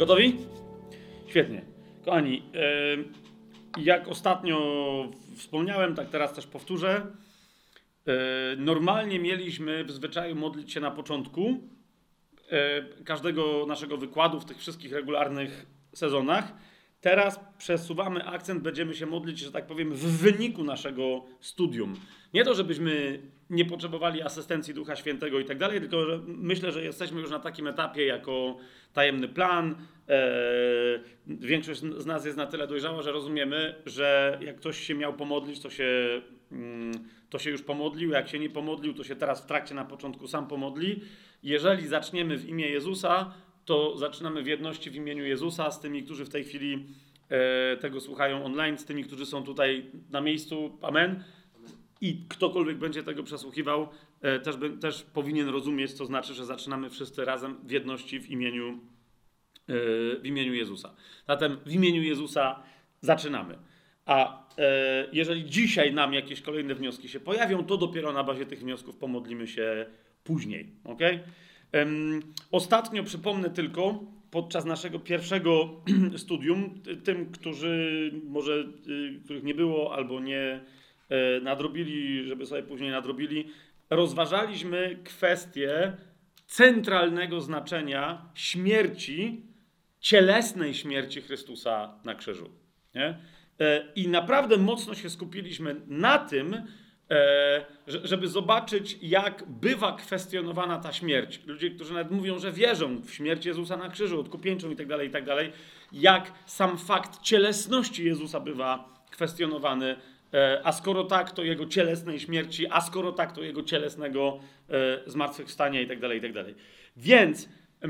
Gotowi? Świetnie. Kochani, jak ostatnio wspomniałem, tak teraz też powtórzę. Normalnie mieliśmy w zwyczaju modlić się na początku każdego naszego wykładu w tych wszystkich regularnych sezonach. Teraz przesuwamy akcent, będziemy się modlić, że tak powiem, w wyniku naszego studium. Nie to, żebyśmy nie potrzebowali asystencji Ducha Świętego i tak dalej, tylko że myślę, że jesteśmy już na takim etapie jako tajemny plan. Większość z nas jest na tyle dojrzała, że rozumiemy, że jak ktoś się miał pomodlić, to się już pomodlił. Jak się nie pomodlił, to się teraz w trakcie, na początku sam pomodli. Jeżeli zaczniemy w imię Jezusa, to zaczynamy w jedności w imieniu Jezusa z tymi, którzy w tej chwili tego słuchają online, z tymi, którzy są tutaj na miejscu. Amen. I ktokolwiek będzie tego przesłuchiwał, też powinien rozumieć, co znaczy, że zaczynamy wszyscy razem w jedności w imieniu Jezusa. Zatem w imieniu Jezusa zaczynamy. A jeżeli dzisiaj nam jakieś kolejne wnioski się pojawią, to dopiero na bazie tych wniosków pomodlimy się później. Okay? Ostatnio przypomnę tylko, podczas naszego pierwszego studium, tym, których nie było albo nie nadrobili, żeby sobie później nadrobili, rozważaliśmy kwestię centralnego znaczenia śmierci, cielesnej śmierci Chrystusa na krzyżu. Nie? I naprawdę mocno się skupiliśmy na tym, żeby zobaczyć, jak bywa kwestionowana ta śmierć. Ludzie, którzy nawet mówią, że wierzą w śmierć Jezusa na krzyżu, odkupieńczą i tak dalej, jak sam fakt cielesności Jezusa bywa kwestionowany, a skoro tak, to jego cielesnej śmierci, a skoro tak, to jego cielesnego zmartwychwstania i tak dalej. Więc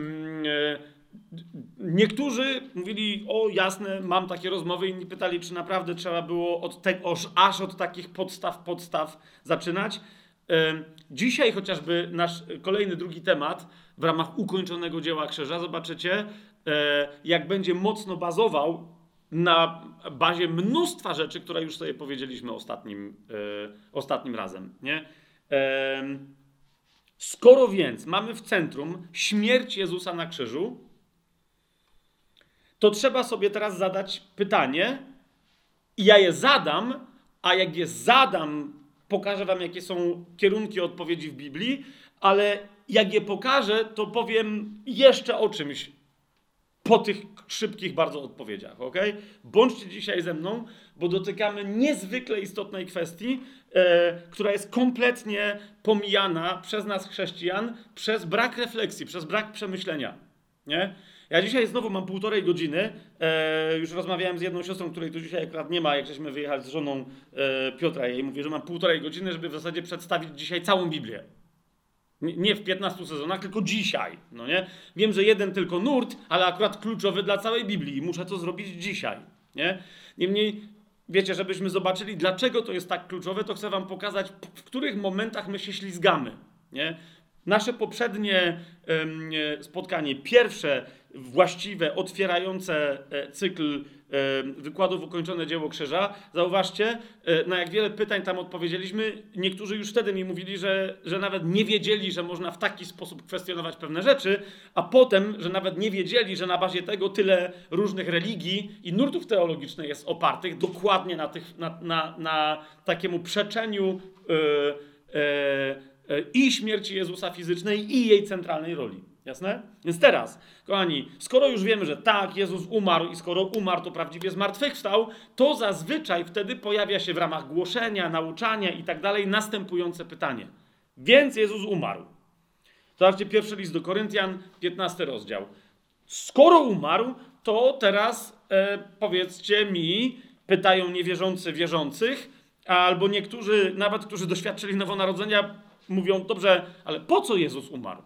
niektórzy mówili, o jasne, mam takie rozmowy, inni pytali, czy naprawdę trzeba było aż od takich podstaw zaczynać. Dzisiaj chociażby nasz kolejny, drugi temat w ramach ukończonego dzieła krzyża, zobaczycie, jak będzie mocno bazował na bazie mnóstwa rzeczy, które już sobie powiedzieliśmy ostatnim razem. Nie? Skoro więc mamy w centrum śmierć Jezusa na krzyżu, to trzeba sobie teraz zadać pytanie i ja je zadam, a jak je zadam, pokażę wam, jakie są kierunki odpowiedzi w Biblii, ale jak je pokażę, to powiem jeszcze o czymś po tych szybkich bardzo odpowiedziach, ok? Bądźcie dzisiaj ze mną, bo dotykamy niezwykle istotnej kwestii, która jest kompletnie pomijana przez nas chrześcijan, przez brak refleksji, przez brak przemyślenia, nie? Ja dzisiaj znowu mam 1,5 godziny, już rozmawiałem z jedną siostrą, której tu dzisiaj akurat nie ma, jak żeśmy wyjechali z żoną Piotra, ja jej mówię, że mam 1,5 godziny, żeby w zasadzie przedstawić dzisiaj całą Biblię. Nie w 15 sezonach, tylko dzisiaj, no nie? Wiem, że jeden tylko nurt, ale akurat kluczowy dla całej Biblii i muszę to zrobić dzisiaj, nie? Niemniej, wiecie, żebyśmy zobaczyli, dlaczego to jest tak kluczowe, to chcę wam pokazać, w których momentach my się ślizgamy, nie? Nasze poprzednie spotkanie, pierwsze właściwe, otwierające cykl wykładów Ukończone dzieło krzyża, zauważcie, na jak wiele pytań tam odpowiedzieliśmy. Niektórzy już wtedy mi mówili, że nawet nie wiedzieli, że można w taki sposób kwestionować pewne rzeczy, a potem, że nawet nie wiedzieli, że na bazie tego tyle różnych religii i nurtów teologicznych jest opartych dokładnie na takiemu przeczeniu i śmierci Jezusa fizycznej i jej centralnej roli. Jasne? Więc teraz, kochani, skoro już wiemy, że tak, Jezus umarł i skoro umarł, to prawdziwie zmartwychwstał, to zazwyczaj wtedy pojawia się w ramach głoszenia, nauczania i tak dalej następujące pytanie. Więc Jezus umarł. Zobaczcie, pierwszy list do Koryntian, 15 rozdział. Skoro umarł, to teraz powiedzcie mi, pytają niewierzący wierzących, albo niektórzy, nawet którzy doświadczyli nowonarodzenia, mówią, dobrze, ale po co Jezus umarł?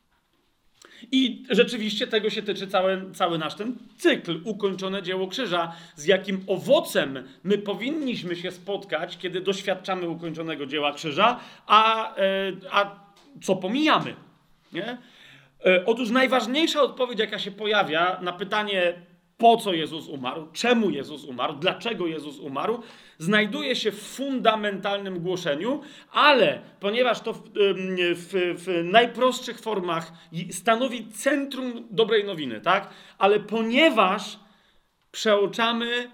I rzeczywiście tego się tyczy cały nasz ten cykl, ukończone dzieło krzyża, z jakim owocem my powinniśmy się spotkać, kiedy doświadczamy ukończonego dzieła krzyża, a co pomijamy. Nie? Otóż najważniejsza odpowiedź, jaka się pojawia na pytanie, po co Jezus umarł, czemu Jezus umarł, dlaczego Jezus umarł, znajduje się w fundamentalnym głoszeniu, ale ponieważ to w najprostszych formach stanowi centrum dobrej nowiny, tak? Ale ponieważ przeoczamy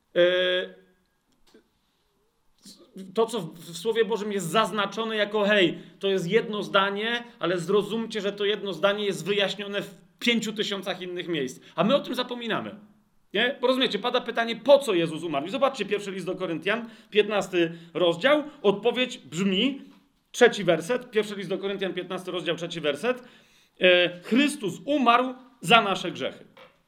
to, co w Słowie Bożym jest zaznaczone jako hej, to jest jedno zdanie, ale zrozumcie, że to jedno zdanie jest wyjaśnione w 5000 innych miejsc. A my o tym zapominamy. Nie? Bo rozumiecie, pada pytanie, po co Jezus umarł? I zobaczcie, pierwszy list do Koryntian, 15 rozdział. Odpowiedź brzmi, 3 werset, pierwszy list do Koryntian, 15 rozdział, 3 werset. Chrystus umarł za nasze grzechy.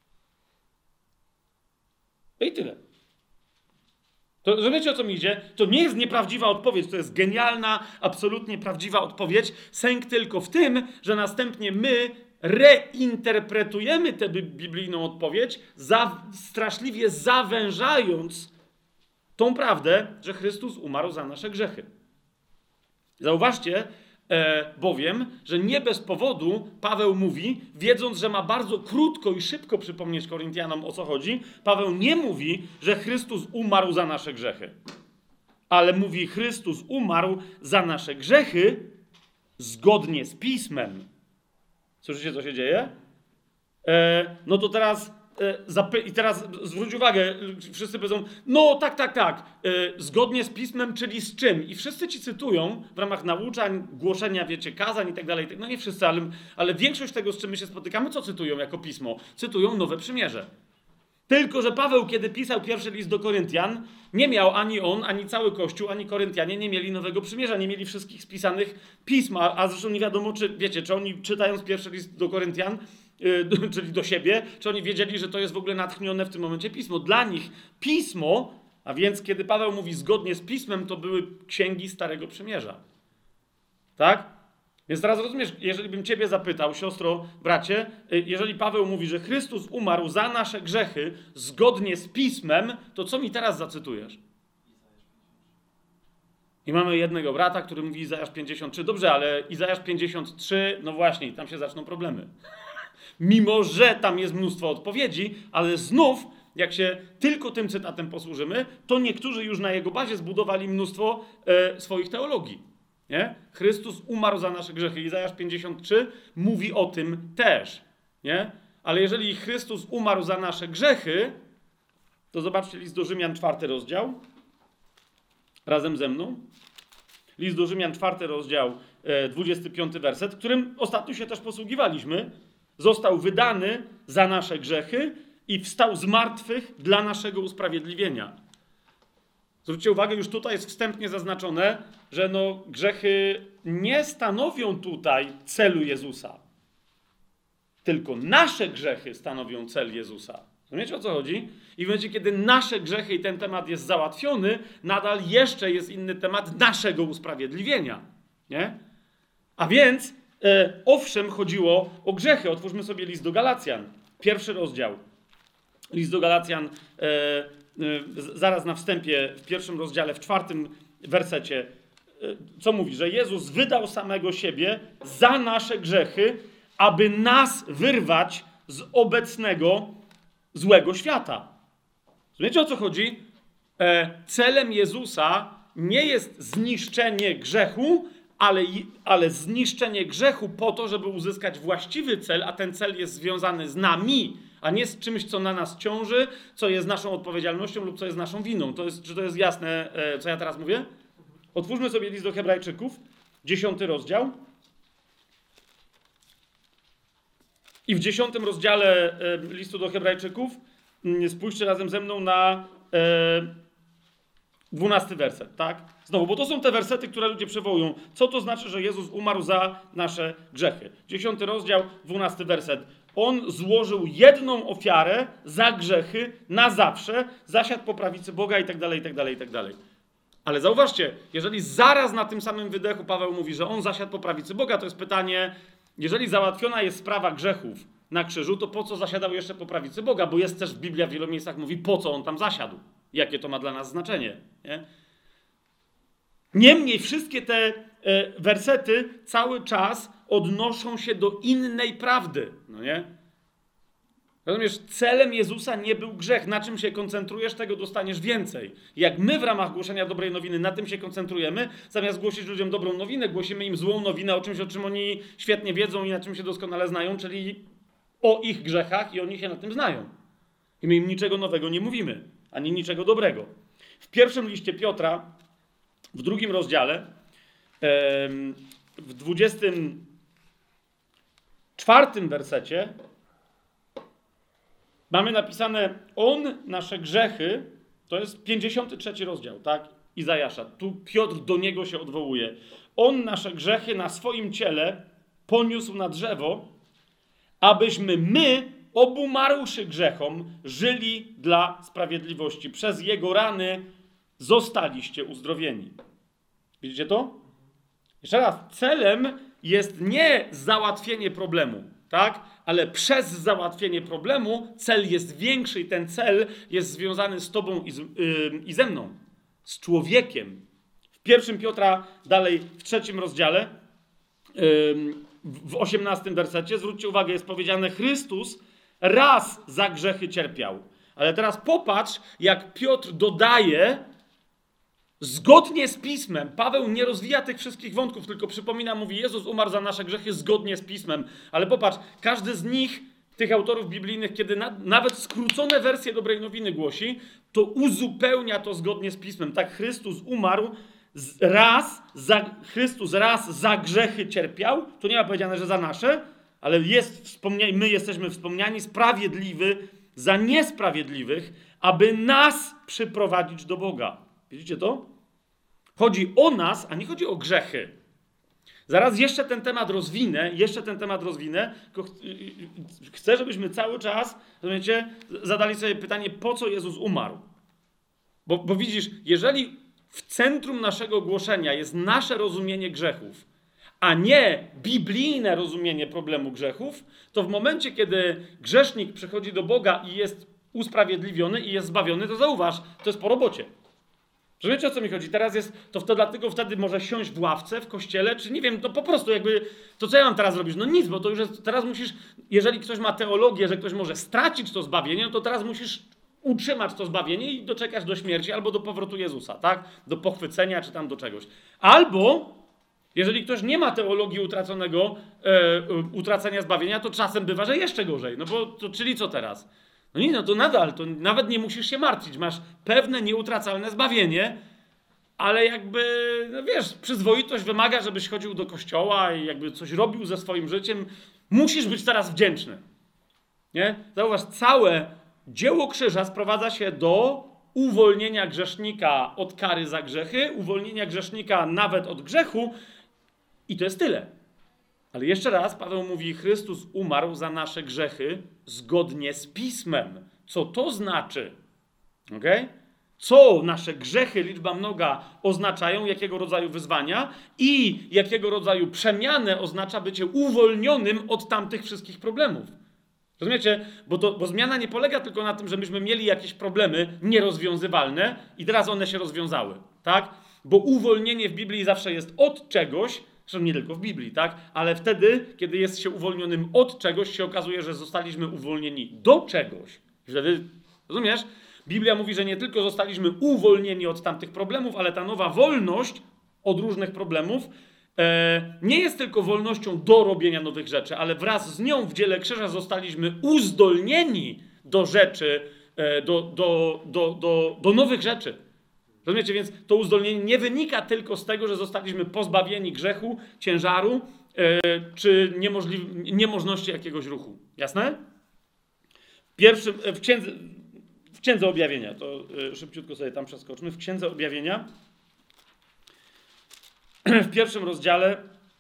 I tyle. To rozumiecie, o co mi idzie? To nie jest nieprawdziwa odpowiedź, to jest genialna, absolutnie prawdziwa odpowiedź. Sęk tylko w tym, że następnie my reinterpretujemy tę biblijną odpowiedź, straszliwie zawężając tą prawdę, że Chrystus umarł za nasze grzechy. Zauważcie bowiem, że nie bez powodu Paweł mówi, wiedząc, że ma bardzo krótko i szybko przypomnieć Koryntianom, o co chodzi, Paweł nie mówi, że Chrystus umarł za nasze grzechy, ale mówi, Chrystus umarł za nasze grzechy zgodnie z Pismem. Słyszycie, co się dzieje? No to teraz i teraz zwróć uwagę, wszyscy powiedzą, no tak, zgodnie z Pismem, czyli z czym? I wszyscy ci cytują w ramach nauczań, głoszenia, wiecie, kazań i tak dalej, no nie wszyscy, ale większość tego, z czym my się spotykamy, co cytują jako Pismo? Cytują Nowe Przymierze. Tylko że Paweł, kiedy pisał pierwszy list do Koryntian, nie miał ani on, ani cały Kościół, ani Koryntianie nie mieli Nowego Przymierza, nie mieli wszystkich spisanych pism, a zresztą nie wiadomo, czy wiecie, czy oni czytając pierwszy list do Koryntian, czyli do siebie, czy oni wiedzieli, że to jest w ogóle natchnione w tym momencie Pismo. Dla nich Pismo, a więc kiedy Paweł mówi zgodnie z Pismem, to były księgi Starego Przymierza. Tak? Więc teraz rozumiesz, jeżeli bym ciebie zapytał, siostro, bracie, jeżeli Paweł mówi, że Chrystus umarł za nasze grzechy zgodnie z Pismem, to co mi teraz zacytujesz? I mamy jednego brata, który mówi Izajasz 53. Dobrze, ale Izajasz 53, no właśnie, tam się zaczną problemy. Mimo że tam jest mnóstwo odpowiedzi, ale znów, jak się tylko tym cytatem posłużymy, to niektórzy już na jego bazie zbudowali mnóstwo swoich teologii. Nie? Chrystus umarł za nasze grzechy. Izajasz 53 mówi o tym też. Nie? Ale jeżeli Chrystus umarł za nasze grzechy, to zobaczcie list do Rzymian 4 rozdział. Razem ze mną. List do Rzymian 4 rozdział, 25 werset, którym ostatnio się też posługiwaliśmy. Został wydany za nasze grzechy i wstał z martwych dla naszego usprawiedliwienia. Zwróćcie uwagę, już tutaj jest wstępnie zaznaczone, że grzechy nie stanowią tutaj celu Jezusa. Tylko nasze grzechy stanowią cel Jezusa. Rozumiecie, o co chodzi? I w momencie, kiedy nasze grzechy i ten temat jest załatwiony, nadal jeszcze jest inny temat naszego usprawiedliwienia. Nie? A więc, owszem, chodziło o grzechy. Otwórzmy sobie list do Galacjan. 1 rozdział. List do Galacjan, zaraz na wstępie, w 1 rozdziale, w 4 wersecie, co mówi? Że Jezus wydał samego siebie za nasze grzechy, aby nas wyrwać z obecnego złego świata. Wiecie, o co chodzi? Celem Jezusa nie jest zniszczenie grzechu, ale zniszczenie grzechu po to, żeby uzyskać właściwy cel, a ten cel jest związany z nami, a nie z czymś, co na nas ciąży, co jest naszą odpowiedzialnością lub co jest naszą winą. Czy to jest jasne, co ja teraz mówię? Otwórzmy sobie list do Hebrajczyków, 10 rozdział. I w 10 rozdziale listu do Hebrajczyków spójrzcie razem ze mną na 12 werset, tak? Znowu, bo to są te wersety, które ludzie przywołują. Co to znaczy, że Jezus umarł za nasze grzechy? 10 rozdział, 12 werset. On złożył jedną ofiarę za grzechy na zawsze, zasiadł po prawicy Boga i tak dalej, i tak dalej, i tak dalej. Ale zauważcie, jeżeli zaraz na tym samym wydechu Paweł mówi, że on zasiadł po prawicy Boga, to jest pytanie, jeżeli załatwiona jest sprawa grzechów na krzyżu, to po co zasiadał jeszcze po prawicy Boga? Bo jest też w Biblia w wielu miejscach mówi, po co on tam zasiadł. Jakie to ma dla nas znaczenie. Nie? Niemniej wszystkie te wersety cały czas odnoszą się do innej prawdy. No nie? Rozumiesz, celem Jezusa nie był grzech. Na czym się koncentrujesz, tego dostaniesz więcej. Jak my w ramach głoszenia dobrej nowiny na tym się koncentrujemy, zamiast głosić ludziom dobrą nowinę, głosimy im złą nowinę o czymś, o czym oni świetnie wiedzą i na czym się doskonale znają, czyli o ich grzechach i oni się na tym znają. I my im niczego nowego nie mówimy, ani niczego dobrego. W pierwszym liście Piotra, w 2 rozdziale, w 24 wersecie mamy napisane: on nasze grzechy, to jest 53 rozdział, tak? Izajasza. Tu Piotr do niego się odwołuje. On nasze grzechy na swoim ciele poniósł na drzewo, abyśmy my, obumarłszy grzechom, żyli dla sprawiedliwości. Przez jego rany zostaliście uzdrowieni. Widzicie to? Jeszcze raz, celem jest nie załatwienie problemu, tak? Ale przez załatwienie problemu cel jest większy i ten cel jest związany z tobą i ze mną, z człowiekiem. W 1 Piotra, dalej w 3 rozdziale, w 18 wersecie, zwróćcie uwagę, jest powiedziane: Chrystus raz za grzechy cierpiał. Ale teraz popatrz, jak Piotr dodaje, zgodnie z Pismem. Paweł nie rozwija tych wszystkich wątków, tylko przypomina, mówi: Jezus umarł za nasze grzechy zgodnie z Pismem. Ale popatrz, każdy z nich, tych autorów biblijnych, kiedy nawet skrócone wersje dobrej nowiny głosi, to uzupełnia to zgodnie z Pismem. Tak, Chrystus umarł Chrystus raz za grzechy cierpiał. Tu nie ma powiedziane, że za nasze, ale my jesteśmy wspomniani, sprawiedliwy za niesprawiedliwych, aby nas przyprowadzić do Boga. Widzicie to? Chodzi o nas, a nie chodzi o grzechy. Zaraz jeszcze ten temat rozwinę, tylko chcę, żebyśmy cały czas, rozumiecie, zadali sobie pytanie, po co Jezus umarł. Bo widzisz, jeżeli w centrum naszego głoszenia jest nasze rozumienie grzechów, a nie biblijne rozumienie problemu grzechów, to w momencie, kiedy grzesznik przychodzi do Boga i jest usprawiedliwiony i jest zbawiony, to zauważ, to jest po robocie. Rozumiecie, o co mi chodzi? Teraz jest, to dlatego wtedy może siąść w ławce, w kościele, czy nie wiem, to po prostu jakby, to co ja mam teraz robić? No nic, bo to już jest, teraz musisz, jeżeli ktoś ma teologię, że ktoś może stracić to zbawienie, no to teraz musisz utrzymać to zbawienie i doczekać do śmierci albo do powrotu Jezusa, tak? Do pochwycenia czy tam do czegoś. Albo, jeżeli ktoś nie ma teologii utracenia zbawienia, to czasem bywa, że jeszcze gorzej. No bo, czyli co teraz? No nie, no to nadal, to nawet nie musisz się martwić. Masz pewne nieutracalne zbawienie, ale jakby, no wiesz, przyzwoitość wymaga, żebyś chodził do kościoła i jakby coś robił ze swoim życiem. Musisz być teraz wdzięczny. Nie? Zauważ, całe dzieło krzyża sprowadza się do uwolnienia grzesznika od kary za grzechy, uwolnienia grzesznika nawet od grzechu i to jest tyle. Ale jeszcze raz Paweł mówi: Chrystus umarł za nasze grzechy zgodnie z Pismem. Co to znaczy? Okay? Co nasze grzechy, liczba mnoga, oznaczają, jakiego rodzaju wyzwania i jakiego rodzaju przemianę oznacza bycie uwolnionym od tamtych wszystkich problemów. Rozumiecie? Bo zmiana nie polega tylko na tym, że myśmy mieli jakieś problemy nierozwiązywalne i teraz one się rozwiązały. Tak? Bo uwolnienie w Biblii zawsze jest od czegoś, zresztą nie tylko w Biblii, tak? Ale wtedy, kiedy jest się uwolnionym od czegoś, się okazuje, że zostaliśmy uwolnieni do czegoś. Wtedy, rozumiesz? Biblia mówi, że nie tylko zostaliśmy uwolnieni od tamtych problemów, ale ta nowa wolność od różnych problemów nie jest tylko wolnością do robienia nowych rzeczy, ale wraz z nią w dziele krzyża zostaliśmy uzdolnieni do rzeczy, do nowych rzeczy. Rozumiecie? Więc to uzdolnienie nie wynika tylko z tego, że zostaliśmy pozbawieni grzechu, ciężaru czy niemożności jakiegoś ruchu. Jasne? W Księdze Objawienia, to szybciutko sobie tam przeskoczmy, w Księdze Objawienia, w 1 rozdziale,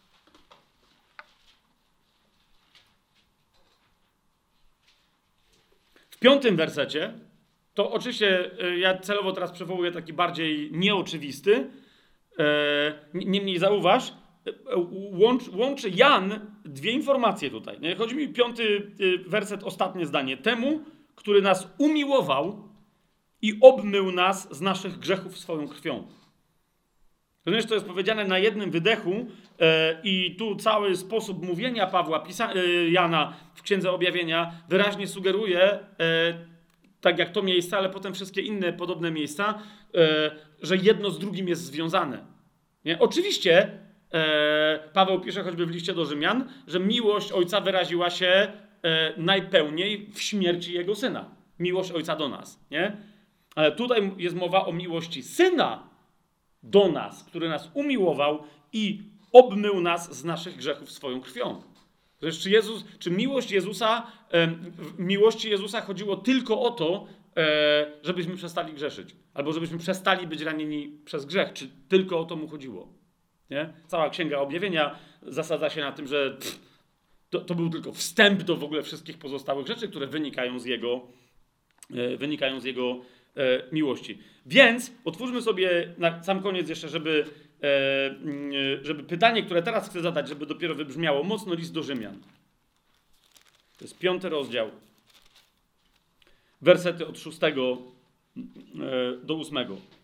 w 5 wersecie, to oczywiście ja celowo teraz przywołuję taki bardziej nieoczywisty, niemniej zauważ, łączy Jan dwie informacje tutaj. Nie? Chodzi mi 5 werset, ostatnie zdanie. Temu, który nas umiłował i obmył nas z naszych grzechów swoją krwią. Rozumiesz, to jest powiedziane na jednym wydechu i tu cały sposób mówienia Jana w Księdze Objawienia wyraźnie sugeruje, tak jak to miejsce, ale potem wszystkie inne podobne miejsca, że jedno z drugim jest związane. Nie? Oczywiście Paweł pisze choćby w liście do Rzymian, że miłość Ojca wyraziła się najpełniej w śmierci Jego Syna. Miłość Ojca do nas. Nie? Ale tutaj jest mowa o miłości Syna do nas, który nas umiłował i obmył nas z naszych grzechów swoją krwią. Zresztą czy miłość Jezusa, w miłości Jezusa chodziło tylko o to, żebyśmy przestali grzeszyć. Albo żebyśmy przestali być ranieni przez grzech. Czy tylko o to mu chodziło? Nie? Cała Księga Objawienia zasadza się na tym, że to był tylko wstęp do w ogóle wszystkich pozostałych rzeczy, które wynikają z Jego miłości. Więc otwórzmy sobie na sam koniec jeszcze, żeby pytanie, które teraz chcę zadać, żeby dopiero wybrzmiało mocno, list do Rzymian. To jest 5 rozdział. Wersety od 6 do 8.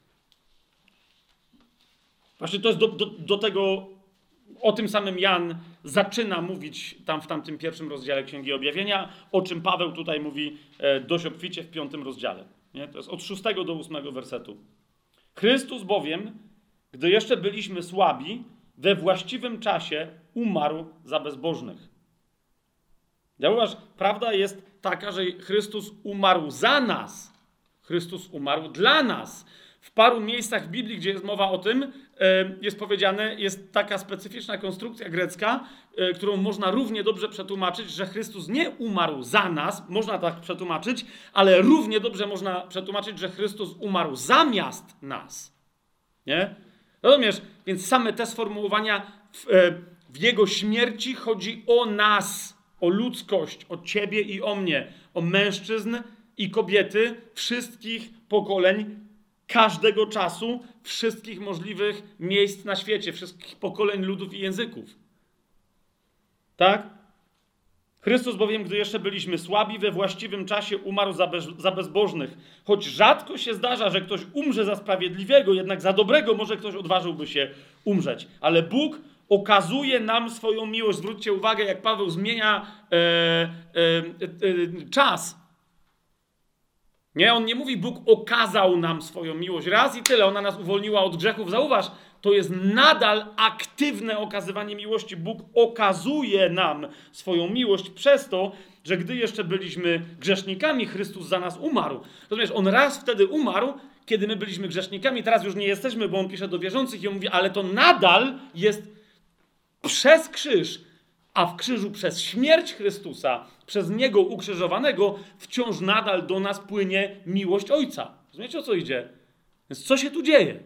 Właśnie to jest do tego, o tym samym Jan zaczyna mówić tam w tamtym pierwszym rozdziale Księgi Objawienia, o czym Paweł tutaj mówi dość obficie w 5 rozdziale. Nie? To jest od 6 do 8 wersetu. Chrystus bowiem, gdy jeszcze byliśmy słabi, we właściwym czasie umarł za bezbożnych. Zauważ, prawda jest taka, że Chrystus umarł za nas. Chrystus umarł dla nas. W paru miejscach w Biblii, gdzie jest mowa o tym, jest powiedziane, jest taka specyficzna konstrukcja grecka, którą można równie dobrze przetłumaczyć, że Chrystus nie umarł za nas, można tak przetłumaczyć, ale równie dobrze można przetłumaczyć, że Chrystus umarł zamiast nas. Nie? Rozumiesz? Więc same te sformułowania w Jego śmierci chodzi o nas, o ludzkość, o ciebie i o mnie, o mężczyzn i kobiety wszystkich pokoleń, każdego czasu, wszystkich możliwych miejsc na świecie, wszystkich pokoleń, ludów i języków. Tak? Chrystus bowiem, gdy jeszcze byliśmy słabi, we właściwym czasie umarł za bezbożnych. Choć rzadko się zdarza, że ktoś umrze za sprawiedliwego, jednak za dobrego może ktoś odważyłby się umrzeć. Ale Bóg okazuje nam swoją miłość. Zwróćcie uwagę, jak Paweł zmienia czas. Nie, on nie mówi, Bóg okazał nam swoją miłość raz i tyle, ona nas uwolniła od grzechów. Zauważ, to jest nadal aktywne okazywanie miłości. Bóg okazuje nam swoją miłość przez to, że gdy jeszcze byliśmy grzesznikami, Chrystus za nas umarł. Rozumiesz, on raz wtedy umarł, kiedy my byliśmy grzesznikami, teraz już nie jesteśmy, bo on pisze do wierzących i on mówi, ale to nadal jest przez krzyż, a w krzyżu przez śmierć Chrystusa, przez Niego ukrzyżowanego, wciąż nadal do nas płynie miłość Ojca. Rozumiecie, o co idzie? Więc co się tu dzieje?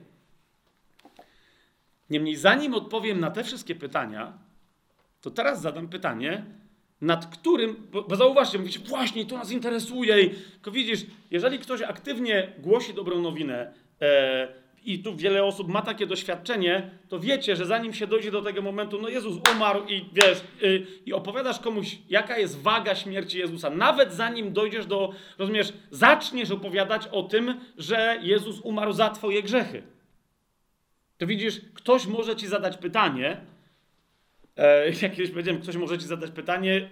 Niemniej zanim odpowiem na te wszystkie pytania, to teraz zadam pytanie, nad którym, bo zauważcie, mówicie, właśnie to nas interesuje. Tylko widzisz, jeżeli ktoś aktywnie głosi dobrą nowinę i tu wiele osób ma takie doświadczenie, to wiecie, że zanim się dojdzie do tego momentu, no Jezus umarł i wiesz, i opowiadasz komuś, jaka jest waga śmierci Jezusa. Nawet zanim dojdziesz do, rozumiesz, zaczniesz opowiadać o tym, że Jezus umarł za twoje grzechy. To widzisz, ktoś może ci zadać pytanie, jak kiedyś powiedziałem, ktoś może ci zadać pytanie,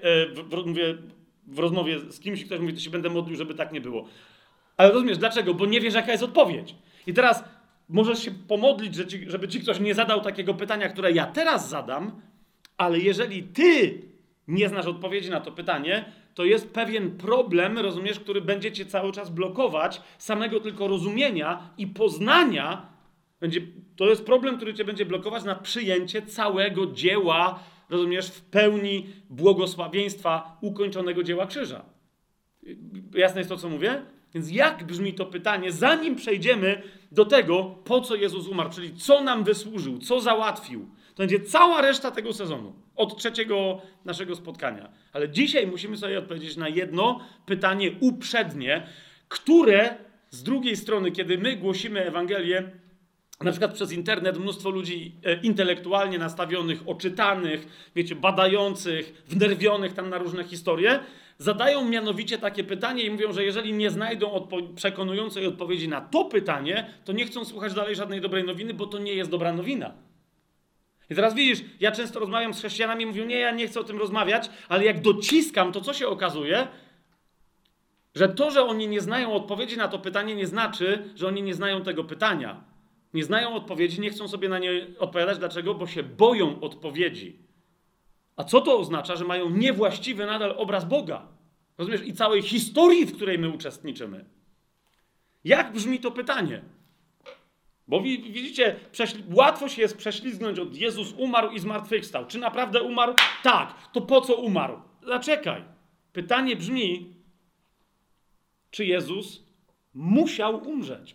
w rozmowie z kimś, ktoś mówi, to się będę modlił, żeby tak nie było. Ale rozumiesz, dlaczego? Bo nie wiesz, jaka jest odpowiedź. I teraz możesz się pomodlić, żeby ci ktoś nie zadał takiego pytania, które ja teraz zadam, ale jeżeli ty nie znasz odpowiedzi na to pytanie, to jest pewien problem, rozumiesz, który będzie cię cały czas blokować, samego tylko rozumienia i poznania. To jest problem, który cię będzie blokować na przyjęcie całego dzieła, rozumiesz, w pełni błogosławieństwa ukończonego dzieła krzyża. Jasne jest to, co mówię? Więc jak brzmi to pytanie, zanim przejdziemy do tego, po co Jezus umarł, czyli co nam wysłużył, co załatwił. To będzie cała reszta tego sezonu, od trzeciego naszego spotkania. Ale dzisiaj musimy sobie odpowiedzieć na jedno pytanie uprzednie, które z drugiej strony, kiedy my głosimy Ewangelię, na przykład przez internet mnóstwo ludzi intelektualnie nastawionych, oczytanych, wiecie, badających, wnerwionych tam na różne historie, zadają mianowicie takie pytanie i mówią, że jeżeli nie znajdą przekonującej odpowiedzi na to pytanie, to nie chcą słuchać dalej żadnej dobrej nowiny, bo to nie jest dobra nowina. I teraz widzisz, ja często rozmawiam z chrześcijanami i mówią, nie, ja nie chcę o tym rozmawiać, ale jak dociskam, to co się okazuje? Że to, że oni nie znają odpowiedzi na to pytanie, nie znaczy, że oni nie znają tego pytania. Nie znają odpowiedzi, nie chcą sobie na nie odpowiadać. Dlaczego? Bo się boją odpowiedzi. A co to oznacza? Że mają niewłaściwy nadal obraz Boga. Rozumiesz? I całej historii, w której my uczestniczymy. Jak brzmi to pytanie? Bo widzicie, łatwo się jest prześlizgnąć od Jezus umarł i zmartwychwstał. Czy naprawdę umarł? Tak. To po co umarł? Zaczekaj. Pytanie brzmi, czy Jezus musiał umrzeć?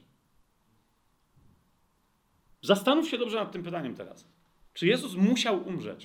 Zastanów się dobrze nad tym pytaniem teraz. Czy Jezus musiał umrzeć?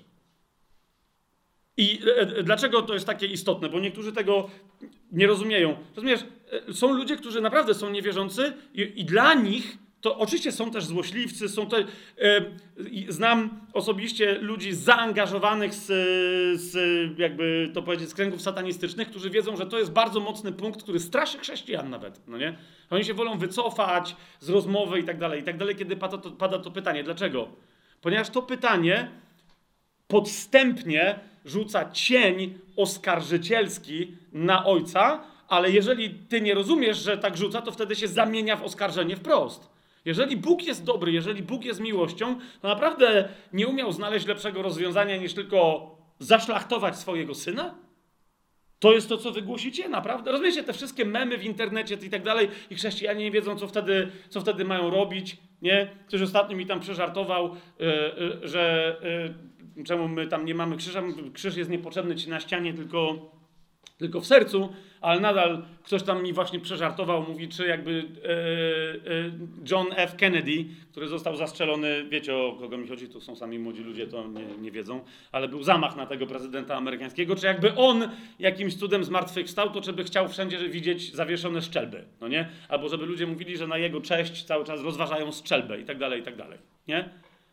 I dlaczego to jest takie istotne? Bo niektórzy tego nie rozumieją. Rozumiesz, są ludzie, którzy naprawdę są niewierzący i dla nich to oczywiście są też złośliwcy, znam osobiście ludzi zaangażowanych jakby to powiedzieć, z kręgów satanistycznych, którzy wiedzą, że to jest bardzo mocny punkt, który straszy chrześcijan nawet, no nie? Oni się wolą wycofać z rozmowy i tak dalej, kiedy pada to pytanie. Dlaczego? Ponieważ to pytanie podstępnie rzuca cień oskarżycielski na Ojca, ale jeżeli ty nie rozumiesz, że tak rzuca, to wtedy się zamienia w oskarżenie wprost. Jeżeli Bóg jest dobry, jeżeli Bóg jest miłością, to naprawdę nie umiał znaleźć lepszego rozwiązania niż tylko zaszlachtować swojego Syna? To jest to, co wy głosicie? Naprawdę? Rozumiecie, te wszystkie memy w internecie i tak dalej i chrześcijanie nie wiedzą, co wtedy mają robić, nie? Ktoś ostatnio mi tam przeżartował, że czemu my tam nie mamy krzyża? Krzyż jest niepotrzebny ci na ścianie, tylko w sercu, ale nadal ktoś tam mi właśnie przeżartował, mówi, czy jakby John F. Kennedy, który został zastrzelony, wiecie o kogo mi chodzi, to są sami młodzi ludzie, to nie wiedzą, ale był zamach na tego prezydenta amerykańskiego, czy jakby on jakimś cudem zmartwychwstał, to czy by chciał wszędzie widzieć zawieszone strzelby, no nie? Albo żeby ludzie mówili, że na jego cześć cały czas rozważają strzelbę i tak dalej, nie?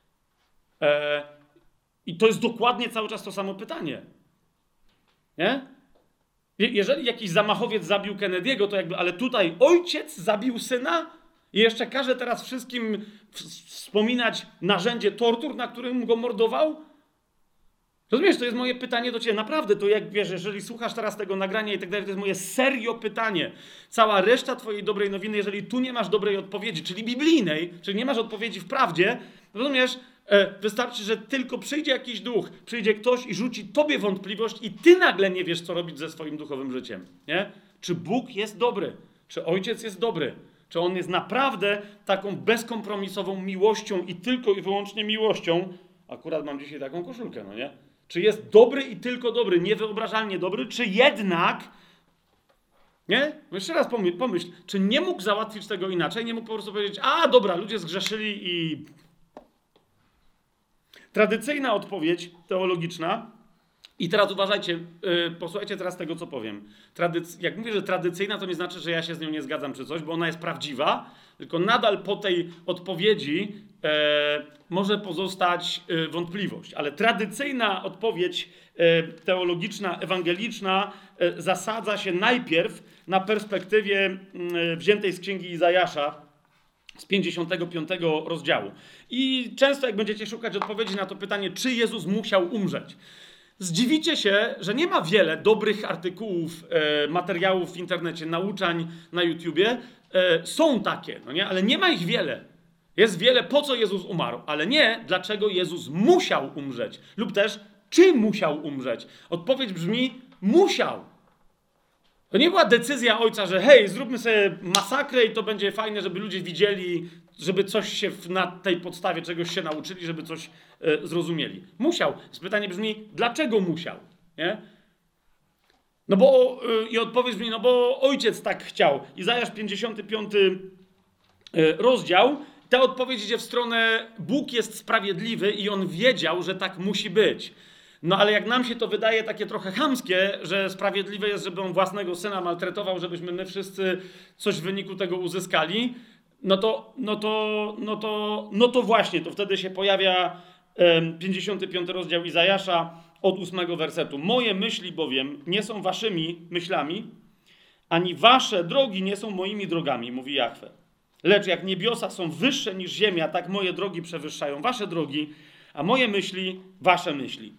I to jest dokładnie cały czas to samo pytanie, nie? Jeżeli jakiś zamachowiec zabił Kennedy'ego, to jakby, ale tutaj ojciec zabił syna i jeszcze każe teraz wszystkim wspominać narzędzie tortur, na którym go mordował? Rozumiesz, to jest moje pytanie do ciebie. Naprawdę, to jak wiesz, jeżeli słuchasz teraz tego nagrania i tak dalej, to jest moje serio pytanie. Cała reszta twojej dobrej nowiny, jeżeli tu nie masz dobrej odpowiedzi, czyli biblijnej, czyli nie masz odpowiedzi w prawdzie, rozumiesz, wystarczy, że tylko przyjdzie jakiś duch, przyjdzie ktoś i rzuci tobie wątpliwość i ty nagle nie wiesz, co robić ze swoim duchowym życiem. Nie? Czy Bóg jest dobry? Czy Ojciec jest dobry? Czy On jest naprawdę taką bezkompromisową miłością i tylko i wyłącznie miłością? Akurat mam dzisiaj taką koszulkę, no nie? Czy jest dobry i tylko dobry, niewyobrażalnie dobry, czy jednak, nie? Jeszcze raz pomyśl, czy nie mógł załatwić tego inaczej? Nie mógł po prostu powiedzieć, a dobra, ludzie zgrzeszyli i... Tradycyjna odpowiedź teologiczna, i teraz uważajcie, posłuchajcie teraz tego, co powiem. Jak mówię, że tradycyjna, to nie znaczy, że ja się z nią nie zgadzam czy coś, bo ona jest prawdziwa, tylko nadal po tej odpowiedzi może pozostać wątpliwość. Ale tradycyjna odpowiedź teologiczna, ewangeliczna zasadza się najpierw na perspektywie wziętej z Księgi Izajasza, z 55 rozdziału. I często jak będziecie szukać odpowiedzi na to pytanie, czy Jezus musiał umrzeć, zdziwicie się, że nie ma wiele dobrych artykułów, materiałów w internecie, nauczań na YouTubie. Są takie, no nie? Ale nie ma ich wiele. Jest wiele, po co Jezus umarł, ale nie, dlaczego Jezus musiał umrzeć. Lub też, czy musiał umrzeć. Odpowiedź brzmi, musiał. To nie była decyzja ojca, że hej, zróbmy sobie masakrę i to będzie fajne, żeby ludzie widzieli, żeby coś się na tej podstawie czegoś się nauczyli, żeby coś zrozumieli. Musiał. Pytanie brzmi, dlaczego musiał? Nie? No bo, i odpowiedź brzmi, no bo ojciec tak chciał. Izajasz 55 rozdział, ta odpowiedź idzie w stronę, Bóg jest sprawiedliwy i on wiedział, że tak musi być. No ale jak nam się to wydaje takie trochę chamskie, że sprawiedliwe jest, żeby on własnego syna maltretował, żebyśmy my wszyscy coś w wyniku tego uzyskali, no to właśnie, to wtedy się pojawia 55 rozdział Izajasza od 8 wersetu. Moje myśli bowiem nie są waszymi myślami, ani wasze drogi nie są moimi drogami, mówi Jahwe. Lecz jak niebiosa są wyższe niż ziemia, tak moje drogi przewyższają wasze drogi, a moje myśli wasze myśli.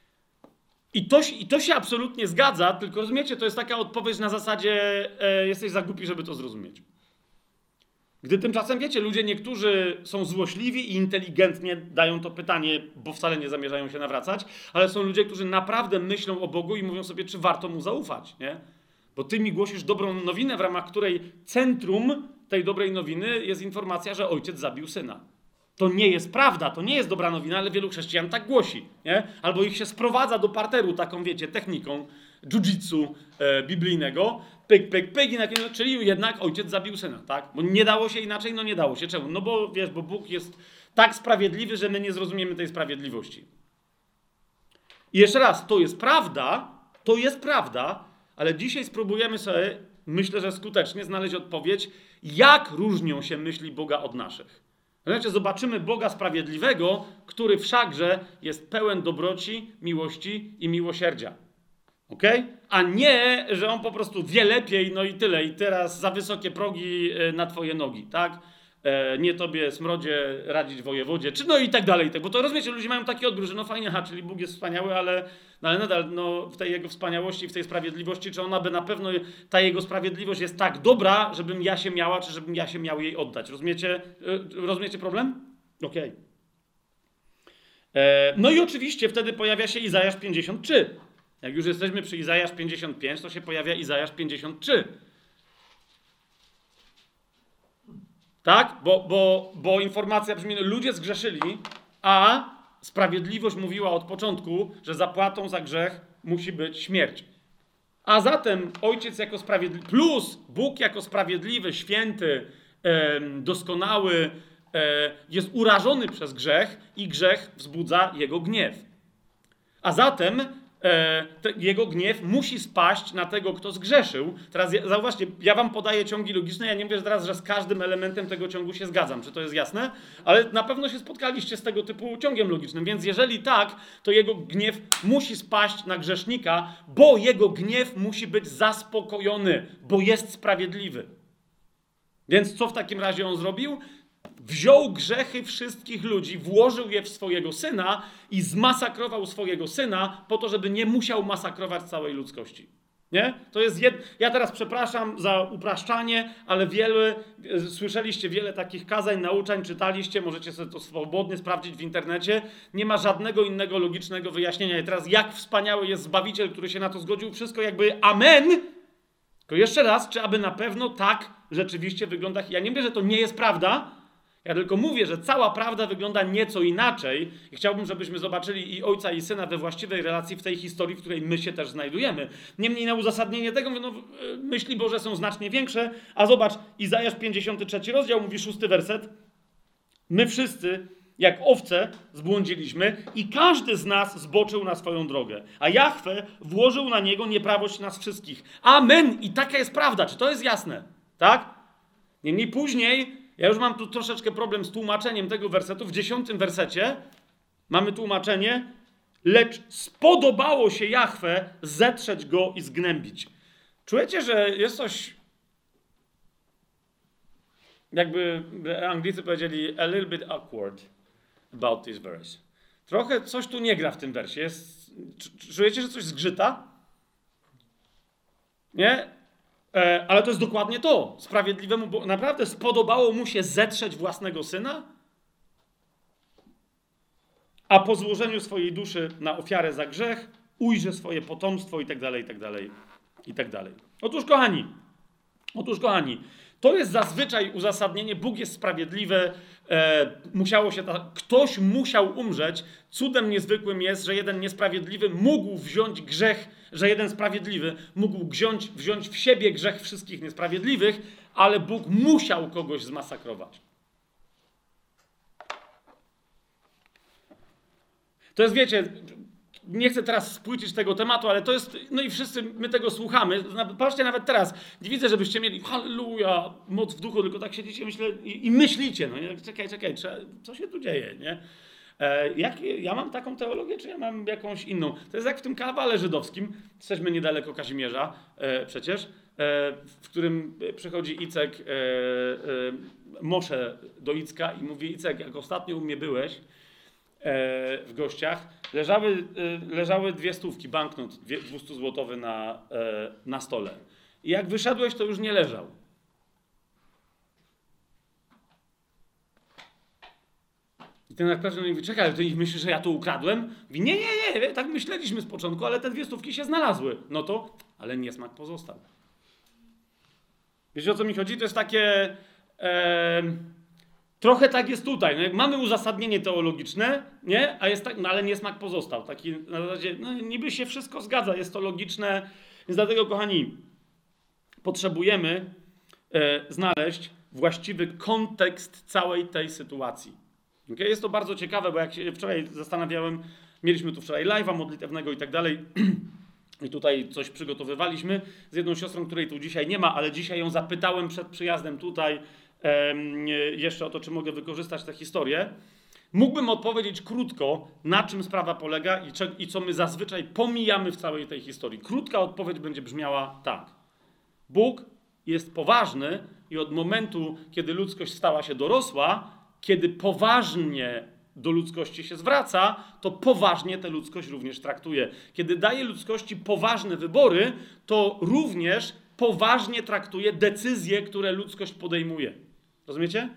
I to się absolutnie zgadza, tylko rozumiecie, to jest taka odpowiedź na zasadzie jesteś za głupi, żeby to zrozumieć. Gdy tymczasem, wiecie, ludzie niektórzy są złośliwi i inteligentnie dają to pytanie, bo wcale nie zamierzają się nawracać, ale są ludzie, którzy naprawdę myślą o Bogu i mówią sobie, czy warto Mu zaufać, nie? Bo ty mi głosisz dobrą nowinę, w ramach której centrum tej dobrej nowiny jest informacja, że ojciec zabił syna. To nie jest prawda, to nie jest dobra nowina, ale wielu chrześcijan tak głosi, nie? Albo ich się sprowadza do parteru taką, wiecie, techniką jiu-jitsu biblijnego, pyk, pyk, pyk, czyli jednak ojciec zabił syna, tak? Bo nie dało się inaczej, no nie dało się. Czemu? No bo, wiesz, bo Bóg jest tak sprawiedliwy, że my nie zrozumiemy tej sprawiedliwości. I jeszcze raz, to jest prawda, ale dzisiaj spróbujemy sobie, myślę, że skutecznie znaleźć odpowiedź, jak różnią się myśli Boga od naszych. Znaczy, zobaczymy Boga sprawiedliwego, który wszakże jest pełen dobroci, miłości i miłosierdzia. Okay? A nie, że on po prostu wie lepiej, no i tyle. I teraz za wysokie progi na twoje nogi, tak? Nie tobie, smrodzie, radzić wojewodzie, czy no i tak dalej. Bo to rozumiecie, ludzie mają taki odbiór, że no fajnie, czyli Bóg jest wspaniały, ale nadal no, w tej Jego wspaniałości, w tej sprawiedliwości, czy ona by na pewno, ta Jego sprawiedliwość jest tak dobra, żebym ja się miała, czy żebym ja się miał jej oddać. Rozumiecie problem? Okej. No i oczywiście wtedy pojawia się Izajasz 53. Jak już jesteśmy przy Izajasz 55, to się pojawia Izajasz 53. Tak? Bo informacja brzmi, no, ludzie zgrzeszyli, a sprawiedliwość mówiła od początku, że zapłatą za grzech musi być śmierć. A zatem Ojciec jako sprawiedliwy, plus Bóg jako sprawiedliwy, święty, doskonały, jest urażony przez grzech i grzech wzbudza Jego gniew. A zatem jego gniew musi spaść na tego, kto zgrzeszył. Teraz zauważcie, ja wam podaję ciągi logiczne, ja nie mówię teraz, że z każdym elementem tego ciągu się zgadzam. Czy to jest jasne? Ale na pewno się spotkaliście z tego typu ciągiem logicznym. Więc jeżeli tak, to jego gniew musi spaść na grzesznika, bo jego gniew musi być zaspokojony, bo jest sprawiedliwy. Więc co w takim razie on zrobił? Wziął grzechy wszystkich ludzi, włożył je w swojego Syna i zmasakrował swojego Syna po to, żeby nie musiał masakrować całej ludzkości. Nie? To jest Ja teraz przepraszam za upraszczanie, ale słyszeliście wiele takich kazań, nauczań, czytaliście, możecie sobie to swobodnie sprawdzić w internecie. Nie ma żadnego innego logicznego wyjaśnienia. I teraz jak wspaniały jest Zbawiciel, który się na to zgodził, wszystko jakby amen. Tylko jeszcze raz, czy aby na pewno tak rzeczywiście wygląda... Ja nie mówię, że to nie jest prawda, ja tylko mówię, że cała prawda wygląda nieco inaczej i chciałbym, żebyśmy zobaczyli i Ojca, i Syna we właściwej relacji w tej historii, w której my się też znajdujemy. Niemniej na uzasadnienie tego myśli Boże są znacznie większe, a zobacz, Izajasz 53 rozdział mówi 6 werset. My wszyscy, jak owce, zbłądziliśmy i każdy z nas zboczył na swoją drogę, a Jahwe włożył na niego nieprawość nas wszystkich. Amen! I taka jest prawda. Czy to jest jasne? Tak? Niemniej później... Ja już mam tu troszeczkę problem z tłumaczeniem tego wersetu. W 10 wersecie mamy tłumaczenie, lecz spodobało się Jahwe zetrzeć go i zgnębić. Czujecie, że jest coś, jakby Anglicy powiedzieli, a little bit awkward about this verse. Trochę coś tu nie gra w tym wersie. Czujecie, że coś zgrzyta? Nie? Ale to jest dokładnie to. Sprawiedliwemu, bo naprawdę spodobało mu się zetrzeć własnego syna, a po złożeniu swojej duszy na ofiarę za grzech ujrzy swoje potomstwo i tak dalej, i tak dalej, i tak dalej. Otóż, kochani, to jest zazwyczaj uzasadnienie. Bóg jest sprawiedliwy, ktoś musiał umrzeć. Cudem niezwykłym jest, że jeden niesprawiedliwy mógł wziąć grzech, że jeden sprawiedliwy mógł wziąć w siebie grzech wszystkich niesprawiedliwych, ale Bóg musiał kogoś zmasakrować. To jest, wiecie, nie chcę teraz spłycić tego tematu, ale to jest, no i wszyscy my tego słuchamy. Patrzcie nawet teraz, nie widzę, żebyście mieli halleluja, moc w duchu, tylko tak siedzicie i myślicie, no nie? Czekaj, co się tu dzieje, nie? Ja mam taką teologię, czy ja mam jakąś inną? To jest jak w tym kawale żydowskim, jesteśmy niedaleko Kazimierza przecież, w którym przychodzi Icek, Mosze do Icka i mówi: Icek, jak ostatnio u mnie byłeś w gościach, leżały 200 banknot 200-złotowy na stole. I jak wyszedłeś, to już nie leżał. I ten jak pewnie mówi: czekaj, ale ty myślisz, że ja to ukradłem? Mówi: nie, tak myśleliśmy z początku, ale te 200 się znalazły. No to, ale niesmak pozostał. Wiecie, o co mi chodzi? To jest takie... trochę tak jest tutaj. No jak mamy uzasadnienie teologiczne, nie? A jest tak, no ale niesmak pozostał. Taki na zasadzie, no niby się wszystko zgadza, jest to logiczne. Więc dlatego, kochani, potrzebujemy znaleźć właściwy kontekst całej tej sytuacji. Okay? Jest to bardzo ciekawe, bo jak się wczoraj zastanawiałem, mieliśmy tu wczoraj live'a modlitewnego i tak dalej, i tutaj coś przygotowywaliśmy z jedną siostrą, której tu dzisiaj nie ma, ale dzisiaj ją zapytałem przed przyjazdem tutaj jeszcze o to, czy mogę wykorzystać tę historię. Mógłbym odpowiedzieć krótko, na czym sprawa polega i co my zazwyczaj pomijamy w całej tej historii. Krótka odpowiedź będzie brzmiała tak. Bóg jest poważny i od momentu, kiedy ludzkość stała się dorosła, kiedy poważnie do ludzkości się zwraca, to poważnie tę ludzkość również traktuje. Kiedy daje ludzkości poważne wybory, to również poważnie traktuje decyzje, które ludzkość podejmuje. Rozumiecie?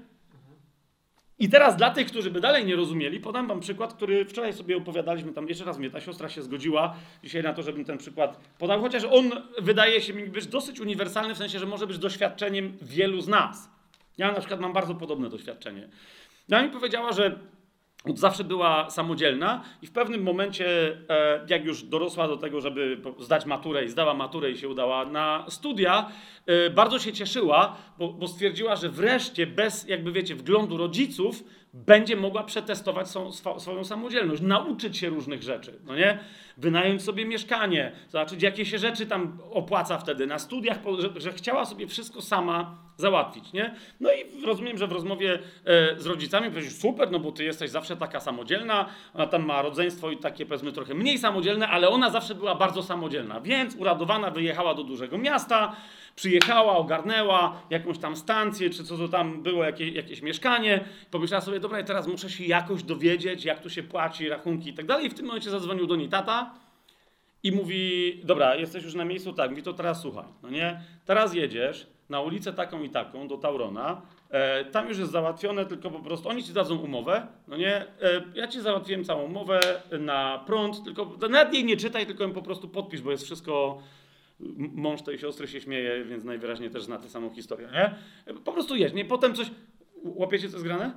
I teraz dla tych, którzy by dalej nie rozumieli, podam wam przykład, który wczoraj sobie opowiadaliśmy, tam jeszcze raz mnie ta siostra się zgodziła dzisiaj na to, żebym ten przykład podał, chociaż on wydaje się mi być dosyć uniwersalny, w sensie, że może być doświadczeniem wielu z nas. Ja na przykład mam bardzo podobne doświadczenie. Ona mi powiedziała, że od zawsze była samodzielna i w pewnym momencie, jak już dorosła do tego, żeby zdać maturę i zdała maturę i się udała na studia, bardzo się cieszyła, bo stwierdziła, że wreszcie bez, jakby wiecie, wglądu rodziców będzie mogła przetestować swoją samodzielność, nauczyć się różnych rzeczy, no nie? Wynająć sobie mieszkanie, zobaczyć, jakie się rzeczy tam opłaca wtedy na studiach, że chciała sobie wszystko sama załatwić, nie? No i rozumiem, że w rozmowie z rodzicami powiedzieć: super, no bo ty jesteś zawsze taka samodzielna, ona tam ma rodzeństwo i takie, powiedzmy, trochę mniej samodzielne, ale ona zawsze była bardzo samodzielna, więc uradowana wyjechała do dużego miasta, przyjechała, ogarnęła jakąś tam stację, czy co to tam było, jakieś mieszkanie. Pomyślała sobie: dobra, i teraz muszę się jakoś dowiedzieć, jak tu się płaci, rachunki i tak dalej. I w tym momencie zadzwonił do niej tata i mówi: dobra, jesteś już na miejscu? Tak. Mówi: to teraz słuchaj, no nie? Teraz jedziesz na ulicę taką i taką, do Taurona, tam już jest załatwione, tylko po prostu oni ci dadzą umowę, no nie? Ja ci załatwiłem całą umowę na prąd, tylko nawet jej nie czytaj, tylko ją po prostu podpisz, bo jest wszystko... Mąż tej siostry się śmieje, więc najwyraźniej też zna tę samą historię, nie? Po prostu jedź, nie? Potem coś... Łapiecie, co jest grane?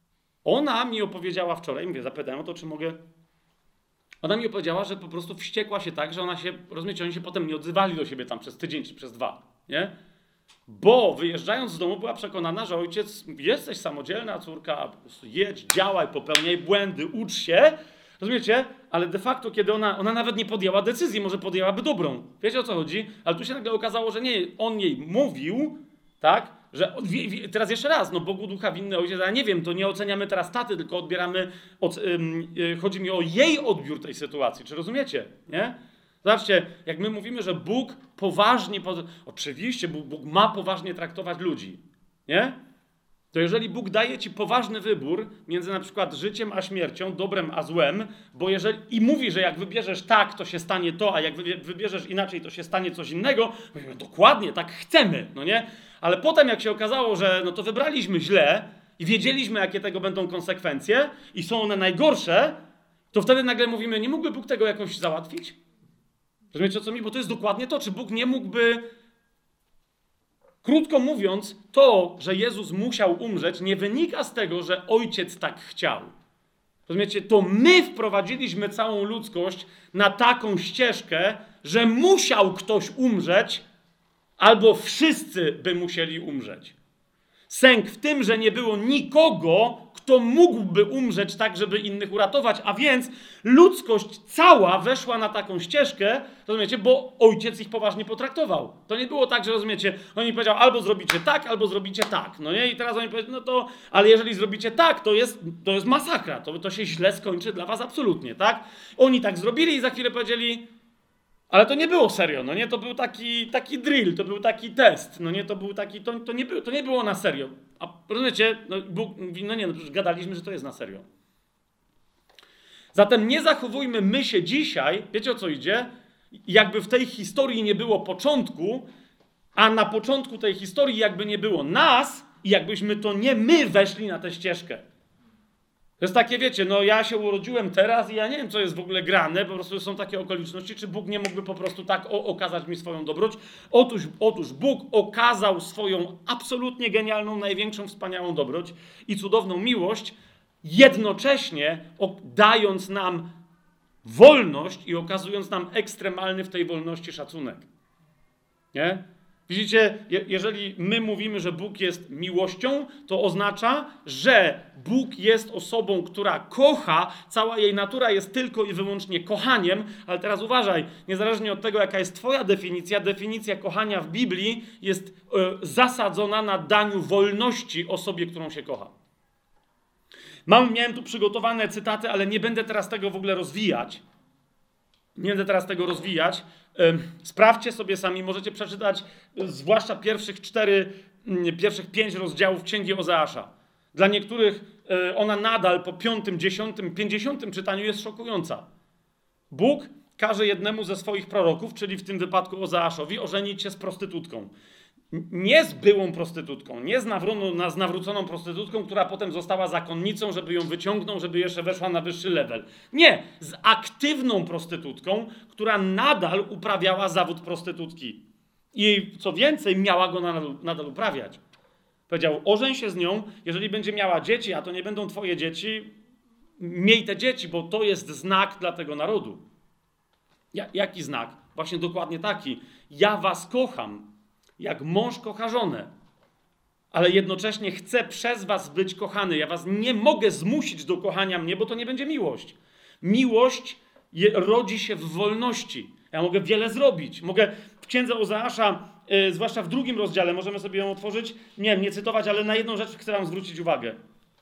Ona mi opowiedziała wczoraj, mówię, zapytałem o to, czy mogę... Ona mi opowiedziała, że po prostu wściekła się tak, że rozumiecie, oni się potem nie odzywali do siebie tam przez tydzień czy przez 2, nie? Bo wyjeżdżając z domu była przekonana, że ojciec: jesteś samodzielna córka, po prostu jedź, działaj, popełniaj błędy, ucz się, rozumiecie? Ale de facto, kiedy ona nawet nie podjęła decyzji, może podjęłaby dobrą. Wiecie, o co chodzi? Ale tu się nagle okazało, że nie, on jej mówił, tak? Że teraz jeszcze raz, no Bogu ducha winny ojciec, ale nie wiem, to nie oceniamy teraz taty, tylko odbieramy, chodzi mi o jej odbiór tej sytuacji, czy rozumiecie, nie? Zobaczcie, jak my mówimy, że Bóg poważnie, oczywiście Bóg ma poważnie traktować ludzi, nie? To jeżeli Bóg daje ci poważny wybór między na przykład życiem a śmiercią, dobrem a złem, i mówi, że jak wybierzesz tak, to się stanie to, a jak wybierzesz inaczej, to się stanie coś innego, mówimy: dokładnie, tak chcemy, no nie? Ale potem jak się okazało, że no to wybraliśmy źle i wiedzieliśmy, jakie tego będą konsekwencje i są one najgorsze, to wtedy nagle mówimy: nie mógłby Bóg tego jakoś załatwić? Rozumiecie, o co mi? Bo to jest dokładnie to, czy Bóg nie mógłby... Krótko mówiąc, to, że Jezus musiał umrzeć, nie wynika z tego, że Ojciec tak chciał. Rozumiecie? To my wprowadziliśmy całą ludzkość na taką ścieżkę, że musiał ktoś umrzeć, albo wszyscy by musieli umrzeć. Sęk w tym, że nie było nikogo, kto mógłby umrzeć tak, żeby innych uratować, a więc ludzkość cała weszła na taką ścieżkę, rozumiecie, bo ojciec ich poważnie potraktował. To nie było tak, że rozumiecie, on im powiedział, albo zrobicie tak, albo zrobicie tak, no nie? I teraz oni powiedzieli, no to, ale jeżeli zrobicie tak, to jest masakra, to się źle skończy dla was absolutnie, tak? Oni tak zrobili i za chwilę powiedzieli, ale to nie było serio, no nie? To był taki drill, to był taki test, no nie? To był taki, to nie było na serio. A rozumiecie? No Bóg mówi, no nie, no przecież gadaliśmy, że to jest na serio. Zatem nie zachowujmy my się dzisiaj, wiecie o co idzie? Jakby w tej historii nie było początku, a na początku tej historii jakby nie było nas i jakbyśmy to nie my weszli na tę ścieżkę. To jest takie, wiecie, no ja się urodziłem teraz i ja nie wiem, co jest w ogóle grane, po prostu są takie okoliczności, czy Bóg nie mógłby po prostu tak okazać mi swoją dobroć? Otóż Bóg okazał swoją absolutnie genialną, największą, wspaniałą dobroć i cudowną miłość, jednocześnie dając nam wolność i okazując nam ekstremalny w tej wolności szacunek. Nie? Widzicie, jeżeli my mówimy, że Bóg jest miłością, to oznacza, że Bóg jest osobą, która kocha, cała jej natura jest tylko i wyłącznie kochaniem, ale teraz uważaj, niezależnie od tego, jaka jest twoja definicja kochania w Biblii jest zasadzona na daniu wolności osobie, którą się kocha. Miałem tu przygotowane cytaty, ale nie będę teraz tego w ogóle rozwijać. Sprawdźcie sobie sami, możecie przeczytać zwłaszcza pierwszych 5 rozdziałów Księgi Ozeasza. Dla niektórych ona nadal po 5., 10., 50. czytaniu jest szokująca. Bóg każe jednemu ze swoich proroków, czyli w tym wypadku Ozeaszowi, ożenić się z prostytutką. Nie z byłą prostytutką, nie z nawróconą prostytutką, która potem została zakonnicą, żeby ją wyciągnął, żeby jeszcze weszła na wyższy level. Nie, z aktywną prostytutką, która nadal uprawiała zawód prostytutki. I co więcej, miała go nadal uprawiać. Powiedział, ożeń się z nią, jeżeli będzie miała dzieci, a to nie będą twoje dzieci, miej te dzieci, bo to jest znak dla tego narodu. Jaki znak? Właśnie dokładnie taki. Ja was kocham, jak mąż kocha żonę, ale jednocześnie chcę przez was być kochany. Ja was nie mogę zmusić do kochania mnie, bo to nie będzie miłość. Miłość rodzi się w wolności. Ja mogę wiele zrobić. Mogę w Księdze Ozeasza, zwłaszcza w 2 rozdziale, możemy sobie ją otworzyć, nie cytować, ale na jedną rzecz chcę wam zwrócić uwagę.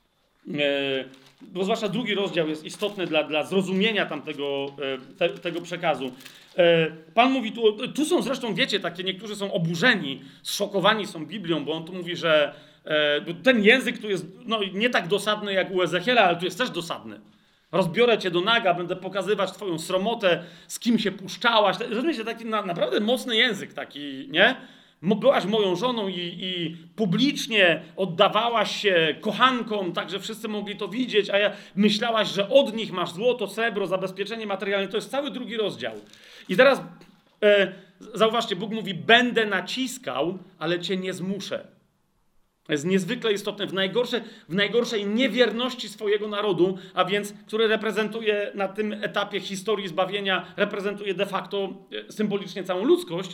Bo zwłaszcza 2 rozdział jest istotny dla zrozumienia tego przekazu. Pan mówi tu są zresztą, wiecie, takie niektórzy są oburzeni, zszokowani są Biblią, bo on tu mówi, że ten język tu jest nie tak dosadny jak u Ezechiela, ale tu jest też dosadny. Rozbiorę cię do naga, będę pokazywać twoją sromotę, z kim się puszczałaś. Rozumiecie, taki naprawdę mocny język taki, nie? Byłaś moją żoną i publicznie oddawałaś się kochankom, tak że wszyscy mogli to widzieć, a myślałaś, że od nich masz złoto, srebro, zabezpieczenie materialne. To jest cały 2 rozdział. I teraz zauważcie, Bóg mówi, będę naciskał, ale cię nie zmuszę. To jest niezwykle istotne. W najgorszej niewierności swojego narodu, a więc, który reprezentuje na tym etapie historii zbawienia, reprezentuje de facto symbolicznie całą ludzkość,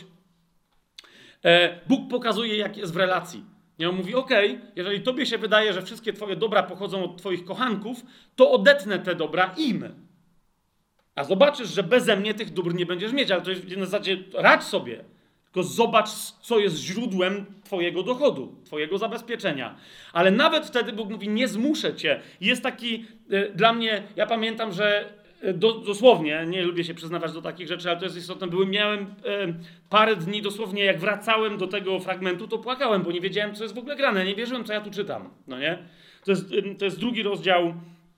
Bóg pokazuje, jak jest w relacji. I on mówi, jeżeli tobie się wydaje, że wszystkie twoje dobra pochodzą od twoich kochanków, to odetnę te dobra im. A zobaczysz, że beze mnie tych dóbr nie będziesz mieć, ale to jest w zasadzie radź sobie. Tylko zobacz, co jest źródłem twojego dochodu, twojego zabezpieczenia. Ale nawet wtedy Bóg mówi, nie zmuszę cię. Jest taki, dla mnie, ja pamiętam, że dosłownie, nie lubię się przyznawać do takich rzeczy, ale to jest istotne, miałem parę dni dosłownie, jak wracałem do tego fragmentu, to płakałem, bo nie wiedziałem, co jest w ogóle grane, nie wierzyłem, co ja tu czytam, no nie? To jest 2 rozdział,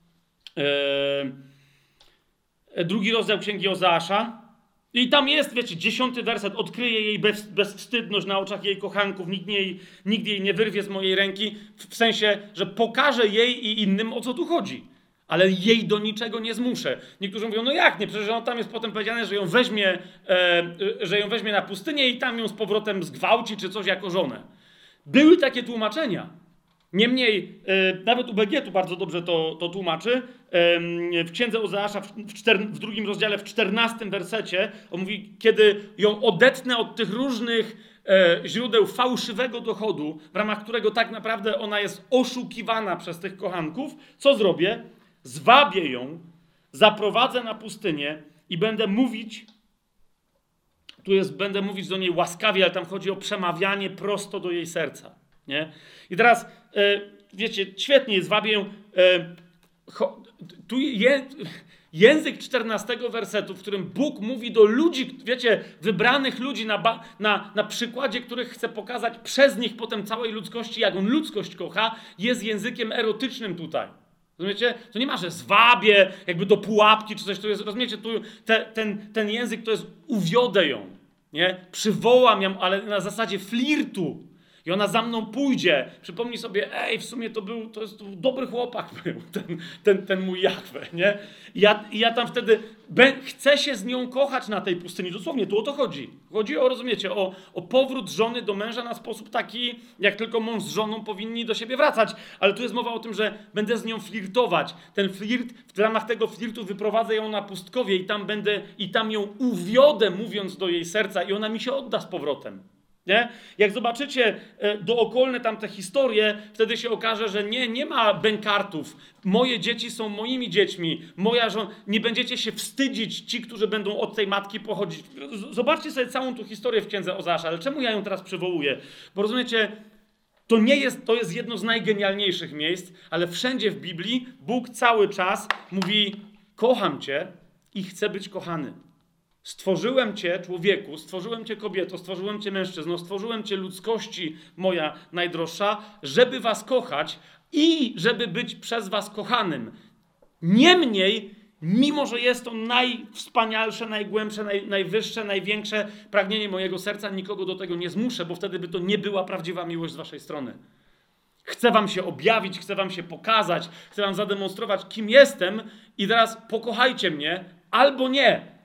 2 rozdział Księgi Ozeasza i tam jest, wiecie, 10 werset, odkryje jej bezwstydność na oczach jej kochanków, nikt jej nie wyrwie z mojej ręki, w sensie, że pokaże jej i innym, o co tu chodzi. Ale jej do niczego nie zmuszę. Niektórzy mówią, no jak nie? Przecież tam jest potem powiedziane, że ją weźmie na pustynię i tam ją z powrotem zgwałci czy coś jako żonę. Były takie tłumaczenia. Niemniej, nawet UBG tu bardzo dobrze to tłumaczy. w księdze Ozeasza w 2 rozdziale, w 14 wersecie, on mówi, kiedy ją odetnę od tych różnych źródeł fałszywego dochodu, w ramach którego tak naprawdę ona jest oszukiwana przez tych kochanków, co zrobię? Zwabię ją, zaprowadzę na pustynię i będę mówić, będę mówić do niej łaskawie, ale tam chodzi o przemawianie prosto do jej serca. Nie? I teraz, wiecie, świetnie, zwabię ją. Język 14 wersetu, w którym Bóg mówi do ludzi, wiecie, wybranych ludzi, na przykładzie których chce pokazać przez nich potem całej ludzkości, jak on ludzkość kocha, jest językiem erotycznym tutaj. Rozumiecie? To nie ma, że zwabię jakby do pułapki czy coś. To jest, rozumiecie? Tu ten język to jest uwiodę ją. Nie? Przywołam ją, ale na zasadzie flirtu. I ona za mną pójdzie. Przypomnij sobie, w sumie to był dobry chłopak był, ten mój Jahwe, nie? I ja tam wtedy chcę się z nią kochać na tej pustyni. Dosłownie, tu o to chodzi. Chodzi o, rozumiecie, o powrót żony do męża na sposób taki, jak tylko mąż z żoną powinni do siebie wracać. Ale tu jest mowa o tym, że będę z nią flirtować. Ten flirt, w ramach tego flirtu wyprowadzę ją na pustkowie i tam ją uwiodę, mówiąc do jej serca, i ona mi się odda z powrotem. Nie? Jak zobaczycie dookolne tamte historie, wtedy się okaże, że nie ma bękartów. Moje dzieci są moimi dziećmi. Moja żona. Nie będziecie się wstydzić ci, którzy będą od tej matki pochodzić. Zobaczcie sobie całą tu historię w księdze Ozeasza. Ale czemu ja ją teraz przywołuję? Bo rozumiecie, to jest jedno z najgenialniejszych miejsc, ale wszędzie w Biblii Bóg cały czas mówi: kocham cię i chcę być kochany. Stworzyłem cię, człowieku, stworzyłem cię, kobieto, stworzyłem cię, mężczyzno, stworzyłem cię, ludzkości moja najdroższa, żeby was kochać i żeby być przez was kochanym. Niemniej, mimo że jest to najwspanialsze, najgłębsze, najwyższe, największe pragnienie mojego serca, nikogo do tego nie zmuszę, bo wtedy by to nie była prawdziwa miłość z waszej strony. Chcę wam się objawić, chcę wam się pokazać, chcę wam zademonstrować, kim jestem i teraz pokochajcie mnie albo nie.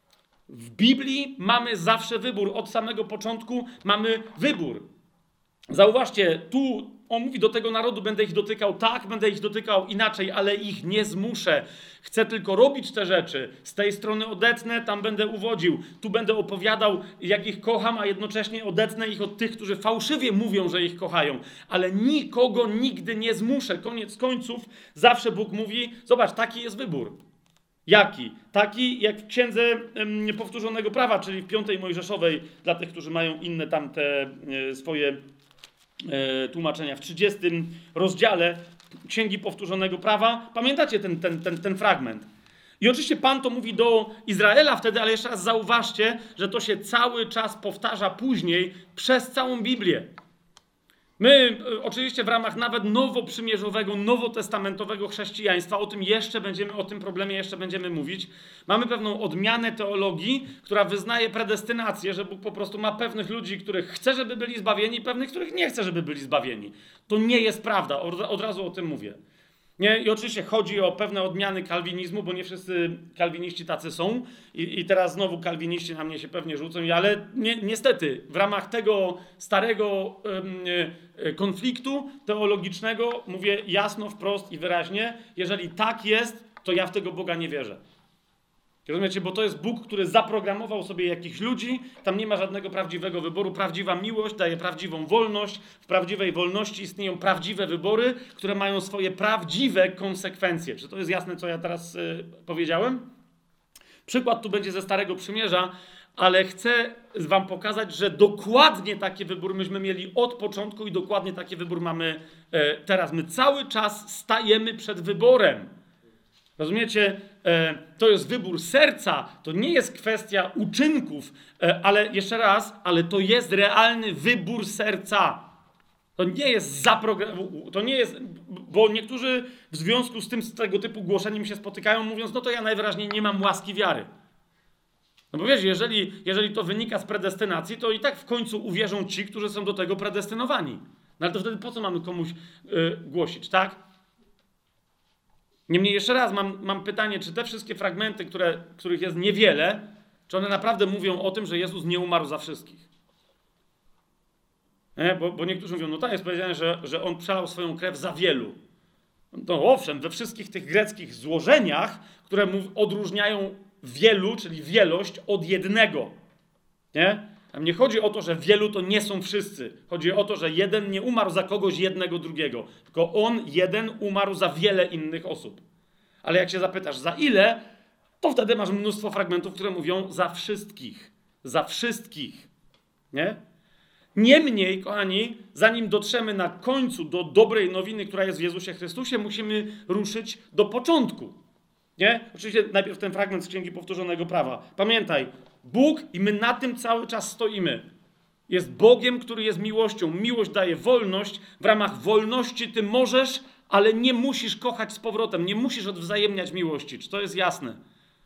W Biblii mamy zawsze wybór. Od samego początku mamy wybór. Zauważcie, tu on mówi do tego narodu: będę ich dotykał tak, będę ich dotykał inaczej, ale ich nie zmuszę. Chcę tylko robić te rzeczy. Z tej strony odetnę, tam będę uwodził. Tu będę opowiadał, jak ich kocham, a jednocześnie odetnę ich od tych, którzy fałszywie mówią, że ich kochają. Ale nikogo nigdy nie zmuszę. Koniec końców zawsze Bóg mówi: zobacz, taki jest wybór. Jaki? Taki jak w Księdze Powtórzonego Prawa, czyli w 5 Mojżeszowej, dla tych, którzy mają inne tamte swoje tłumaczenia. W 30 rozdziale Księgi Powtórzonego Prawa. Pamiętacie ten fragment? I oczywiście Pan to mówi do Izraela wtedy, ale jeszcze raz zauważcie, że to się cały czas powtarza później przez całą Biblię. My oczywiście w ramach nawet nowoprzymierzowego, nowotestamentowego chrześcijaństwa o tym problemie jeszcze będziemy mówić. Mamy pewną odmianę teologii, która wyznaje predestynację, że Bóg po prostu ma pewnych ludzi, których chce, żeby byli zbawieni, pewnych, których nie chce, żeby byli zbawieni. To nie jest prawda, od razu o tym mówię. Nie? I oczywiście chodzi o pewne odmiany kalwinizmu, bo nie wszyscy kalwiniści tacy są. I teraz znowu kalwiniści na mnie się pewnie rzucą, ale niestety w ramach tego starego konfliktu teologicznego mówię jasno, wprost i wyraźnie: jeżeli tak jest, to ja w tego Boga nie wierzę. Rozumiecie? Bo to jest Bóg, który zaprogramował sobie jakichś ludzi, tam nie ma żadnego prawdziwego wyboru. Prawdziwa miłość daje prawdziwą wolność. W prawdziwej wolności istnieją prawdziwe wybory, które mają swoje prawdziwe konsekwencje. Czy to jest jasne, co ja teraz powiedziałem? Przykład tu będzie ze Starego Przymierza, ale chcę wam pokazać, że dokładnie taki wybór myśmy mieli od początku i dokładnie taki wybór mamy teraz. My cały czas stajemy przed wyborem. Rozumiecie? To jest wybór serca, to nie jest kwestia uczynków, ale jeszcze raz, ale to jest realny wybór serca. To nie jest to nie jest, bo niektórzy w związku z tym, z tego typu głoszeniem się spotykają, mówiąc: no to ja najwyraźniej nie mam łaski wiary. No bo wiesz, jeżeli to wynika z predestynacji, to i tak w końcu uwierzą ci, którzy są do tego predestynowani. No ale to wtedy po co mamy komuś głosić, tak? Niemniej jeszcze raz mam pytanie, czy te wszystkie fragmenty, których jest niewiele, czy one naprawdę mówią o tym, że Jezus nie umarł za wszystkich? Nie? Bo niektórzy mówią: no tak, jest powiedziane, że On przelał swoją krew za wielu. No owszem, we wszystkich tych greckich złożeniach, które odróżniają wielu, czyli wielość, od jednego. Nie? Tam nie chodzi o to, że wielu to nie są wszyscy. Chodzi o to, że jeden nie umarł za kogoś jednego drugiego, tylko on jeden umarł za wiele innych osób. Ale jak się zapytasz za ile, to wtedy masz mnóstwo fragmentów, które mówią za wszystkich. Za wszystkich. Nie? Niemniej, kochani, zanim dotrzemy na końcu do dobrej nowiny, która jest w Jezusie Chrystusie, musimy ruszyć do początku. Nie? Oczywiście najpierw ten fragment z Księgi Powtórzonego Prawa. Pamiętaj, Bóg, i my na tym cały czas stoimy, jest Bogiem, który jest miłością. Miłość daje wolność. W ramach wolności ty możesz, ale nie musisz kochać z powrotem. Nie musisz odwzajemniać miłości. Czy to jest jasne?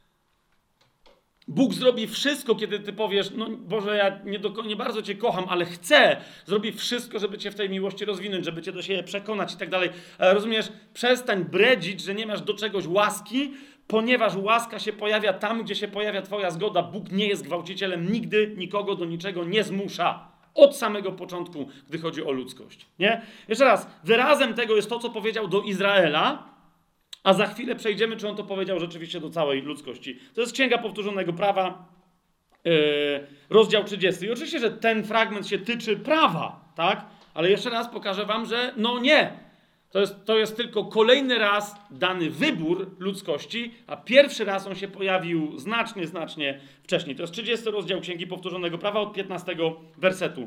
Bóg zrobi wszystko, kiedy ty powiesz, no Boże, ja nie bardzo cię kocham, ale chcę. Zrobi wszystko, żeby cię w tej miłości rozwinąć, żeby cię do siebie przekonać i tak dalej. Ale rozumiesz, przestań bredzić, że nie masz do czegoś łaski, ponieważ łaska się pojawia tam, gdzie się pojawia twoja zgoda. Bóg nie jest gwałcicielem, nigdy nikogo do niczego nie zmusza. Od samego początku, gdy chodzi o ludzkość. Nie? Jeszcze raz, wyrazem tego jest to, co powiedział do Izraela, a za chwilę przejdziemy, czy on to powiedział rzeczywiście do całej ludzkości. To jest Księga Powtórzonego Prawa, rozdział 30. I oczywiście, że ten fragment się tyczy prawa, tak? Ale jeszcze raz pokażę wam, że no nie. To jest tylko kolejny raz dany wybór ludzkości, a pierwszy raz on się pojawił znacznie wcześniej. To jest 30 rozdział Księgi Powtórzonego Prawa od 15 wersetu.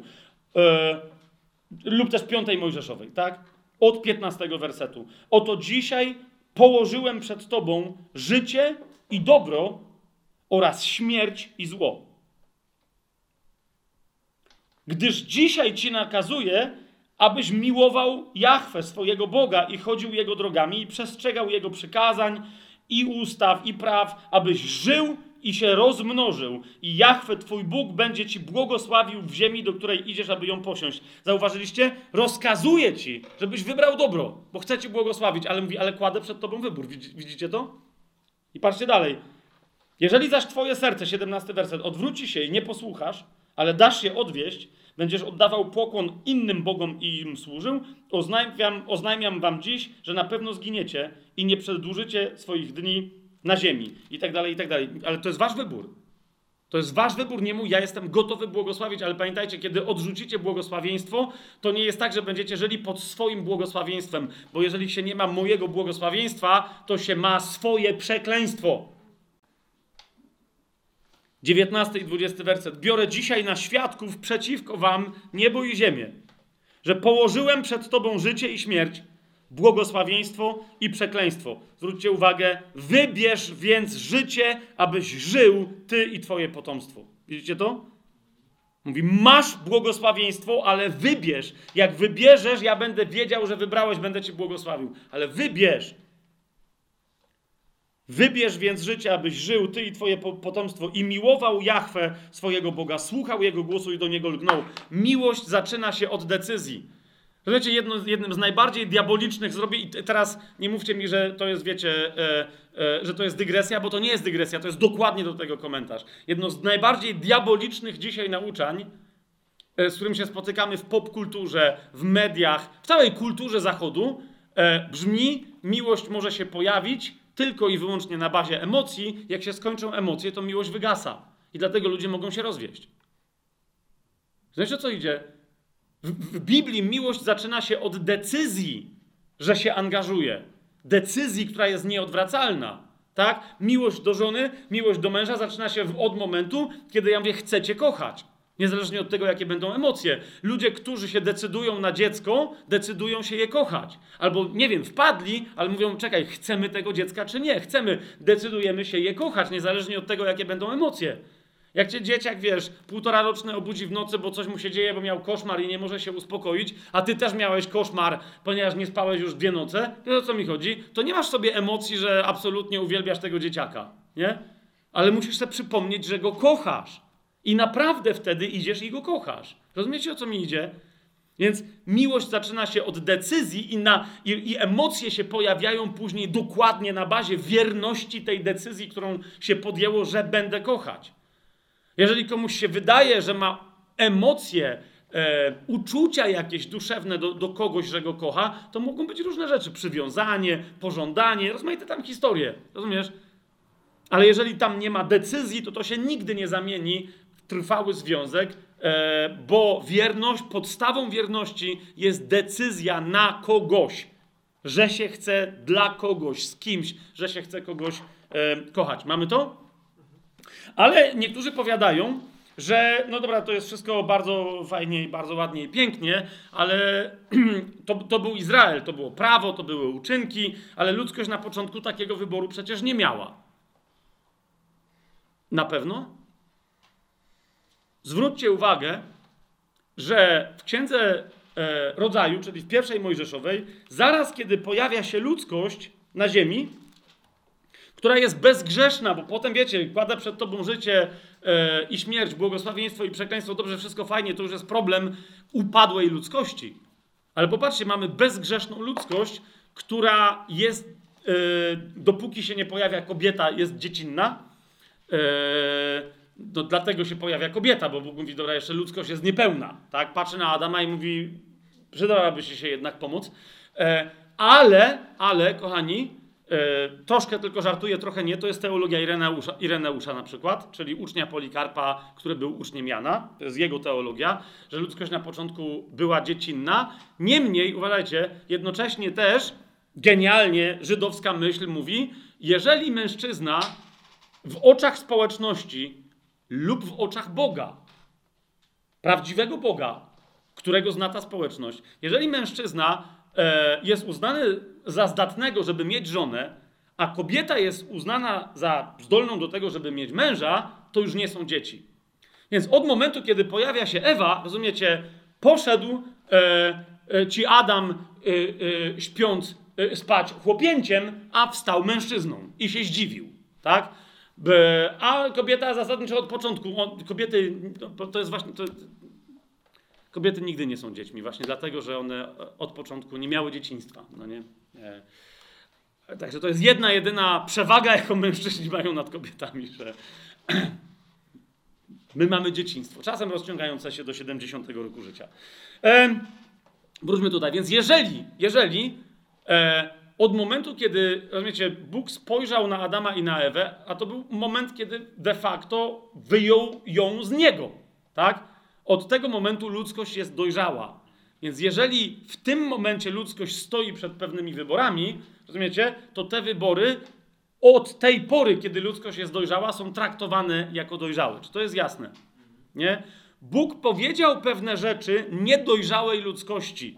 Lub też 5 Mojżeszowej, tak? Od 15 wersetu. Oto dzisiaj położyłem przed tobą życie i dobro oraz śmierć i zło. Gdyż dzisiaj ci nakazuję, abyś miłował Jahwe, swojego Boga, i chodził Jego drogami, i przestrzegał Jego przykazań, i ustaw, i praw, abyś żył i się rozmnożył. I Jahwe, twój Bóg, będzie ci błogosławił w ziemi, do której idziesz, aby ją posiąść. Zauważyliście? Rozkazuje ci, żebyś wybrał dobro, bo chce ci błogosławić, ale mówi, ale kładę przed tobą wybór. Widzicie to? I patrzcie dalej. Jeżeli zaś twoje serce, 17 werset, odwróci się i nie posłuchasz, ale dasz się odwieść, będziesz oddawał pokłon innym bogom i im służył, oznajmiam wam dziś, że na pewno zginiecie i nie przedłużycie swoich dni na ziemi. I tak dalej, i tak dalej. Ale to jest wasz wybór. To jest wasz wybór, nie mój. Ja jestem gotowy błogosławić, ale pamiętajcie, kiedy odrzucicie błogosławieństwo, to nie jest tak, że będziecie żyli pod swoim błogosławieństwem, bo jeżeli się nie ma mojego błogosławieństwa, to się ma swoje przekleństwo. 19 i 20 werset. Biorę dzisiaj na świadków przeciwko wam niebo i ziemię, że położyłem przed tobą życie i śmierć, błogosławieństwo i przekleństwo. Zwróćcie uwagę, wybierz więc życie, abyś żył ty i twoje potomstwo. Widzicie to? Mówi, masz błogosławieństwo, ale wybierz. Jak wybierzesz, ja będę wiedział, że wybrałeś, będę ci błogosławił. Ale wybierz. Wybierz więc życie, abyś żył, ty i twoje potomstwo, i miłował Jahwe, swojego Boga, słuchał Jego głosu i do Niego lgnął. Miłość zaczyna się od decyzji. Rozumiecie, jednym z najbardziej diabolicznych zrobię, i teraz nie mówcie mi, że to jest, wiecie, że to jest dygresja, bo to nie jest dygresja, to jest dokładnie do tego komentarz. Jedno z najbardziej diabolicznych dzisiaj nauczań, z którym się spotykamy w popkulturze, w mediach, w całej kulturze Zachodu, brzmi: miłość może się pojawić tylko i wyłącznie na bazie emocji. Jak się skończą emocje, to miłość wygasa. I dlatego ludzie mogą się rozwieść. Znaczy, o co idzie? W Biblii miłość zaczyna się od decyzji, że się angażuje. Decyzji, która jest nieodwracalna. Tak? Miłość do żony, miłość do męża zaczyna się od momentu, kiedy ja mówię, chcę cię kochać. Niezależnie od tego, jakie będą emocje. Ludzie, którzy się decydują na dziecko, decydują się je kochać. Albo, nie wiem, wpadli, ale mówią, czekaj, chcemy tego dziecka czy nie? Chcemy, decydujemy się je kochać, niezależnie od tego, jakie będą emocje. Jak cię dzieciak, wiesz, 1,5-roczny obudzi w nocy, bo coś mu się dzieje, bo miał koszmar i nie może się uspokoić, a ty też miałeś koszmar, ponieważ nie spałeś już 2 noce, to o co mi chodzi? To nie masz sobie emocji, że absolutnie uwielbiasz tego dzieciaka, nie? Ale musisz sobie przypomnieć, że go kochasz. I naprawdę wtedy idziesz i go kochasz. Rozumiecie, o co mi idzie? Więc miłość zaczyna się od decyzji i emocje się pojawiają później dokładnie na bazie wierności tej decyzji, którą się podjęło, że będę kochać. Jeżeli komuś się wydaje, że ma emocje uczucia jakieś duszewne do kogoś, że go kocha, to mogą być różne rzeczy. Przywiązanie, pożądanie, rozmaite tam historie. Rozumiesz? Ale jeżeli tam nie ma decyzji, to się nigdy nie zamieni w trwały związek, bo wierność, podstawą wierności jest decyzja na kogoś, że się chce dla kogoś, z kimś, że się chce kogoś kochać. Mamy to? Ale niektórzy powiadają, że no dobra, to jest wszystko bardzo fajnie, bardzo ładnie i pięknie, ale to był Izrael, to było prawo, to były uczynki, ale ludzkość na początku takiego wyboru przecież nie miała. Na pewno? Zwróćcie uwagę, że w Księdze Rodzaju, czyli w pierwszej Mojżeszowej, zaraz kiedy pojawia się ludzkość na ziemi, która jest bezgrzeszna, bo potem, wiecie, kładę przed tobą życie i śmierć, błogosławieństwo i przekleństwo, dobrze, wszystko fajnie, to już jest problem upadłej ludzkości. Ale popatrzcie, mamy bezgrzeszną ludzkość, która jest, dopóki się nie pojawia kobieta, jest dziecinna. No, dlatego się pojawia kobieta, bo Bóg mówi, dobra, jeszcze ludzkość jest niepełna. Tak? Patrzy na Adama i mówi, przydałaby się jednak pomóc. Ale, kochani, troszkę tylko żartuję, trochę nie, to jest teologia Ireneusza na przykład, czyli ucznia Polikarpa, który był uczniem Jana, to jest jego teologia, że ludzkość na początku była dziecinna. Niemniej, uważajcie, jednocześnie też genialnie żydowska myśl mówi, jeżeli mężczyzna w oczach społeczności lub w oczach Boga, prawdziwego Boga, którego zna ta społeczność, jeżeli mężczyzna jest uznany za zdatnego, żeby mieć żonę, a kobieta jest uznana za zdolną do tego, żeby mieć męża, to już nie są dzieci. Więc od momentu, kiedy pojawia się Ewa, rozumiecie, poszedł ci Adam śpiąc spać chłopięciem, a wstał mężczyzną i się zdziwił, tak? A kobieta zasadniczo od początku, kobiety, to jest właśnie... Kobiety nigdy nie są dziećmi, właśnie dlatego, że one od początku nie miały dzieciństwa. No nie? Także to jest jedyna przewaga, jaką mężczyźni mają nad kobietami, że my mamy dzieciństwo, czasem rozciągające się do 70 roku życia. Wróćmy tutaj. Więc jeżeli od momentu, kiedy, rozumiecie, Bóg spojrzał na Adama i na Ewę, a to był moment, kiedy de facto wyjął ją z niego, tak? Od tego momentu ludzkość jest dojrzała. Więc jeżeli w tym momencie ludzkość stoi przed pewnymi wyborami, rozumiecie, to te wybory od tej pory, kiedy ludzkość jest dojrzała, są traktowane jako dojrzałe. Czy to jest jasne? Nie? Bóg powiedział pewne rzeczy niedojrzałej ludzkości.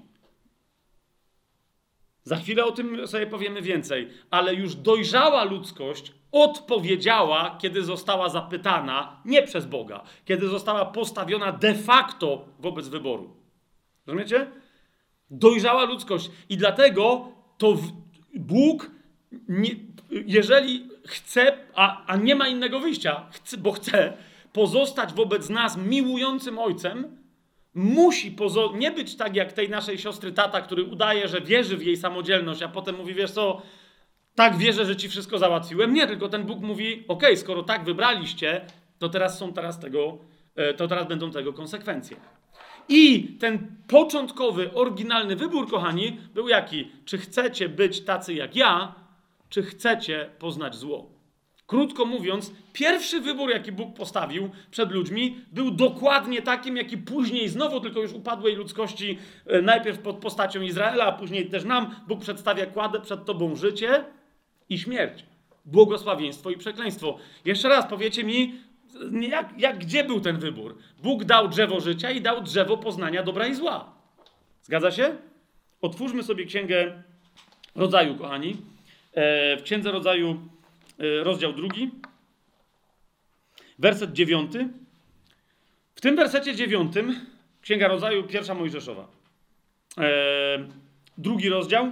Za chwilę o tym sobie powiemy więcej. Ale już dojrzała ludzkość odpowiedziała, kiedy została zapytana, nie przez Boga, kiedy została postawiona de facto wobec wyboru. Rozumiecie? Dojrzała ludzkość. I dlatego to Bóg, jeżeli chce, a nie ma innego wyjścia, bo chce pozostać wobec nas miłującym Ojcem, musi nie być tak jak tej naszej siostry tata, który udaje, że wierzy w jej samodzielność, a potem mówi, wiesz co, tak wierzę, że ci wszystko załatwiłem. Nie, tylko ten Bóg mówi, okej, skoro tak wybraliście, to teraz będą tego konsekwencje. I ten początkowy, oryginalny wybór, kochani, był jaki? Czy chcecie być tacy jak ja, czy chcecie poznać zło? Krótko mówiąc, pierwszy wybór, jaki Bóg postawił przed ludźmi, był dokładnie takim, jaki później znowu, tylko już upadłej ludzkości, najpierw pod postacią Izraela, a później też nam, Bóg przedstawia, kładę przed tobą życie i śmierć, błogosławieństwo i przekleństwo. Jeszcze raz powiecie mi, gdzie był ten wybór? Bóg dał drzewo życia i dał drzewo poznania dobra i zła. Zgadza się? Otwórzmy sobie Księgę Rodzaju, kochani. W Księdze Rodzaju rozdział 2, werset 9. W tym wersecie 9, Księga Rodzaju, 1 Mojżeszowa. 2 rozdział.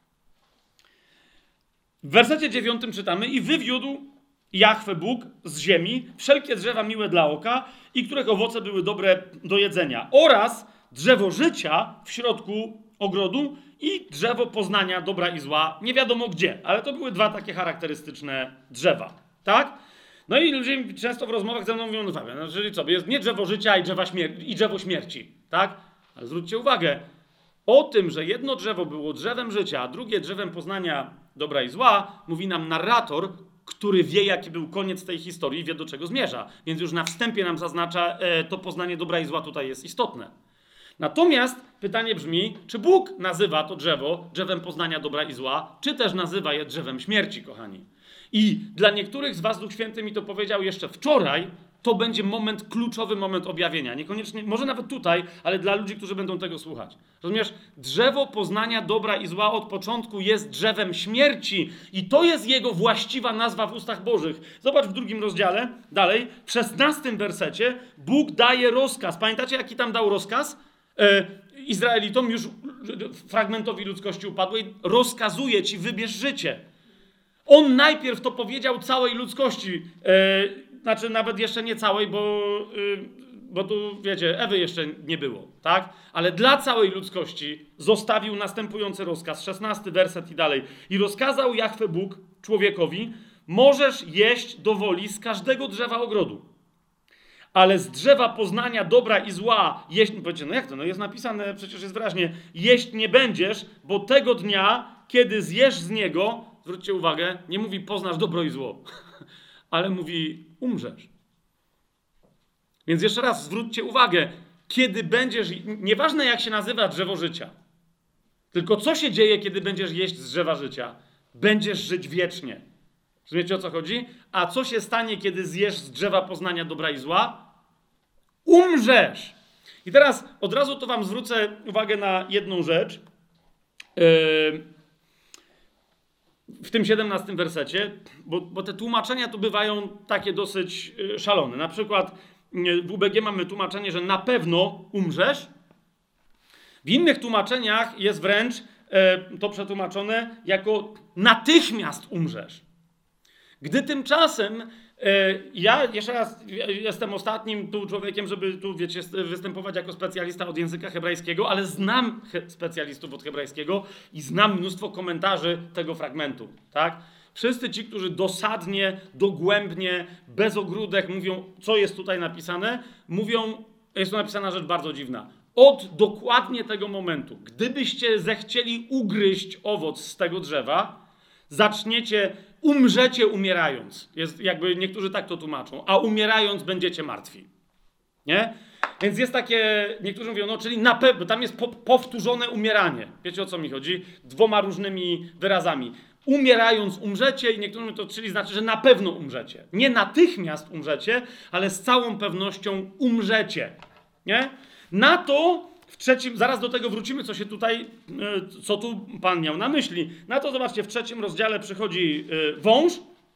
W wersecie 9 czytamy: i wywiódł Jahwe Bóg z ziemi wszelkie drzewa miłe dla oka i których owoce były dobre do jedzenia, oraz drzewo życia w środku ogrodu i drzewo poznania dobra i zła, nie wiadomo gdzie, ale to były dwa takie charakterystyczne drzewa, tak? No i ludzie często w rozmowach ze mną mówią, no czyli co, jest nie drzewo życia i drzewo śmierci, tak? Ale zwróćcie uwagę, o tym, że jedno drzewo było drzewem życia, a drugie drzewem poznania dobra i zła, mówi nam narrator, który wie, jaki był koniec tej historii i wie, do czego zmierza. Więc już na wstępie nam zaznacza, to poznanie dobra i zła tutaj jest istotne. Natomiast pytanie brzmi, czy Bóg nazywa to drzewo drzewem poznania dobra i zła, czy też nazywa je drzewem śmierci, kochani. I dla niektórych z was Duch Święty mi to powiedział jeszcze wczoraj, to będzie moment, kluczowy moment objawienia. Niekoniecznie, może nawet tutaj, ale dla ludzi, którzy będą tego słuchać. Rozumiesz? Drzewo poznania dobra i zła od początku jest drzewem śmierci i to jest jego właściwa nazwa w ustach Bożych. Zobacz w 2 rozdziale, dalej, w 16 wersecie Bóg daje rozkaz. Pamiętacie, jaki tam dał rozkaz? Izraelitom, już fragmentowi ludzkości upadłej, rozkazuje ci, wybierz życie. On najpierw to powiedział całej ludzkości, znaczy nawet jeszcze nie całej, bo tu, wiecie, Ewy jeszcze nie było, tak? Ale dla całej ludzkości zostawił następujący rozkaz, 16 werset i dalej. I rozkazał Jahwe Bóg człowiekowi, możesz jeść do woli z każdego drzewa ogrodu, ale z drzewa poznania dobra i zła jeść, powiecie, no jak to, no jest napisane, przecież jest wyraźnie, jeść nie będziesz, bo tego dnia, kiedy zjesz z niego, zwróćcie uwagę, nie mówi poznasz dobro i zło, ale mówi umrzesz. Więc jeszcze raz zwróćcie uwagę, kiedy będziesz, nieważne jak się nazywa drzewo życia, tylko co się dzieje, kiedy będziesz jeść z drzewa życia? Będziesz żyć wiecznie. Rozumiecie, o co chodzi? A co się stanie, kiedy zjesz z drzewa poznania dobra i zła? Umrzesz! I teraz od razu to wam zwrócę uwagę na jedną rzecz. W tym 17 wersecie, bo te tłumaczenia to bywają takie dosyć szalone. Na przykład w UBG mamy tłumaczenie, że na pewno umrzesz. W innych tłumaczeniach jest wręcz to przetłumaczone jako natychmiast umrzesz. Gdy tymczasem ja jeszcze raz jestem ostatnim tu człowiekiem, żeby tu, wiecie, występować jako specjalista od języka hebrajskiego, ale znam specjalistów od hebrajskiego i znam mnóstwo komentarzy tego fragmentu, tak? Wszyscy ci, którzy dosadnie, dogłębnie, bez ogródek mówią, co jest tutaj napisane, mówią, jest tu napisana rzecz bardzo dziwna. Od dokładnie tego momentu, gdybyście zechcieli ugryźć owoc z tego drzewa, umrzecie umierając. Jest, jakby niektórzy tak to tłumaczą. A umierając będziecie martwi. Nie? Więc jest takie, niektórzy mówią, no czyli na pewno, tam jest powtórzone umieranie. Wiecie, o co mi chodzi? 2 różnymi wyrazami. Umierając umrzecie i niektórzy mówią, to czyli znaczy, że na pewno umrzecie. Nie natychmiast umrzecie, ale z całą pewnością umrzecie. Nie? Na to w 3, zaraz do tego wrócimy, co tu Pan miał na myśli. Na to, zobaczcie, w 3 rozdziale przychodzi wąż.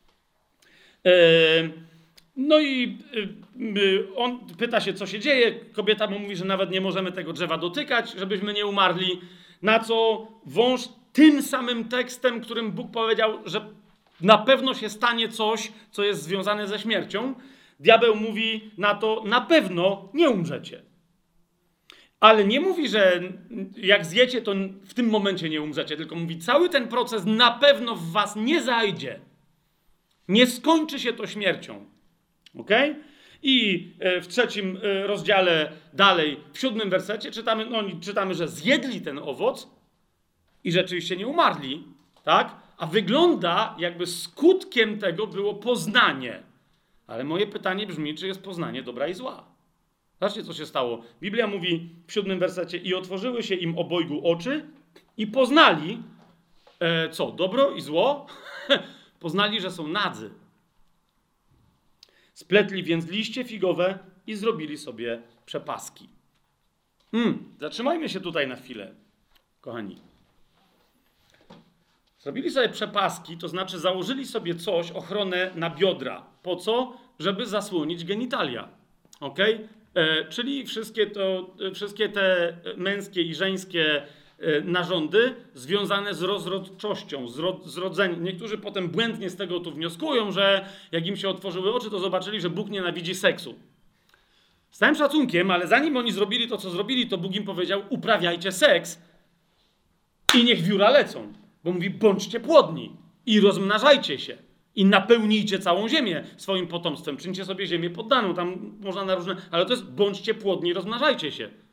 No i on pyta się, co się dzieje. Kobieta mu mówi, że nawet nie możemy tego drzewa dotykać, żebyśmy nie umarli. Na co wąż tym samym tekstem, którym Bóg powiedział, że na pewno się stanie coś, co jest związane ze śmiercią, diabeł mówi na to, na pewno nie umrzecie. Ale nie mówi, że jak zjecie, to w tym momencie nie umrzecie, tylko mówi, cały ten proces na pewno w was nie zajdzie. Nie skończy się to śmiercią. Okej? I w 3 rozdziale dalej, w 7 wersecie czytamy, że zjedli ten owoc i rzeczywiście nie umarli, tak? A wygląda, jakby skutkiem tego było poznanie. Ale moje pytanie brzmi, czy jest poznanie dobra i zła? Zobaczcie, co się stało. Biblia mówi w 7 wersecie, i otworzyły się im obojgu oczy i poznali, co? Dobro i zło? Poznali, że są nadzy. Spletli więc liście figowe i zrobili sobie przepaski. Zatrzymajmy się tutaj na chwilę, kochani. Zrobili sobie przepaski, to znaczy założyli sobie coś, ochronę na biodra. Po co? Żeby zasłonić genitalia. Okej? Czyli wszystkie te męskie i żeńskie narządy związane z rozrodczością, z rodzeniem. Niektórzy potem błędnie z tego tu wnioskują, że jak im się otworzyły oczy, to zobaczyli, że Bóg nienawidzi seksu. Z całym szacunkiem, ale zanim oni zrobili to, co zrobili, to Bóg im powiedział, uprawiajcie seks i niech wióra lecą. Bo mówi, bądźcie płodni i rozmnażajcie się. I napełnijcie całą ziemię swoim potomstwem. Czyńcie sobie ziemię poddaną. Tam można na różne... Ale to jest bądźcie płodni i rozmnażajcie się.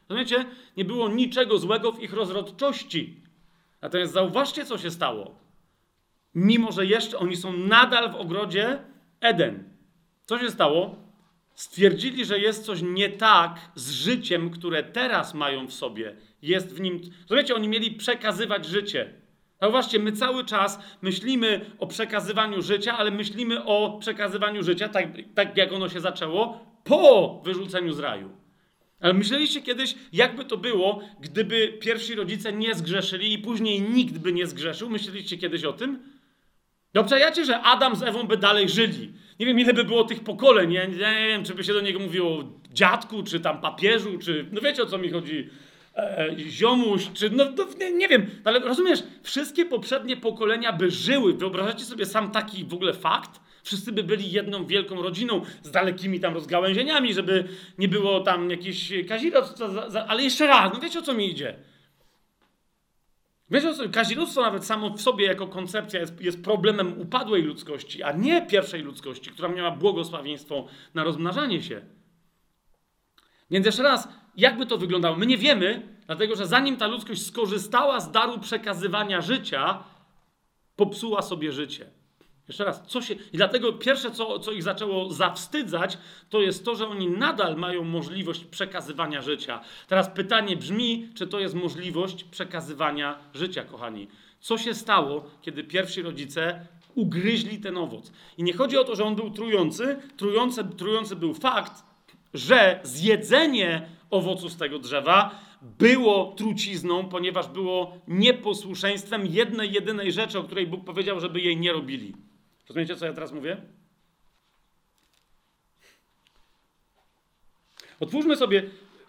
Rozumiecie? Nie było niczego złego w ich rozrodczości. Natomiast zauważcie, co się stało. Mimo że jeszcze oni są nadal w ogrodzie Eden. Co się stało? Stwierdzili, że jest coś nie tak z życiem, które teraz mają w sobie. Jest w nim... Rozumiecie, oni mieli przekazywać życie. Zauważcie, my cały czas myślimy o przekazywaniu życia, ale myślimy o przekazywaniu życia, tak jak ono się zaczęło, po wyrzuceniu z raju. Ale myśleliście kiedyś, jakby to było, gdyby pierwsi rodzice nie zgrzeszyli i później nikt by nie zgrzeszył? Myśleliście kiedyś o tym? Obczajacie, że Adam z Ewą by dalej żyli. Nie wiem, ile by było tych pokoleń. Ja nie wiem, czy by się do niego mówiło dziadku, czy tam papieżu, czy... No wiecie, o co mi chodzi. Ziomuś, czy... No nie wiem. Ale rozumiesz, wszystkie poprzednie pokolenia by żyły. Wyobrażacie sobie sam taki w ogóle fakt? Wszyscy by byli jedną wielką rodziną z dalekimi tam rozgałęzieniami, żeby nie było tam jakichś kazirodztwa. Ale jeszcze raz, no wiecie, o co mi idzie. Wiecie, kazirodztwo nawet samo w sobie jako koncepcja jest problemem upadłej ludzkości, a nie pierwszej ludzkości, która miała błogosławieństwo na rozmnażanie się. Więc jeszcze raz, jakby to wyglądało? My nie wiemy, dlatego że zanim ta ludzkość skorzystała z daru przekazywania życia, popsuła sobie życie. Jeszcze raz, i dlatego pierwsze, co ich zaczęło zawstydzać, to jest to, że oni nadal mają możliwość przekazywania życia. Teraz pytanie brzmi, czy to jest możliwość przekazywania życia, kochani. Co się stało, kiedy pierwsi rodzice ugryźli ten owoc? I nie chodzi o to, że on był trujący. Trujący był fakt, że zjedzenie owocu z tego drzewa było trucizną, ponieważ było nieposłuszeństwem jednej, jedynej rzeczy, o której Bóg powiedział, żeby jej nie robili. Rozumiecie, co ja teraz mówię? Otwórzmy sobie...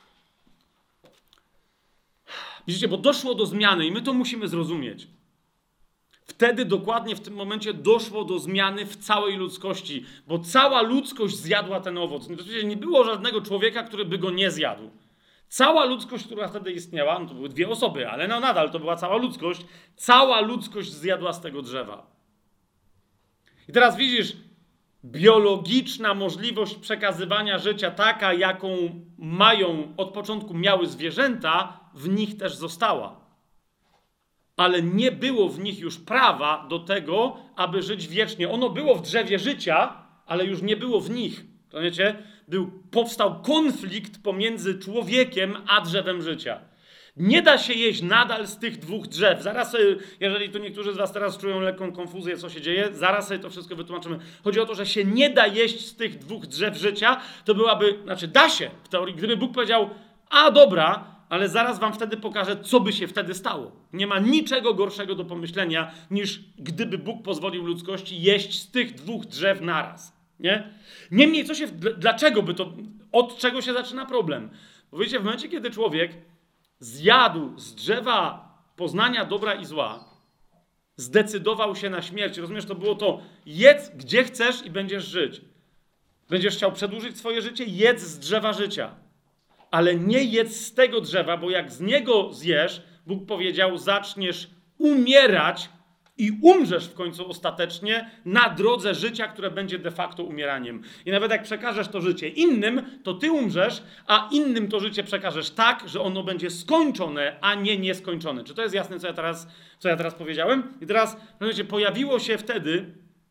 Widzicie, bo doszło do zmiany i my to musimy zrozumieć. Wtedy dokładnie w tym momencie doszło do zmiany w całej ludzkości, bo cała ludzkość zjadła ten owoc. Nie było żadnego człowieka, który by go nie zjadł. Cała ludzkość, która wtedy istniała, no to były dwie osoby, ale no nadal to była cała ludzkość zjadła z tego drzewa. I teraz widzisz, biologiczna możliwość przekazywania życia, taka jaką od początku miały zwierzęta, w nich też została. Ale nie było w nich już prawa do tego, aby żyć wiecznie. Ono było w drzewie życia, ale już nie było w nich. Rozumiecie? Powstał konflikt pomiędzy człowiekiem a drzewem życia. Nie da się jeść nadal z tych dwóch drzew. Zaraz sobie, jeżeli tu niektórzy z was teraz czują lekką konfuzję, co się dzieje, zaraz sobie to wszystko wytłumaczymy. Chodzi o to, że się nie da jeść z tych dwóch drzew życia, to da się w teorii, gdyby Bóg powiedział, a dobra, ale zaraz wam wtedy pokażę, co by się wtedy stało. Nie ma niczego gorszego do pomyślenia, niż gdyby Bóg pozwolił ludzkości jeść z tych dwóch drzew naraz. Nie? Niemniej, dlaczego by to, od czego się zaczyna problem? Bo wiecie, w momencie, kiedy człowiek zjadł z drzewa poznania dobra i zła, zdecydował się na śmierć. Rozumiesz, to było to, jedz gdzie chcesz i będziesz żyć. Będziesz chciał przedłużyć swoje życie, jedz z drzewa życia. Ale nie jedz z tego drzewa, bo jak z niego zjesz, Bóg powiedział, zaczniesz umierać i umrzesz w końcu ostatecznie na drodze życia, które będzie de facto umieraniem. I nawet jak przekażesz to życie innym, to ty umrzesz, a innym to życie przekażesz tak, że ono będzie skończone, a nie nieskończone. Czy to jest jasne, co ja teraz powiedziałem? I teraz, wiecie, pojawiło się wtedy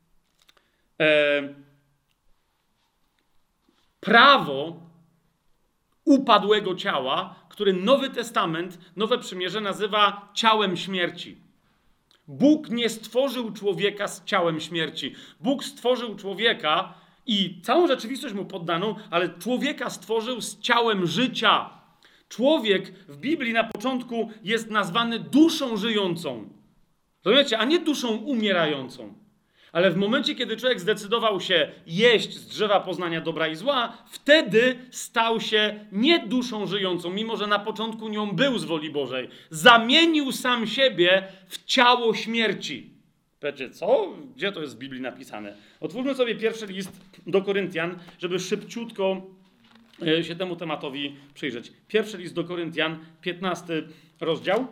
prawo upadłego ciała, który Nowy Testament, Nowe Przymierze nazywa ciałem śmierci. Bóg nie stworzył człowieka z ciałem śmierci. Bóg stworzył człowieka i całą rzeczywistość mu poddaną, ale człowieka stworzył z ciałem życia. Człowiek w Biblii na początku jest nazwany duszą żyjącą. Rozumiecie? A nie duszą umierającą. Ale w momencie, kiedy człowiek zdecydował się jeść z drzewa poznania dobra i zła, wtedy stał się nie duszą żyjącą, mimo że na początku nią był z woli Bożej. Zamienił sam siebie w ciało śmierci. Wiecie co? Gdzie to jest w Biblii napisane? Otwórzmy sobie pierwszy list do Koryntian, żeby szybciutko się temu tematowi przyjrzeć. Pierwszy list do Koryntian, 15 rozdział.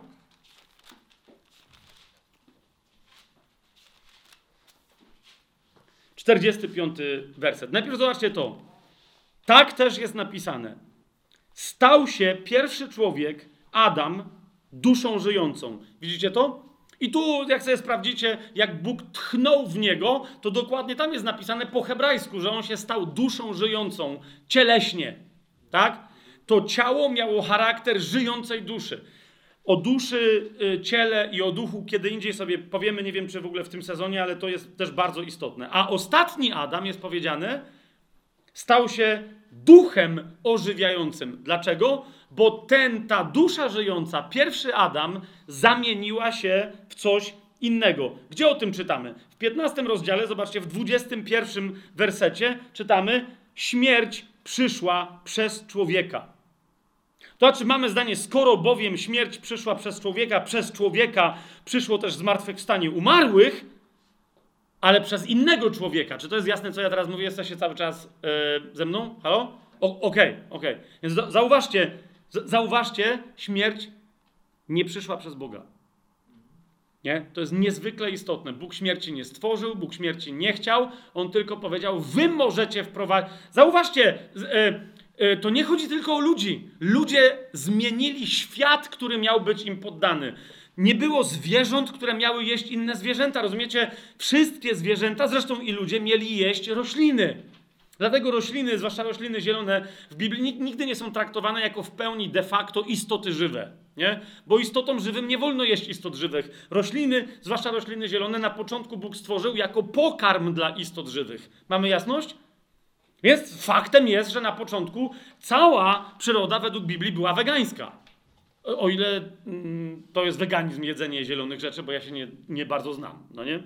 45 werset. Najpierw zobaczcie to. Tak też jest napisane. stał się pierwszy człowiek, Adam, duszą żyjącą. Widzicie to? I tu, jak sobie sprawdzicie, jak Bóg tchnął w niego, to dokładnie tam jest napisane po hebrajsku, że on się stał duszą żyjącą, cieleśnie. Tak? To ciało miało charakter żyjącej duszy. O duszy, ciele i o duchu kiedy indziej sobie powiemy, nie wiem czy w ogóle w tym sezonie, ale to jest też bardzo istotne. A ostatni Adam, jest powiedziane, stał się duchem ożywiającym. Dlaczego? Bo ta dusza żyjąca, pierwszy Adam, zamieniła się w coś innego. Gdzie o tym czytamy? W 15 rozdziale, zobaczcie, w 21 wersecie czytamy: śmierć przyszła przez człowieka. To znaczy mamy zdanie: skoro bowiem śmierć przyszła przez człowieka przyszło też zmartwychwstanie umarłych, ale przez innego człowieka. Czy to jest jasne, co ja teraz mówię? Jesteście cały czas ze mną? Halo? Okej. Więc zauważcie, śmierć nie przyszła przez Boga. Nie? To jest niezwykle istotne. Bóg śmierci nie stworzył, Bóg śmierci nie chciał, On tylko powiedział: wy możecie wprowadzić. Zauważcie, to nie chodzi tylko o ludzi. Ludzie zmienili świat, który miał być im poddany. Nie było zwierząt, które miały jeść inne zwierzęta. Rozumiecie? Wszystkie zwierzęta, zresztą i ludzie, mieli jeść rośliny. Dlatego rośliny, zwłaszcza rośliny zielone, w Biblii nigdy nie są traktowane jako w pełni de facto istoty żywe. Nie? Bo istotom żywym nie wolno jeść istot żywych. Rośliny, zwłaszcza rośliny zielone, na początku Bóg stworzył jako pokarm dla istot żywych. Mamy jasność? Więc faktem jest, że na początku cała przyroda według Biblii była wegańska. O ile to jest weganizm, jedzenie zielonych rzeczy, bo ja się nie bardzo znam, no nie?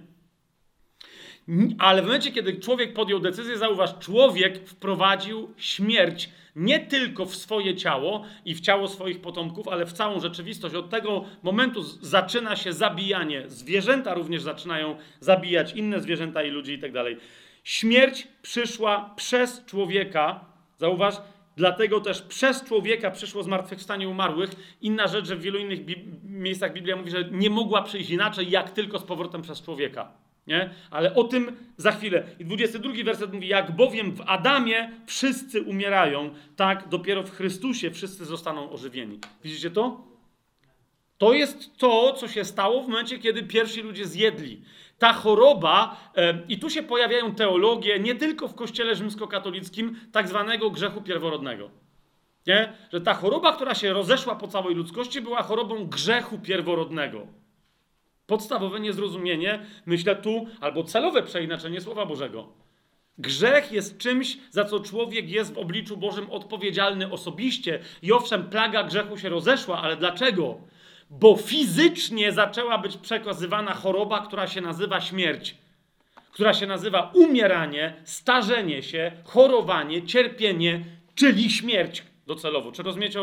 Ale w momencie, kiedy człowiek podjął decyzję, zauważ, człowiek wprowadził śmierć nie tylko w swoje ciało i w ciało swoich potomków, ale w całą rzeczywistość. Od tego momentu zaczyna się zabijanie. Zwierzęta również zaczynają zabijać inne zwierzęta i ludzi i tak dalej. Śmierć przyszła przez człowieka, zauważ, dlatego też przez człowieka przyszło zmartwychwstanie umarłych. Inna rzecz, że w wielu innych miejscach Biblia mówi, że nie mogła przyjść inaczej, jak tylko z powrotem przez człowieka. Nie? Ale o tym za chwilę. I 22 werset mówi: jak bowiem w Adamie wszyscy umierają, tak dopiero w Chrystusie wszyscy zostaną ożywieni. Widzicie to? To jest to, co się stało w momencie, kiedy pierwsi ludzie zjedli. Ta choroba, i tu się pojawiają teologie, nie tylko w kościele rzymskokatolickim, tak zwanego grzechu pierworodnego. Nie? Że ta choroba, która się rozeszła po całej ludzkości, była chorobą grzechu pierworodnego. Podstawowe niezrozumienie, myślę tu, albo celowe przeinaczenie Słowa Bożego. Grzech jest czymś, za co człowiek jest w obliczu Bożym odpowiedzialny osobiście. I owszem, plaga grzechu się rozeszła, ale dlaczego? Bo fizycznie zaczęła być przekazywana choroba, która się nazywa śmierć. Która się nazywa umieranie, starzenie się, chorowanie, cierpienie, czyli śmierć docelowo. Czy rozumiecie,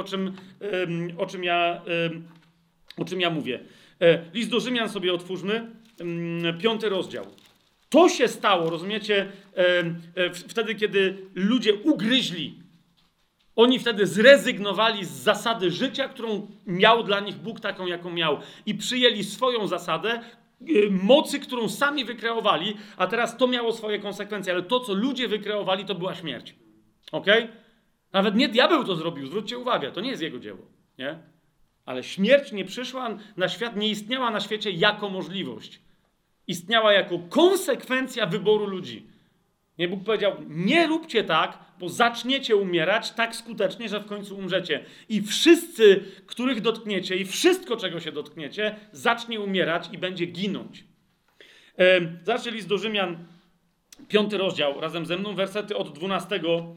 o czym ja mówię? List do Rzymian sobie otwórzmy, 5 rozdział. To się stało, rozumiecie, wtedy, kiedy ludzie ugryźli. Oni wtedy zrezygnowali z zasady życia, którą miał dla nich Bóg, taką jaką miał. I przyjęli swoją zasadę, mocy, którą sami wykreowali, a teraz to miało swoje konsekwencje. Ale to, co ludzie wykreowali, to była śmierć. Okej? Nawet nie diabeł to zrobił, zwróćcie uwagę, to nie jest jego dzieło. Nie? Ale śmierć nie przyszła na świat, nie istniała na świecie jako możliwość. Istniała jako konsekwencja wyboru ludzi. Nie, Bóg powiedział: nie róbcie tak, bo zaczniecie umierać tak skutecznie, że w końcu umrzecie. I wszyscy, których dotkniecie, i wszystko, czego się dotkniecie, zacznie umierać i będzie ginąć. Zobaczcie list do Rzymian, 5 rozdział, razem ze mną, wersety od 12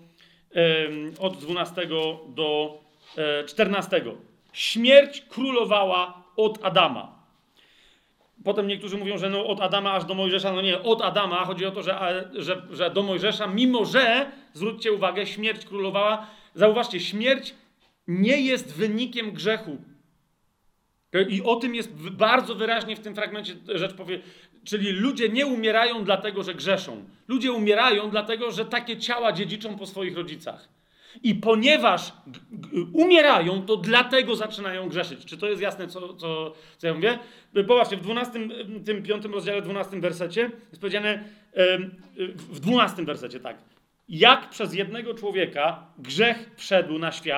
do 14. Śmierć królowała od Adama. Potem niektórzy mówią, że od Adama aż do Mojżesza. No nie, od Adama. Chodzi o to, że do Mojżesza, mimo że, zwróćcie uwagę, śmierć królowała. Zauważcie, śmierć nie jest wynikiem grzechu. I o tym jest bardzo wyraźnie w tym fragmencie rzecz powie. Czyli ludzie nie umierają dlatego, że grzeszą. Ludzie umierają dlatego, że takie ciała dziedziczą po swoich rodzicach. I ponieważ umierają, to dlatego zaczynają grzeszyć. Czy to jest jasne, co ja mówię? Popatrzcie, w tym 5 rozdziale, 12 wersecie jest powiedziane, w 12 wersecie tak. Jak przez jednego człowieka grzech wszedł na świat,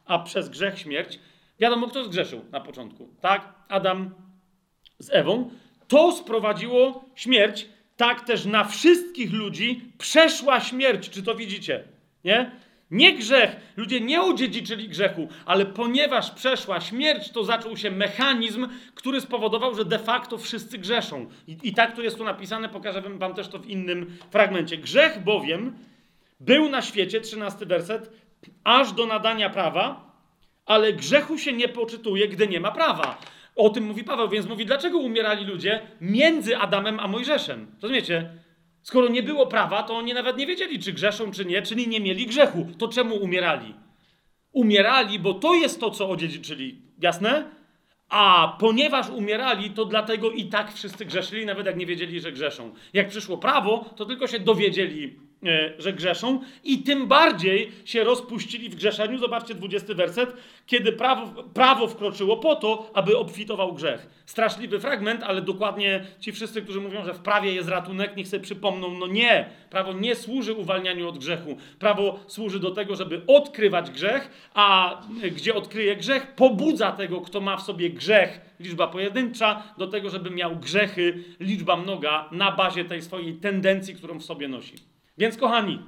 a przez grzech śmierć. Wiadomo, kto zgrzeszył na początku, tak? Adam z Ewą. To sprowadziło śmierć, tak też na wszystkich ludzi przeszła śmierć. Czy to widzicie? Nie? Nie grzech. Ludzie nie odziedziczyli grzechu, ale ponieważ przeszła śmierć, to zaczął się mechanizm, który spowodował, że de facto wszyscy grzeszą. I tak tu jest tu napisane, pokażę wam też to w innym fragmencie. Grzech bowiem był na świecie, 13 werset, aż do nadania prawa, ale grzechu się nie poczytuje, gdy nie ma prawa. O tym mówi Paweł, więc mówi, dlaczego umierali ludzie między Adamem a Mojżeszem? Rozumiecie? Skoro nie było prawa, to oni nawet nie wiedzieli, czy grzeszą, czy nie, czyli nie mieli grzechu. To czemu umierali? Umierali, bo to jest to, co odziedziczyli. Jasne? A ponieważ umierali, to dlatego i tak wszyscy grzeszyli, nawet jak nie wiedzieli, że grzeszą. Jak przyszło prawo, to tylko się dowiedzieli, że grzeszą i tym bardziej się rozpuścili w grzeszeniu. Zobaczcie 20 werset, kiedy prawo wkroczyło po to, aby obfitował grzech. Straszliwy fragment, ale dokładnie ci wszyscy, którzy mówią, że w prawie jest ratunek, niech sobie przypomną, no nie, prawo nie służy uwalnianiu od grzechu. Prawo służy do tego, żeby odkrywać grzech, a gdzie odkryje grzech, pobudza tego, kto ma w sobie grzech, liczba pojedyncza, do tego, żeby miał grzechy, liczba mnoga, na bazie tej swojej tendencji, którą w sobie nosi. Więc kochani,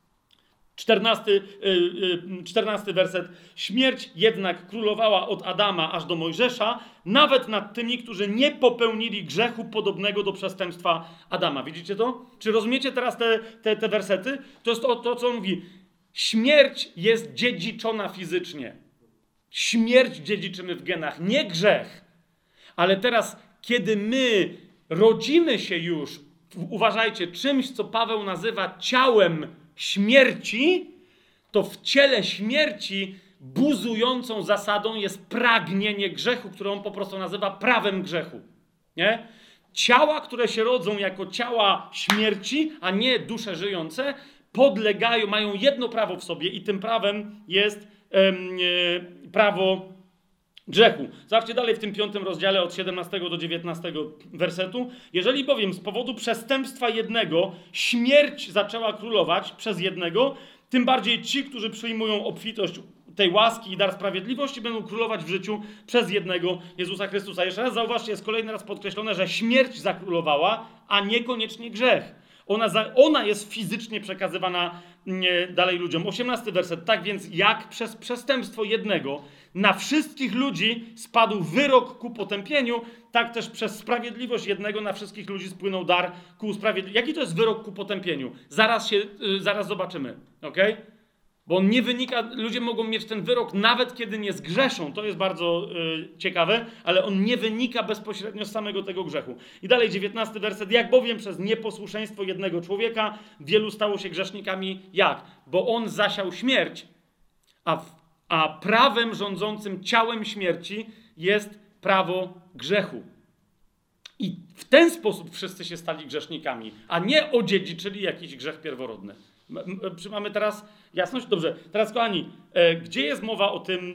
14 werset. Śmierć jednak królowała od Adama aż do Mojżesza, nawet nad tymi, którzy nie popełnili grzechu podobnego do przestępstwa Adama. Widzicie to? Czy rozumiecie teraz te wersety? To jest to, co on mówi. Śmierć jest dziedziczona fizycznie. Śmierć dziedziczymy w genach, nie grzech. Ale teraz, kiedy my rodzimy się już, uważajcie, czymś, co Paweł nazywa ciałem śmierci, to w ciele śmierci buzującą zasadą jest pragnienie grzechu, które on po prostu nazywa prawem grzechu. Nie? Ciała, które się rodzą jako ciała śmierci, a nie dusze żyjące, podlegają, mają jedno prawo w sobie i tym prawem jest prawo grzechu. Zobaczcie dalej w tym 5 rozdziale od 17 do 19 wersetu. Jeżeli bowiem z powodu przestępstwa jednego śmierć zaczęła królować przez jednego, tym bardziej ci, którzy przyjmują obfitość tej łaski i dar sprawiedliwości, będą królować w życiu przez jednego Jezusa Chrystusa. Jeszcze raz zauważcie, jest kolejny raz podkreślone, że śmierć zakrólowała, a niekoniecznie grzech. Ona jest fizycznie przekazywana dalej ludziom. 18 werset. Tak więc jak przez przestępstwo jednego na wszystkich ludzi spadł wyrok ku potępieniu, tak też przez sprawiedliwość jednego na wszystkich ludzi spłynął dar ku sprawiedliwości. Jaki to jest wyrok ku potępieniu? Zaraz zobaczymy. Okay? Bo on nie wynika, ludzie mogą mieć ten wyrok nawet kiedy nie zgrzeszą, to jest bardzo ciekawe, ale on nie wynika bezpośrednio z samego tego grzechu. I dalej 19 werset, jak bowiem przez nieposłuszeństwo jednego człowieka wielu stało się grzesznikami, jak? Bo on zasiał śmierć, a prawem rządzącym ciałem śmierci jest prawo grzechu. I w ten sposób wszyscy się stali grzesznikami, a nie odziedziczyli jakiś grzech pierworodny. Mamy teraz jasność? Dobrze. Teraz, kochani, gdzie jest mowa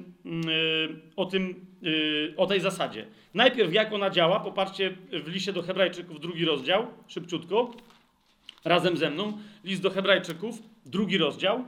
o tej zasadzie? Najpierw jak ona działa, popatrzcie w liście do Hebrajczyków, 2 rozdział, szybciutko, razem ze mną. List do Hebrajczyków, 2 rozdział.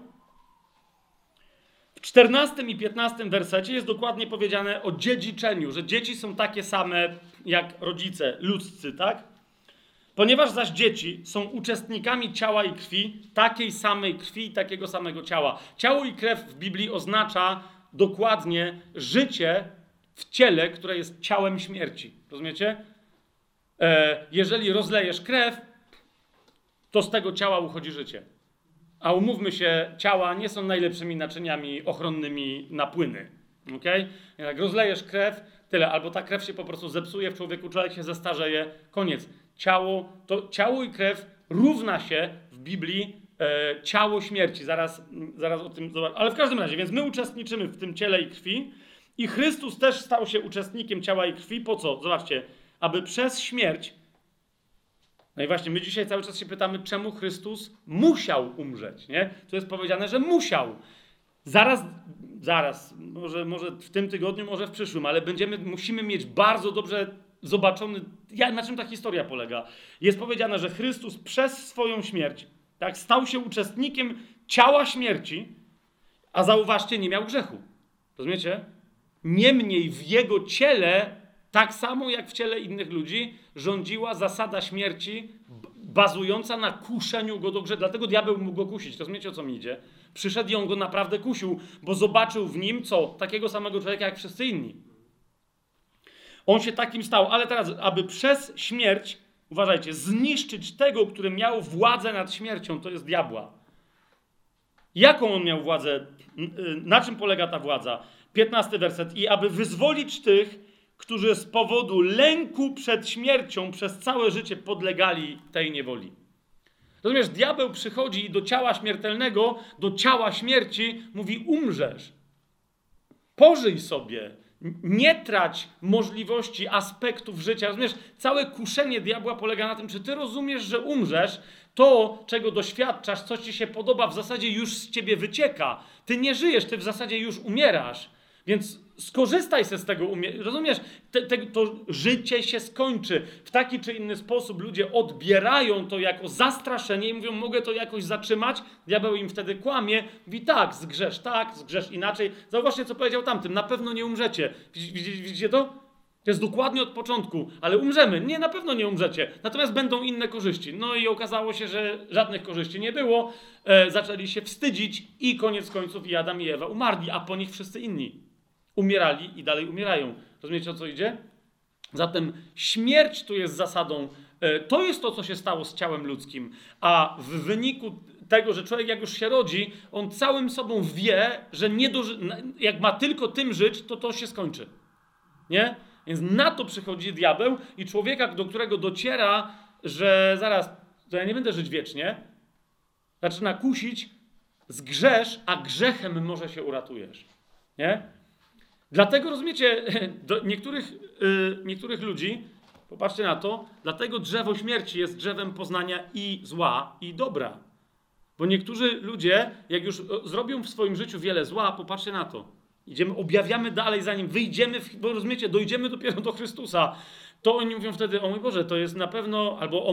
W 14 i 15 wersecie jest dokładnie powiedziane o dziedziczeniu, że dzieci są takie same jak rodzice ludzcy, tak? Ponieważ zaś dzieci są uczestnikami ciała i krwi, takiej samej krwi i takiego samego ciała. Ciało i krew w Biblii oznacza dokładnie życie w ciele, które jest ciałem śmierci. Rozumiecie? Jeżeli rozlejesz krew, to z tego ciała uchodzi życie. A umówmy się, ciała nie są najlepszymi naczyniami ochronnymi na płyny. Okay? Jak rozlejesz krew, tyle. Albo ta krew się po prostu zepsuje w człowieku, człowiek się zestarzeje, koniec. Ciało i krew równa się w Biblii ciało śmierci. Zaraz o tym zobaczę. Ale w każdym razie, więc my uczestniczymy w tym ciele i krwi i Chrystus też stał się uczestnikiem ciała i krwi. Po co? Zobaczcie, aby przez śmierć. No i właśnie, my dzisiaj cały czas się pytamy, czemu Chrystus musiał umrzeć, nie? To jest powiedziane, że musiał. Zaraz, może w tym tygodniu, może w przyszłym, ale musimy mieć bardzo dobrze zobaczony, na czym ta historia polega. Jest powiedziane, że Chrystus przez swoją śmierć, stał się uczestnikiem ciała śmierci, a zauważcie, nie miał grzechu. Rozumiecie? Niemniej w jego ciele, tak samo jak w ciele innych ludzi, rządziła zasada śmierci bazująca na kuszeniu go do grzechu. Dlatego diabeł mógł go kusić. Rozumiecie, o co mi idzie? Przyszedł i on go naprawdę kusił, bo zobaczył w nim co? Takiego samego człowieka jak wszyscy inni. On się takim stał, ale teraz, aby przez śmierć, uważajcie, zniszczyć tego, który miał władzę nad śmiercią, to jest diabła. Jaką on miał władzę? Na czym polega ta władza? 15 werset. I aby wyzwolić tych, którzy z powodu lęku przed śmiercią przez całe życie podlegali tej niewoli. Rozumiesz, diabeł przychodzi do ciała śmiertelnego, do ciała śmierci, mówi: umrzesz. Pożyj sobie. Nie trać możliwości, aspektów życia. Rozumiesz, całe kuszenie diabła polega na tym, czy ty rozumiesz, że umrzesz, to, czego doświadczasz, co ci się podoba, w zasadzie już z ciebie wycieka. Ty nie żyjesz, ty w zasadzie już umierasz. Więc skorzystaj se z tego, rozumiesz? To życie się skończy. W taki czy inny sposób ludzie odbierają to jako zastraszenie i mówią: mogę to jakoś zatrzymać. Diabeł im wtedy kłamie. Mówi: tak, zgrzesz inaczej. Zauważcie, co powiedział tamtym. Na pewno nie umrzecie. Widzicie to? To jest dokładnie od początku. Ale umrzemy. Nie, na pewno nie umrzecie. Natomiast będą inne korzyści. No i okazało się, że żadnych korzyści nie było. Zaczęli się wstydzić i koniec końców i Adam i Ewa umarli, a po nich wszyscy inni. Umierali i dalej umierają. Rozumiecie, o co idzie? Zatem śmierć tu jest zasadą. To jest to, co się stało z ciałem ludzkim. A w wyniku tego, że człowiek jak już się rodzi, on całym sobą wie, że jak ma tylko tym żyć, to się skończy. Nie? Więc na to przychodzi diabeł i człowieka, do którego dociera, że zaraz, to ja nie będę żyć wiecznie, zaczyna kusić: zgrzesz, a grzechem może się uratujesz. Nie? Dlatego, rozumiecie, do niektórych ludzi, popatrzcie na to, dlatego drzewo śmierci jest drzewem poznania i zła, i dobra. Bo niektórzy ludzie, jak już zrobią w swoim życiu wiele zła, popatrzcie na to. Objawiamy dalej, zanim wyjdziemy, bo rozumiecie, dojdziemy dopiero do Chrystusa. To oni mówią wtedy: o mój Boże, to jest na pewno, albo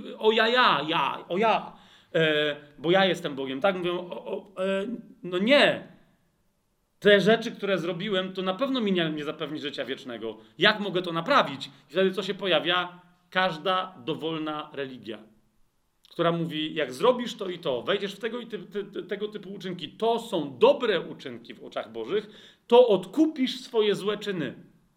bo ja jestem Bogiem. Tak mówią: no nie. Te rzeczy, które zrobiłem, to na pewno mi nie zapewni życia wiecznego. Jak mogę to naprawić? I wtedy co się pojawia? Każda dowolna religia, która mówi: jak zrobisz to i to, wejdziesz w tego typu uczynki, to są dobre uczynki w oczach Bożych, to odkupisz swoje złe czyny.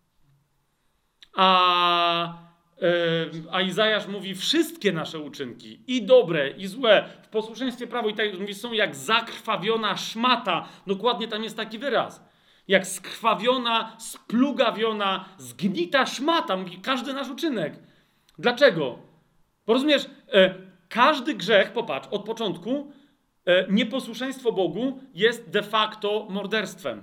A Izajasz mówi: wszystkie nasze uczynki, i dobre, i złe, w posłuszeństwie prawu, i tak mówi, są jak zakrwawiona szmata. Dokładnie tam jest taki wyraz. Jak skrwawiona, splugawiona, zgnita szmata. Mówi każdy nasz uczynek. Dlaczego? Bo rozumiesz, każdy grzech, popatrz, od początku, nieposłuszeństwo Bogu jest de facto morderstwem.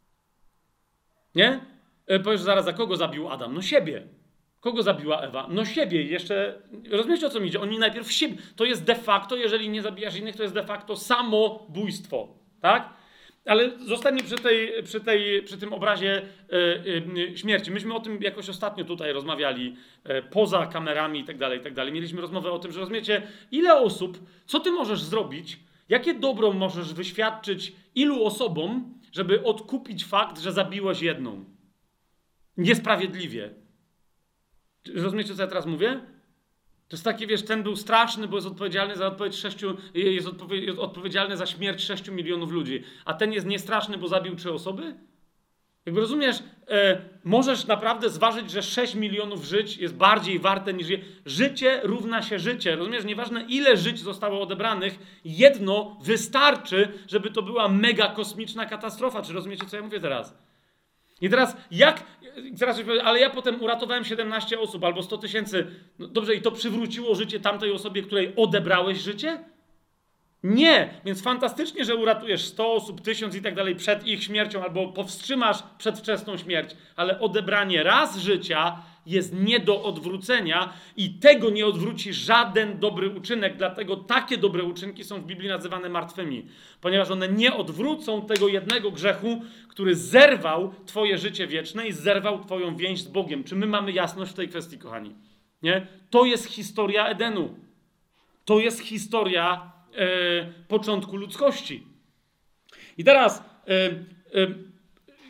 Nie? Powiesz zaraz: a kogo zabił Adam? No siebie. Kogo zabiła Ewa? No siebie. Jeszcze, rozumiecie, o co mi idzie? Oni najpierw siebie. To jest de facto, jeżeli nie zabijasz innych, to jest de facto samobójstwo. Tak? Ale zostańmy przy tym obrazie śmierci. Myśmy o tym jakoś ostatnio tutaj rozmawiali, poza kamerami i tak dalej. Mieliśmy rozmowę o tym, że rozumiecie, ile osób, co ty możesz zrobić, jakie dobro możesz wyświadczyć ilu osobom, żeby odkupić fakt, że zabiłeś jedną. Niesprawiedliwie. Rozumiecie, co ja teraz mówię? To jest takie, wiesz, ten był straszny, bo jest odpowiedzialny za odpowiedzialny za śmierć 6 milionów ludzi, a ten jest niestraszny, bo zabił 3 osoby? Jakby rozumiesz, możesz naprawdę zważyć, że 6 milionów żyć jest bardziej warte niż życie równa się życie. Rozumiesz, nieważne ile żyć zostało odebranych, jedno wystarczy, żeby to była mega kosmiczna katastrofa. Czy rozumiecie, co ja mówię teraz? I teraz ale ja potem uratowałem 17 osób albo 100 000. No dobrze, i to przywróciło życie tamtej osobie, której odebrałeś życie? Nie. Więc fantastycznie, że uratujesz 100 osób, 1000 i tak dalej przed ich śmiercią albo powstrzymasz przedwczesną śmierć, ale odebranie raz życia jest nie do odwrócenia i tego nie odwróci żaden dobry uczynek, dlatego takie dobre uczynki są w Biblii nazywane martwymi, ponieważ one nie odwrócą tego jednego grzechu, który zerwał twoje życie wieczne i zerwał twoją więź z Bogiem. Czy my mamy jasność w tej kwestii, kochani? Nie? To jest historia Edenu. To jest historia początku ludzkości. I teraz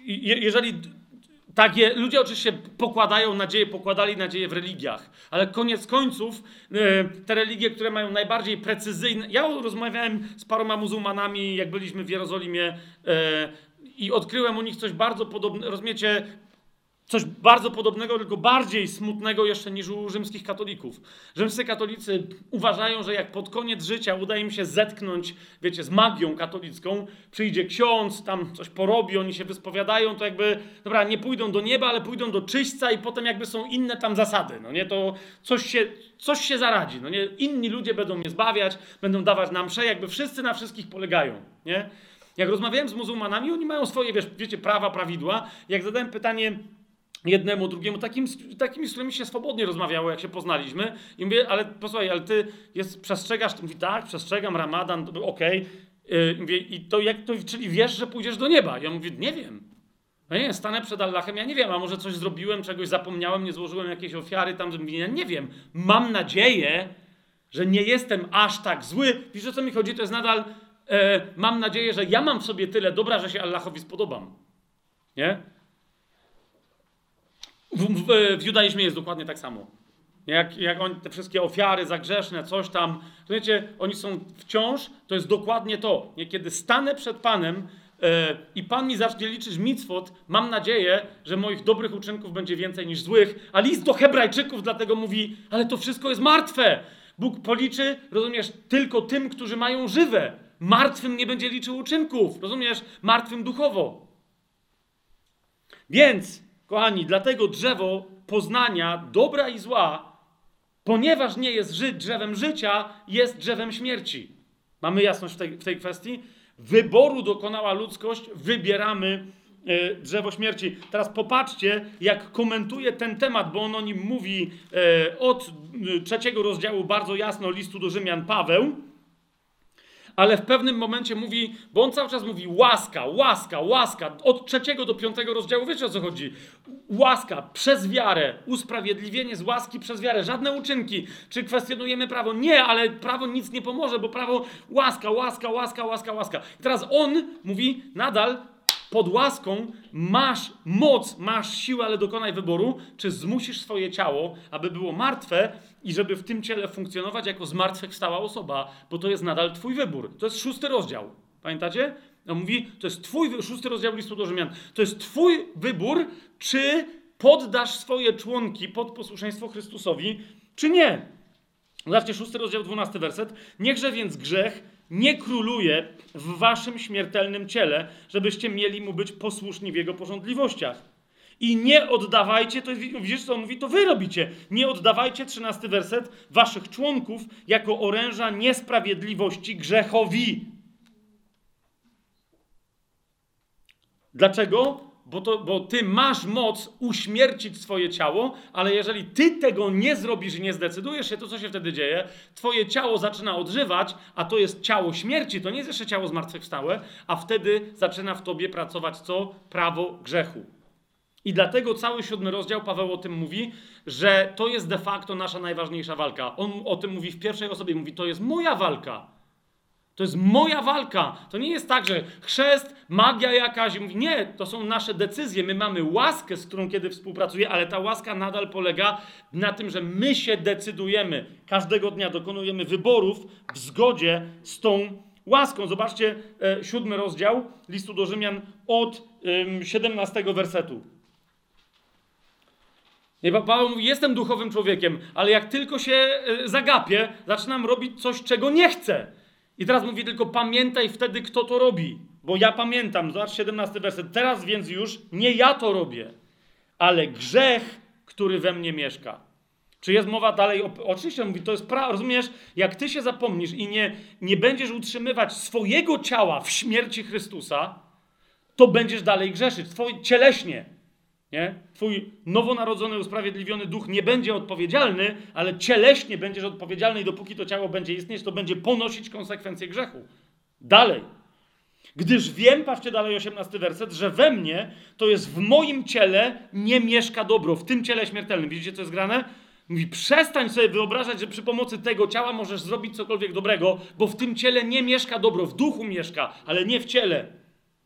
jeżeli ludzie oczywiście pokładali nadzieję w religiach, ale koniec końców te religie, które mają najbardziej precyzyjne... Ja rozmawiałem z paroma muzułmanami, jak byliśmy w Jerozolimie i odkryłem u nich coś bardzo podobnego, rozumiecie, coś bardzo podobnego, tylko bardziej smutnego jeszcze niż u rzymskich katolików. Rzymscy katolicy uważają, że jak pod koniec życia uda im się zetknąć, wiecie, z magią katolicką, przyjdzie ksiądz, tam coś porobi, oni się wyspowiadają, to jakby, dobra, nie pójdą do nieba, ale pójdą do czyśćca i potem jakby są inne tam zasady, no nie, to coś się zaradzi, no nie, inni ludzie będą mnie zbawiać, będą dawać nam msze, jakby wszyscy na wszystkich polegają, nie. Jak rozmawiałem z muzułmanami, oni mają swoje, wiecie, prawa, prawidła, jak zadałem pytanie jednemu, drugiemu, takimi, z którymi się swobodnie rozmawiało, jak się poznaliśmy. I mówię, ale posłuchaj, ale ty przestrzegasz? Mówi, tak, przestrzegam, Ramadan, okej. Mówię, i to jak to, czyli wiesz, że pójdziesz do nieba? Ja mówię, nie wiem. No nie wiem, stanę przed Allahem, ja nie wiem, a może coś zrobiłem, czegoś zapomniałem, nie złożyłem jakiejś ofiary, ja nie wiem. Mam nadzieję, że nie jestem aż tak zły. Wiesz, o co mi chodzi? To jest nadal, mam nadzieję, że ja mam w sobie tyle dobra, że się Allahowi spodobam. Nie? W judaizmie jest dokładnie tak samo. Jak oni, te wszystkie ofiary zagrzeszne, coś tam, to wiecie, oni są wciąż, to jest dokładnie to. Nie? Kiedy stanę przed Panem i Pan mi zacznie liczyć micwot, mam nadzieję, że moich dobrych uczynków będzie więcej niż złych, a list do Hebrajczyków dlatego mówi, ale to wszystko jest martwe. Bóg policzy, rozumiesz, tylko tym, którzy mają żywe. Martwym nie będzie liczył uczynków, rozumiesz, martwym duchowo. Więc, kochani, dlatego drzewo poznania dobra i zła, ponieważ nie jest drzewem życia, jest drzewem śmierci. Mamy jasność w tej kwestii? Wyboru dokonała ludzkość, wybieramy drzewo śmierci. Teraz popatrzcie, jak komentuje ten temat, bo on o nim mówi od 3 rozdziału bardzo jasno listu do Rzymian Paweł, ale w pewnym momencie mówi, bo on cały czas mówi łaska, łaska, łaska. Od 3 do 5 rozdziału, wiecie o co chodzi? Łaska przez wiarę, usprawiedliwienie z łaski przez wiarę. Żadne uczynki. Czy kwestionujemy prawo? Nie, ale prawo nic nie pomoże, bo prawo łaska, łaska, łaska, łaska, łaska. I teraz on mówi nadal, pod łaską masz moc, masz siłę, ale dokonaj wyboru, czy zmusisz swoje ciało, aby było martwe i żeby w tym ciele funkcjonować jako zmartwychwstała osoba, bo to jest nadal twój wybór. To jest 6 rozdział. Pamiętacie? On mówi, to jest 6 rozdział listu do Rzymian. To jest twój wybór, czy poddasz swoje członki pod posłuszeństwo Chrystusowi, czy nie. Zobaczcie, 6 rozdział, 12 werset. Niechże więc grzech nie króluje w waszym śmiertelnym ciele, żebyście mieli mu być posłuszni w jego pożądliwościach. I nie oddawajcie, to jest, widzisz co on mówi, to wy robicie. Nie oddawajcie, 13 werset, waszych członków jako oręża niesprawiedliwości grzechowi. Dlaczego? Bo ty masz moc uśmiercić swoje ciało, ale jeżeli ty tego nie zrobisz i nie zdecydujesz się, to co się wtedy dzieje? Twoje ciało zaczyna odżywać, a to jest ciało śmierci, to nie jest jeszcze ciało zmartwychwstałe, a wtedy zaczyna w tobie pracować co? Prawo grzechu. I dlatego cały 7 rozdział Paweł o tym mówi, że to jest de facto nasza najważniejsza walka. On o tym mówi w pierwszej osobie, mówi, to jest moja walka. To jest moja walka. To nie jest tak, że chrzest, magia jakaś. Mówi, nie, to są nasze decyzje. My mamy łaskę, z którą kiedy współpracujemy, ale ta łaska nadal polega na tym, że my się decydujemy. Każdego dnia dokonujemy wyborów w zgodzie z tą łaską. Zobaczcie 7 rozdział listu do Rzymian od 17 wersetu. I Paweł mówi, jestem duchowym człowiekiem, ale jak tylko się zagapię, zaczynam robić coś, czego nie chcę. I teraz mówi tylko, pamiętaj wtedy, kto to robi. Bo ja pamiętam, zobacz 17 werset. Teraz więc już nie ja to robię, ale grzech, który we mnie mieszka. Czy jest mowa dalej? Oczywiście mówi, to jest rozumiesz? Jak ty się zapomnisz i nie będziesz utrzymywać swojego ciała w śmierci Chrystusa, to będziesz dalej grzeszyć. Cieleśnie. Nie? Twój nowonarodzony, usprawiedliwiony duch nie będzie odpowiedzialny, ale cieleśnie będziesz odpowiedzialny i dopóki to ciało będzie istnieć, to będzie ponosić konsekwencje grzechu. Dalej. Gdyż wiem, patrzcie dalej 18 werset, że we mnie, to jest w moim ciele, nie mieszka dobro. W tym ciele śmiertelnym. Widzicie, co jest grane? Mówi, przestań sobie wyobrażać, że przy pomocy tego ciała możesz zrobić cokolwiek dobrego, bo w tym ciele nie mieszka dobro. W duchu mieszka, ale nie w ciele.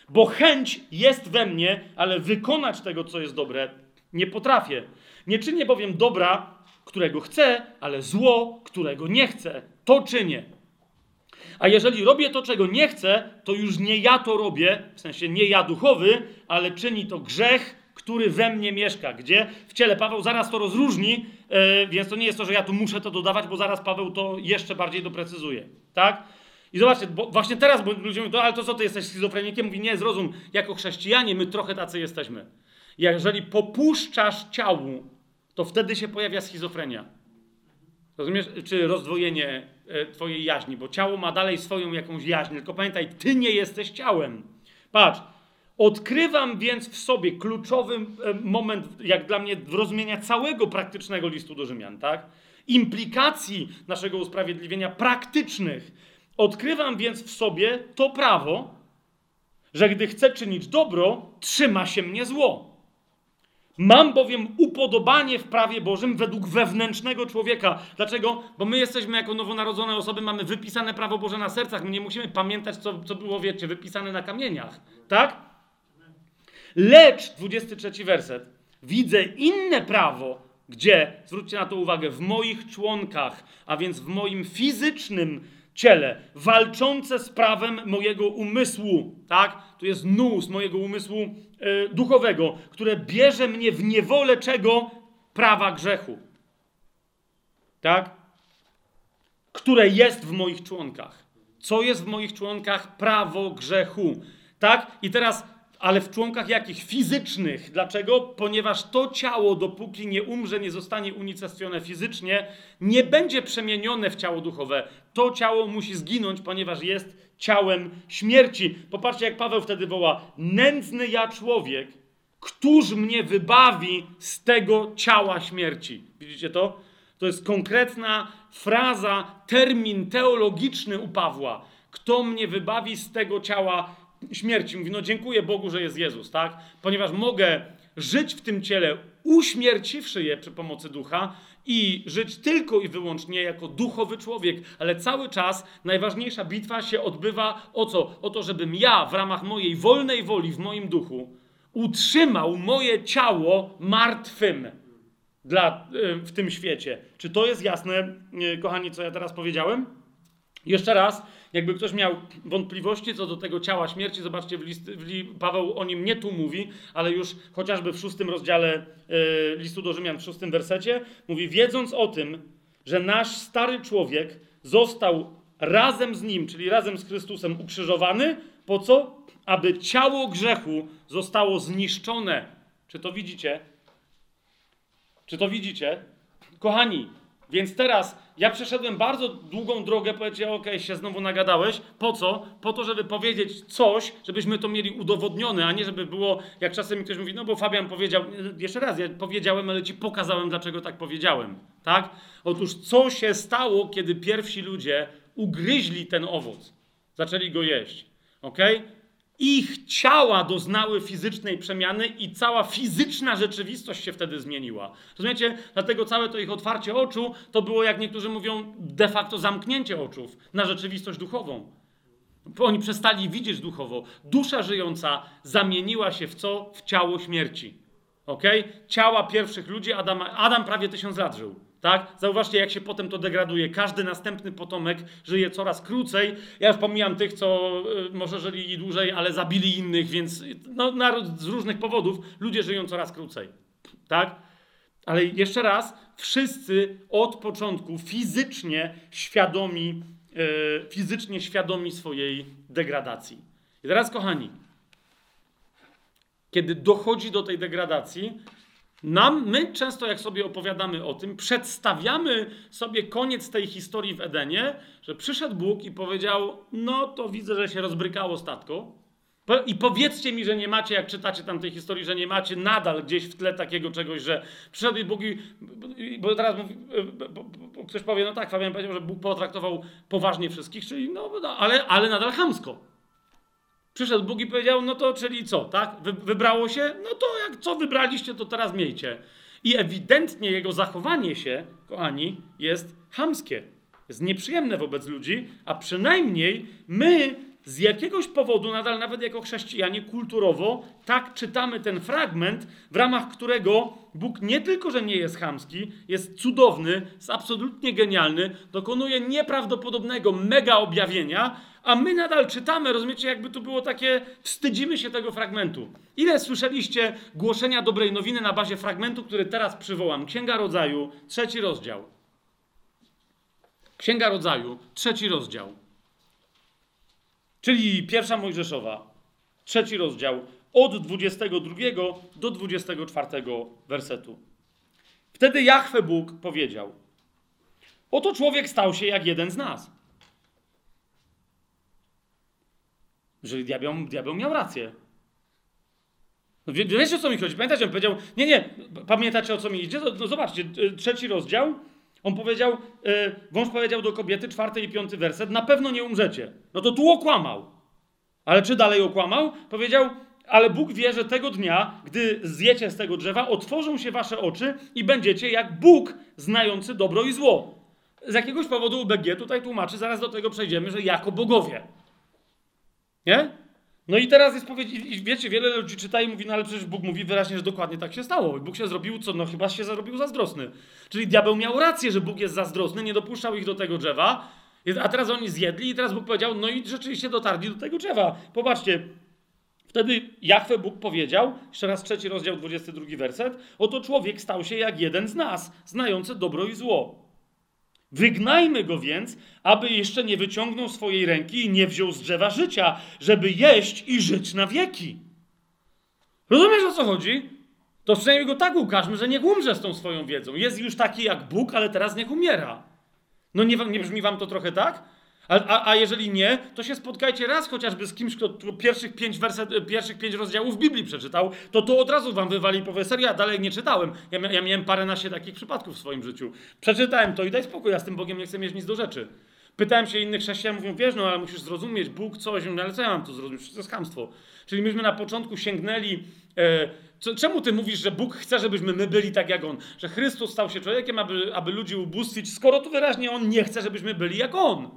Bo chęć jest we mnie, ale wykonać tego, co jest dobre, nie potrafię. Nie czynię bowiem dobra, którego chcę, ale zło, którego nie chcę. To czynię. A jeżeli robię to, czego nie chcę, to już nie ja to robię, w sensie nie ja duchowy, ale czyni to grzech, który we mnie mieszka. Gdzie? W ciele. Paweł zaraz to rozróżni, więc to nie jest to, że ja tu muszę to dodawać, bo zaraz Paweł to jeszcze bardziej doprecyzuje. Tak? I zobaczcie, bo właśnie teraz, bo ludzie mówią, ale to co, ty jesteś schizofrenikiem? Mówi, nie, zrozum, jako chrześcijanie my trochę tacy jesteśmy. Jeżeli popuszczasz ciału, to wtedy się pojawia schizofrenia. Rozumiesz? Czy rozdwojenie twojej jaźni, bo ciało ma dalej swoją jakąś jaźń, tylko pamiętaj, ty nie jesteś ciałem. Patrz, odkrywam więc w sobie kluczowy moment, jak dla mnie, w rozumienia całego praktycznego listu do Rzymian, tak? Implikacji naszego usprawiedliwienia praktycznych. Odkrywam więc w sobie to prawo, że gdy chcę czynić dobro, trzyma się mnie zło. Mam bowiem upodobanie w prawie Bożym według wewnętrznego człowieka. Dlaczego? Bo my jesteśmy jako nowonarodzone osoby, mamy wypisane prawo Boże na sercach. My nie musimy pamiętać, co było, wiecie, wypisane na kamieniach. Tak? Lecz, 23 werset, widzę inne prawo, gdzie, zwróćcie na to uwagę, w moich członkach, a więc w moim fizycznym ciele, walczące z prawem mojego umysłu, tak? Tu jest nous mojego umysłu duchowego, które bierze mnie w niewolę czego? Prawa grzechu. Tak? Które jest w moich członkach. Co jest w moich członkach? Prawo grzechu. Tak? I teraz, ale w członkach jakich? Fizycznych. Dlaczego? Ponieważ to ciało, dopóki nie umrze, nie zostanie unicestwione fizycznie, nie będzie przemienione w ciało duchowe. To ciało musi zginąć, ponieważ jest ciałem śmierci. Popatrzcie, jak Paweł wtedy woła: nędzny ja człowiek, któż mnie wybawi z tego ciała śmierci. Widzicie to? To jest konkretna fraza, termin teologiczny u Pawła. Kto mnie wybawi z tego ciała śmierci? Mówi, no dziękuję Bogu, że jest Jezus, tak? Ponieważ mogę żyć w tym ciele, uśmierciwszy je przy pomocy ducha i żyć tylko i wyłącznie jako duchowy człowiek. Ale cały czas najważniejsza bitwa się odbywa o co? O to, żebym ja w ramach mojej wolnej woli, w moim duchu, utrzymał moje ciało martwym w tym świecie. Czy to jest jasne, kochani, co ja teraz powiedziałem? Jeszcze raz, jakby ktoś miał wątpliwości co do tego ciała śmierci, zobaczcie, Paweł o nim nie tu mówi, ale już chociażby w 6 rozdziale listu do Rzymian, w 6 wersecie, mówi, wiedząc o tym, że nasz stary człowiek został razem z nim, czyli razem z Chrystusem ukrzyżowany, po co? Aby ciało grzechu zostało zniszczone. Czy to widzicie? Czy to widzicie? Kochani, więc teraz ja przeszedłem bardzo długą drogę, powiecie, okej, się znowu nagadałeś. Po co? Po to, żeby powiedzieć coś, żebyśmy to mieli udowodnione, a nie żeby było, jak czasem ktoś mówi, no bo Fabian powiedział, jeszcze raz, ja powiedziałem, ale ci pokazałem, dlaczego tak powiedziałem. Tak? Otóż co się stało, kiedy pierwsi ludzie ugryźli ten owoc? Zaczęli go jeść. Okej? Ich ciała doznały fizycznej przemiany i cała fizyczna rzeczywistość się wtedy zmieniła. Rozumiecie? Dlatego całe to ich otwarcie oczu to było, jak niektórzy mówią, de facto zamknięcie oczów na rzeczywistość duchową. Oni przestali widzieć duchowo. Dusza żyjąca zamieniła się w co? W ciało śmierci. Okay? Ciała pierwszych ludzi, Adam prawie 1000 lat żył. Tak? Zauważcie, jak się potem to degraduje. Każdy następny potomek żyje coraz krócej. Ja już pomijam tych, co może żyli dłużej, ale zabili innych, więc z różnych powodów ludzie żyją coraz krócej. Tak? Ale jeszcze raz, wszyscy od początku fizycznie świadomi swojej degradacji. I teraz, kochani, kiedy dochodzi do tej degradacji, my często, jak sobie opowiadamy o tym, przedstawiamy sobie koniec tej historii w Edenie, że przyszedł Bóg i powiedział, no to widzę, że się rozbrykało statko i powiedzcie mi, że nie macie, jak czytacie tam tej historii, że nie macie nadal gdzieś w tle takiego czegoś, że przyszedł Bóg bo teraz bo ktoś powie, no tak, Fabian powiedział, że Bóg potraktował poważnie wszystkich, czyli ale nadal chamsko. Przyszedł Bóg i powiedział, no to czyli co, tak? Wybrało się? No to jak co wybraliście, to teraz miejcie. I ewidentnie jego zachowanie się, kochani, jest chamskie. Jest nieprzyjemne wobec ludzi, a przynajmniej my z jakiegoś powodu, nadal nawet jako chrześcijanie, kulturowo, tak czytamy ten fragment, w ramach którego Bóg nie tylko, że nie jest chamski, jest cudowny, jest absolutnie genialny, dokonuje nieprawdopodobnego mega objawienia, a my nadal czytamy, rozumiecie, jakby to było takie, wstydzimy się tego fragmentu. Ile słyszeliście głoszenia dobrej nowiny na bazie fragmentu, który teraz przywołam? Księga Rodzaju, 3 rozdział. Księga Rodzaju, 3 rozdział. Czyli 1 Mojżeszowa, 3 rozdział, od 22 do 24 wersetu. Wtedy Jahwe Bóg powiedział: oto człowiek stał się jak jeden z nas. Że diabeł miał rację. Wiecie, o co mi chodzi? Pamiętacie, on powiedział, nie, pamiętacie, o co mi idzie? No zobaczcie, 3 rozdział, on powiedział, wąż powiedział do kobiety, 4 i 5 werset, na pewno nie umrzecie. No to tu okłamał. Ale czy dalej okłamał? Powiedział, ale Bóg wie, że tego dnia, gdy zjecie z tego drzewa, otworzą się wasze oczy i będziecie jak Bóg, znający dobro i zło. Z jakiegoś powodu UBG tutaj tłumaczy, zaraz do tego przejdziemy, że jako bogowie. Nie? No i teraz jest i wiecie, wiele ludzi czyta i mówi, no ale przecież Bóg mówi wyraźnie, że dokładnie tak się stało. Bóg się zrobił, co? No chyba się zrobił zazdrosny. Czyli diabeł miał rację, że Bóg jest zazdrosny, nie dopuszczał ich do tego drzewa, a teraz oni zjedli i teraz Bóg powiedział, no i rzeczywiście dotarli do tego drzewa. Popatrzcie, wtedy Jahwe Bóg powiedział, jeszcze raz 3 rozdział, 22 werset, oto człowiek stał się jak jeden z nas, znający dobro i zło. Wygnajmy go więc, aby jeszcze nie wyciągnął swojej ręki i nie wziął z drzewa życia, żeby jeść i żyć na wieki. Rozumiesz, o co chodzi? To przynajmniej go tak ukażmy, że niech umrze z tą swoją wiedzą. Jest już taki jak Bóg, ale teraz niech umiera. No nie brzmi wam to trochę tak? A jeżeli nie, to się spotkajcie raz chociażby z kimś, kto pierwszych 5 rozdziałów Biblii przeczytał, to od razu wam wywali i powie, serio, ja dalej nie czytałem. Ja miałem paręnaście takich przypadków w swoim życiu. Przeczytałem to i daj spokój, ja z tym Bogiem nie chcę mieć nic do rzeczy. Pytałem się innych chrześcijan, mówią, wiesz, no ale musisz zrozumieć, Bóg coś, no ale co ja mam tu zrozumieć? To jest chamstwo. Czyli myśmy na początku sięgnęli... Czemu ty mówisz, że Bóg chce, żebyśmy my byli tak jak On? Że Chrystus stał się człowiekiem, aby ludzi ubóstwić, skoro tu wyraźnie On nie chce, żebyśmy byli jak On.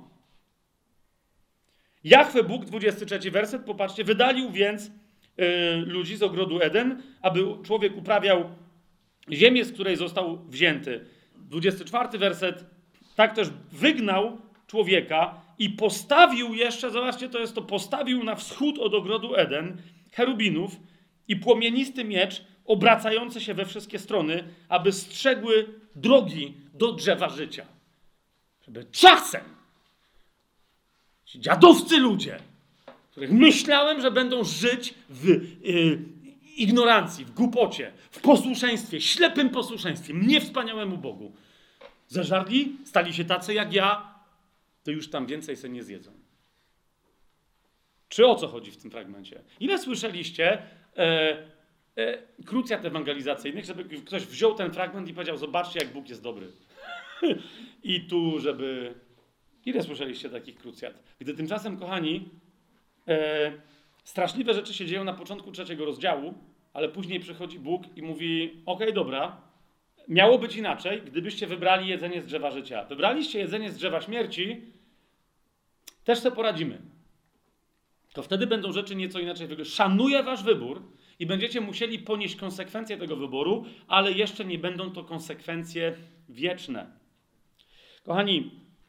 Jahwe Bóg, 23 werset, popatrzcie, wydalił więc ludzi z ogrodu Eden, aby człowiek uprawiał ziemię, z której został wzięty. 24 werset, tak też wygnał człowieka i postawił jeszcze, zobaczcie, postawił na wschód od ogrodu Eden cherubinów i płomienisty miecz obracający się we wszystkie strony, aby strzegły drogi do drzewa życia. Żeby czasem ci dziadowcy ludzie, których myślałem, że będą żyć w ignorancji, w głupocie, w posłuszeństwie, ślepym posłuszeństwie, mnie wspaniałemu Bogu, zeżarli, stali się tacy jak ja, to już tam więcej sobie nie zjedzą. Czy o co chodzi w tym fragmencie? Ile słyszeliście krucjat ewangelizacyjnych, żeby ktoś wziął ten fragment i powiedział, zobaczcie, jak Bóg jest dobry. I tu, żeby... Ile słyszeliście takich krucjat? Gdy tymczasem, kochani, straszliwe rzeczy się dzieją na początku 3 rozdziału, ale później przychodzi Bóg i mówi, okej, dobra, miało być inaczej, gdybyście wybrali jedzenie z drzewa życia. Wybraliście jedzenie z drzewa śmierci, też sobie poradzimy. To wtedy będą rzeczy nieco inaczej wyglądać. Szanuję wasz wybór i będziecie musieli ponieść konsekwencje tego wyboru, ale jeszcze nie będą to konsekwencje wieczne. Kochani,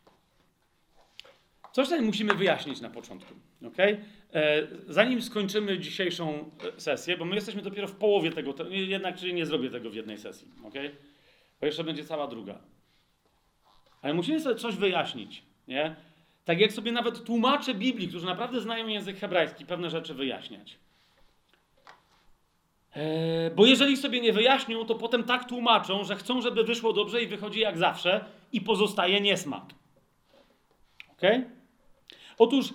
coś tutaj musimy wyjaśnić na początku, okay? Zanim skończymy dzisiejszą sesję, bo my jesteśmy dopiero w połowie tego, jednak czyli nie zrobię tego w jednej sesji, okay? Bo jeszcze będzie cała druga. Ale musimy sobie coś wyjaśnić, nie? Tak jak sobie nawet tłumacze Biblii, którzy naprawdę znają język hebrajski, pewne rzeczy wyjaśniać. Bo jeżeli sobie nie wyjaśnią, to potem tak tłumaczą, że chcą, żeby wyszło dobrze i wychodzi jak zawsze i pozostaje niesmak. Okej? Otóż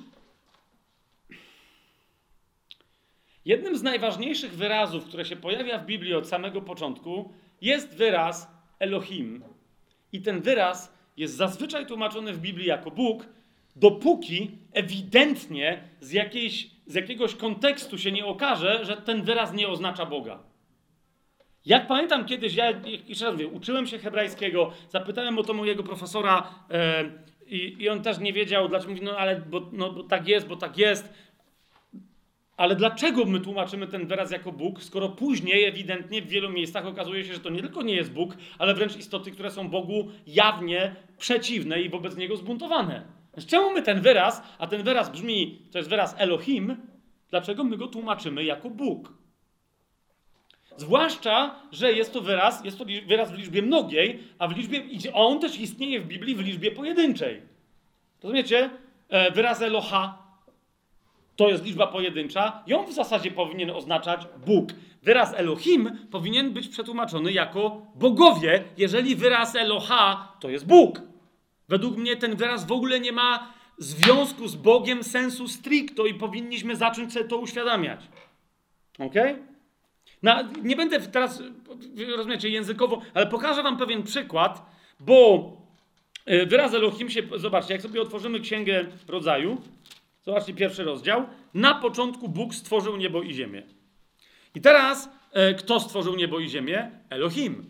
jednym z najważniejszych wyrazów, które się pojawia w Biblii od samego początku, jest wyraz Elohim. I ten wyraz jest zazwyczaj tłumaczony w Biblii jako Bóg, dopóki ewidentnie z jakiegoś kontekstu się nie okaże, że ten wyraz nie oznacza Boga. Jak pamiętam kiedyś, ja jeszcze raz mówię, uczyłem się hebrajskiego, zapytałem o to mojego profesora I on też nie wiedział, dlaczego mówi, bo tak jest, bo tak jest. Ale dlaczego my tłumaczymy ten wyraz jako Bóg, skoro później ewidentnie w wielu miejscach okazuje się, że to nie tylko nie jest Bóg, ale wręcz istoty, które są Bogu jawnie przeciwne i wobec Niego zbuntowane. Więc czemu my ten wyraz, a ten wyraz brzmi, to jest wyraz Elohim, dlaczego my go tłumaczymy jako Bóg? Zwłaszcza, że jest to wyraz w liczbie mnogiej, a on też istnieje w Biblii w liczbie pojedynczej. Rozumiecie? Wyraz Eloha to jest liczba pojedyncza i on w zasadzie powinien oznaczać Bóg. Wyraz Elohim powinien być przetłumaczony jako bogowie, jeżeli wyraz Eloha to jest Bóg. Według mnie ten wyraz w ogóle nie ma związku z Bogiem sensu stricto i powinniśmy zacząć sobie to uświadamiać. Okej? Nie będę teraz, rozumiecie, językowo, ale pokażę wam pewien przykład, bo wyraz Elohim zobaczcie, jak sobie otworzymy Księgę Rodzaju, zobaczcie 1 rozdział, na początku Bóg stworzył niebo i ziemię. I teraz, kto stworzył niebo i ziemię? Elohim.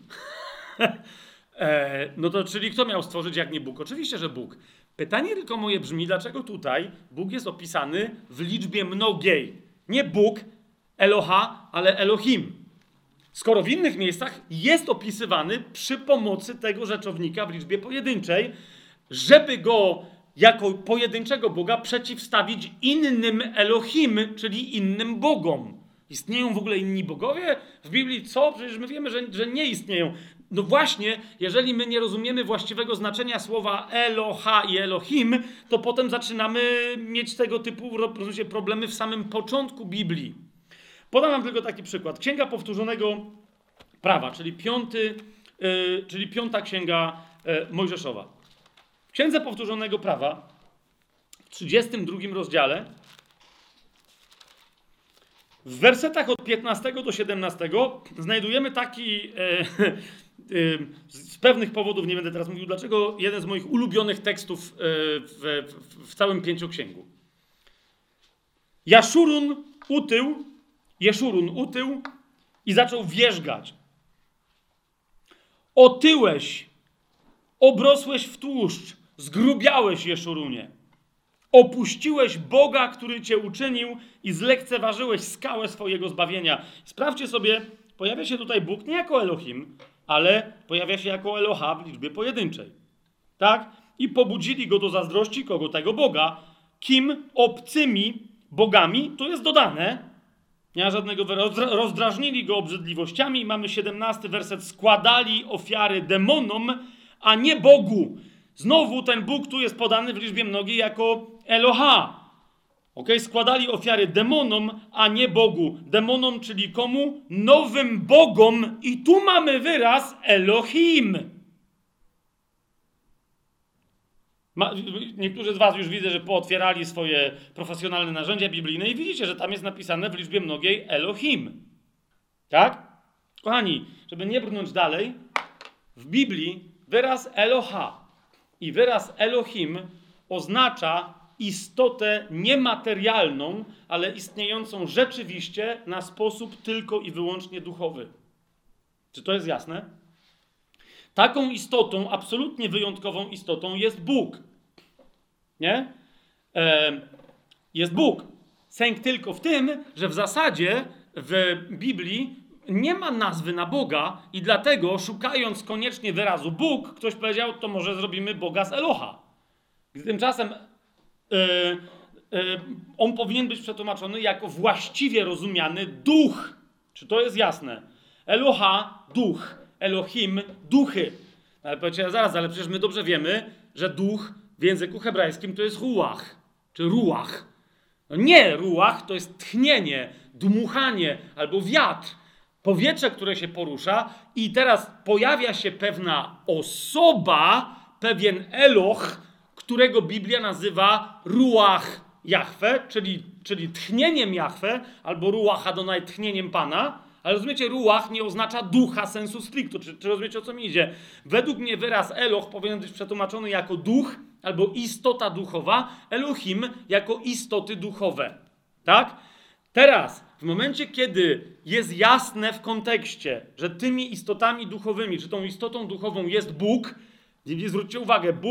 No to czyli kto miał stworzyć jak nie Bóg? Oczywiście, że Bóg. Pytanie tylko moje brzmi, dlaczego tutaj Bóg jest opisany w liczbie mnogiej? Nie Bóg, Eloha, ale Elohim. Skoro w innych miejscach jest opisywany przy pomocy tego rzeczownika w liczbie pojedynczej, żeby go jako pojedynczego Boga przeciwstawić innym Elohim, czyli innym bogom. Istnieją w ogóle inni bogowie? W Biblii co? Przecież my wiemy, że nie istnieją. No właśnie, jeżeli my nie rozumiemy właściwego znaczenia słowa Eloha i Elohim, to potem zaczynamy mieć tego typu problemy w samym początku Biblii. Podam wam tylko taki przykład. Księga Powtórzonego Prawa, czyli piąta księga Mojżeszowa. W Księdze Powtórzonego Prawa, w 32 rozdziale, w wersetach od 15 do 17 znajdujemy taki, z pewnych powodów, nie będę teraz mówił dlaczego, jeden z moich ulubionych tekstów w całym pięcioksięgu. Jeszurun utył i zaczął wierzgać. Otyłeś, obrosłeś w tłuszcz, zgrubiałeś, Jeszurunie. Opuściłeś Boga, który cię uczynił i zlekceważyłeś skałę swojego zbawienia. Sprawdźcie sobie, pojawia się tutaj Bóg nie jako Elohim, ale pojawia się jako Eloha w liczbie pojedynczej. Tak? I pobudzili go do zazdrości kogo? Tego Boga. Kim? Obcymi bogami, tu jest dodane, nie ma żadnego rozdrażnili go obrzydliwościami. Mamy 17 werset. Składali ofiary demonom, a nie Bogu. Znowu ten Bóg tu jest podany w liczbie mnogiej jako Eloha. Składali ofiary demonom, a nie Bogu. Demonom, czyli komu? Nowym bogom. I tu mamy wyraz Elohim. Niektórzy z was już widzę, że pootwierali swoje profesjonalne narzędzia biblijne i widzicie, że tam jest napisane w liczbie mnogiej Elohim. Tak? Kochani, żeby nie brnąć dalej, w Biblii wyraz Eloha i wyraz Elohim oznacza istotę niematerialną, ale istniejącą rzeczywiście na sposób tylko i wyłącznie duchowy. Czy to jest jasne? Taką istotą, absolutnie wyjątkową istotą jest Bóg. Nie? Jest Bóg. Sęk tylko w tym, że w zasadzie w Biblii nie ma nazwy na Boga i dlatego szukając koniecznie wyrazu Bóg, ktoś powiedział, to może zrobimy Boga z Eloha. Tymczasem on powinien być przetłumaczony jako właściwie rozumiany duch. Czy to jest jasne? Eloha, duch. Elohim, duchy. Ale powiecie, zaraz, ale przecież my dobrze wiemy, że duch w języku hebrajskim to jest ruach, czy ruach. No nie, ruach to jest tchnienie, dmuchanie albo wiatr. Powietrze, które się porusza i teraz pojawia się pewna osoba, pewien Eloch, którego Biblia nazywa ruach Jahwe, czyli tchnieniem Jahwe, albo ruach Adonai, tchnieniem Pana. Ale rozumiecie, ruach nie oznacza ducha sensu stricto. Czy rozumiecie, o co mi idzie? Według mnie wyraz Eloch powinien być przetłumaczony jako duch albo istota duchowa, Elohim jako istoty duchowe. Tak? Teraz, w momencie, kiedy jest jasne w kontekście, że tymi istotami duchowymi, czy tą istotą duchową jest Bóg, zwróćcie uwagę, Bóg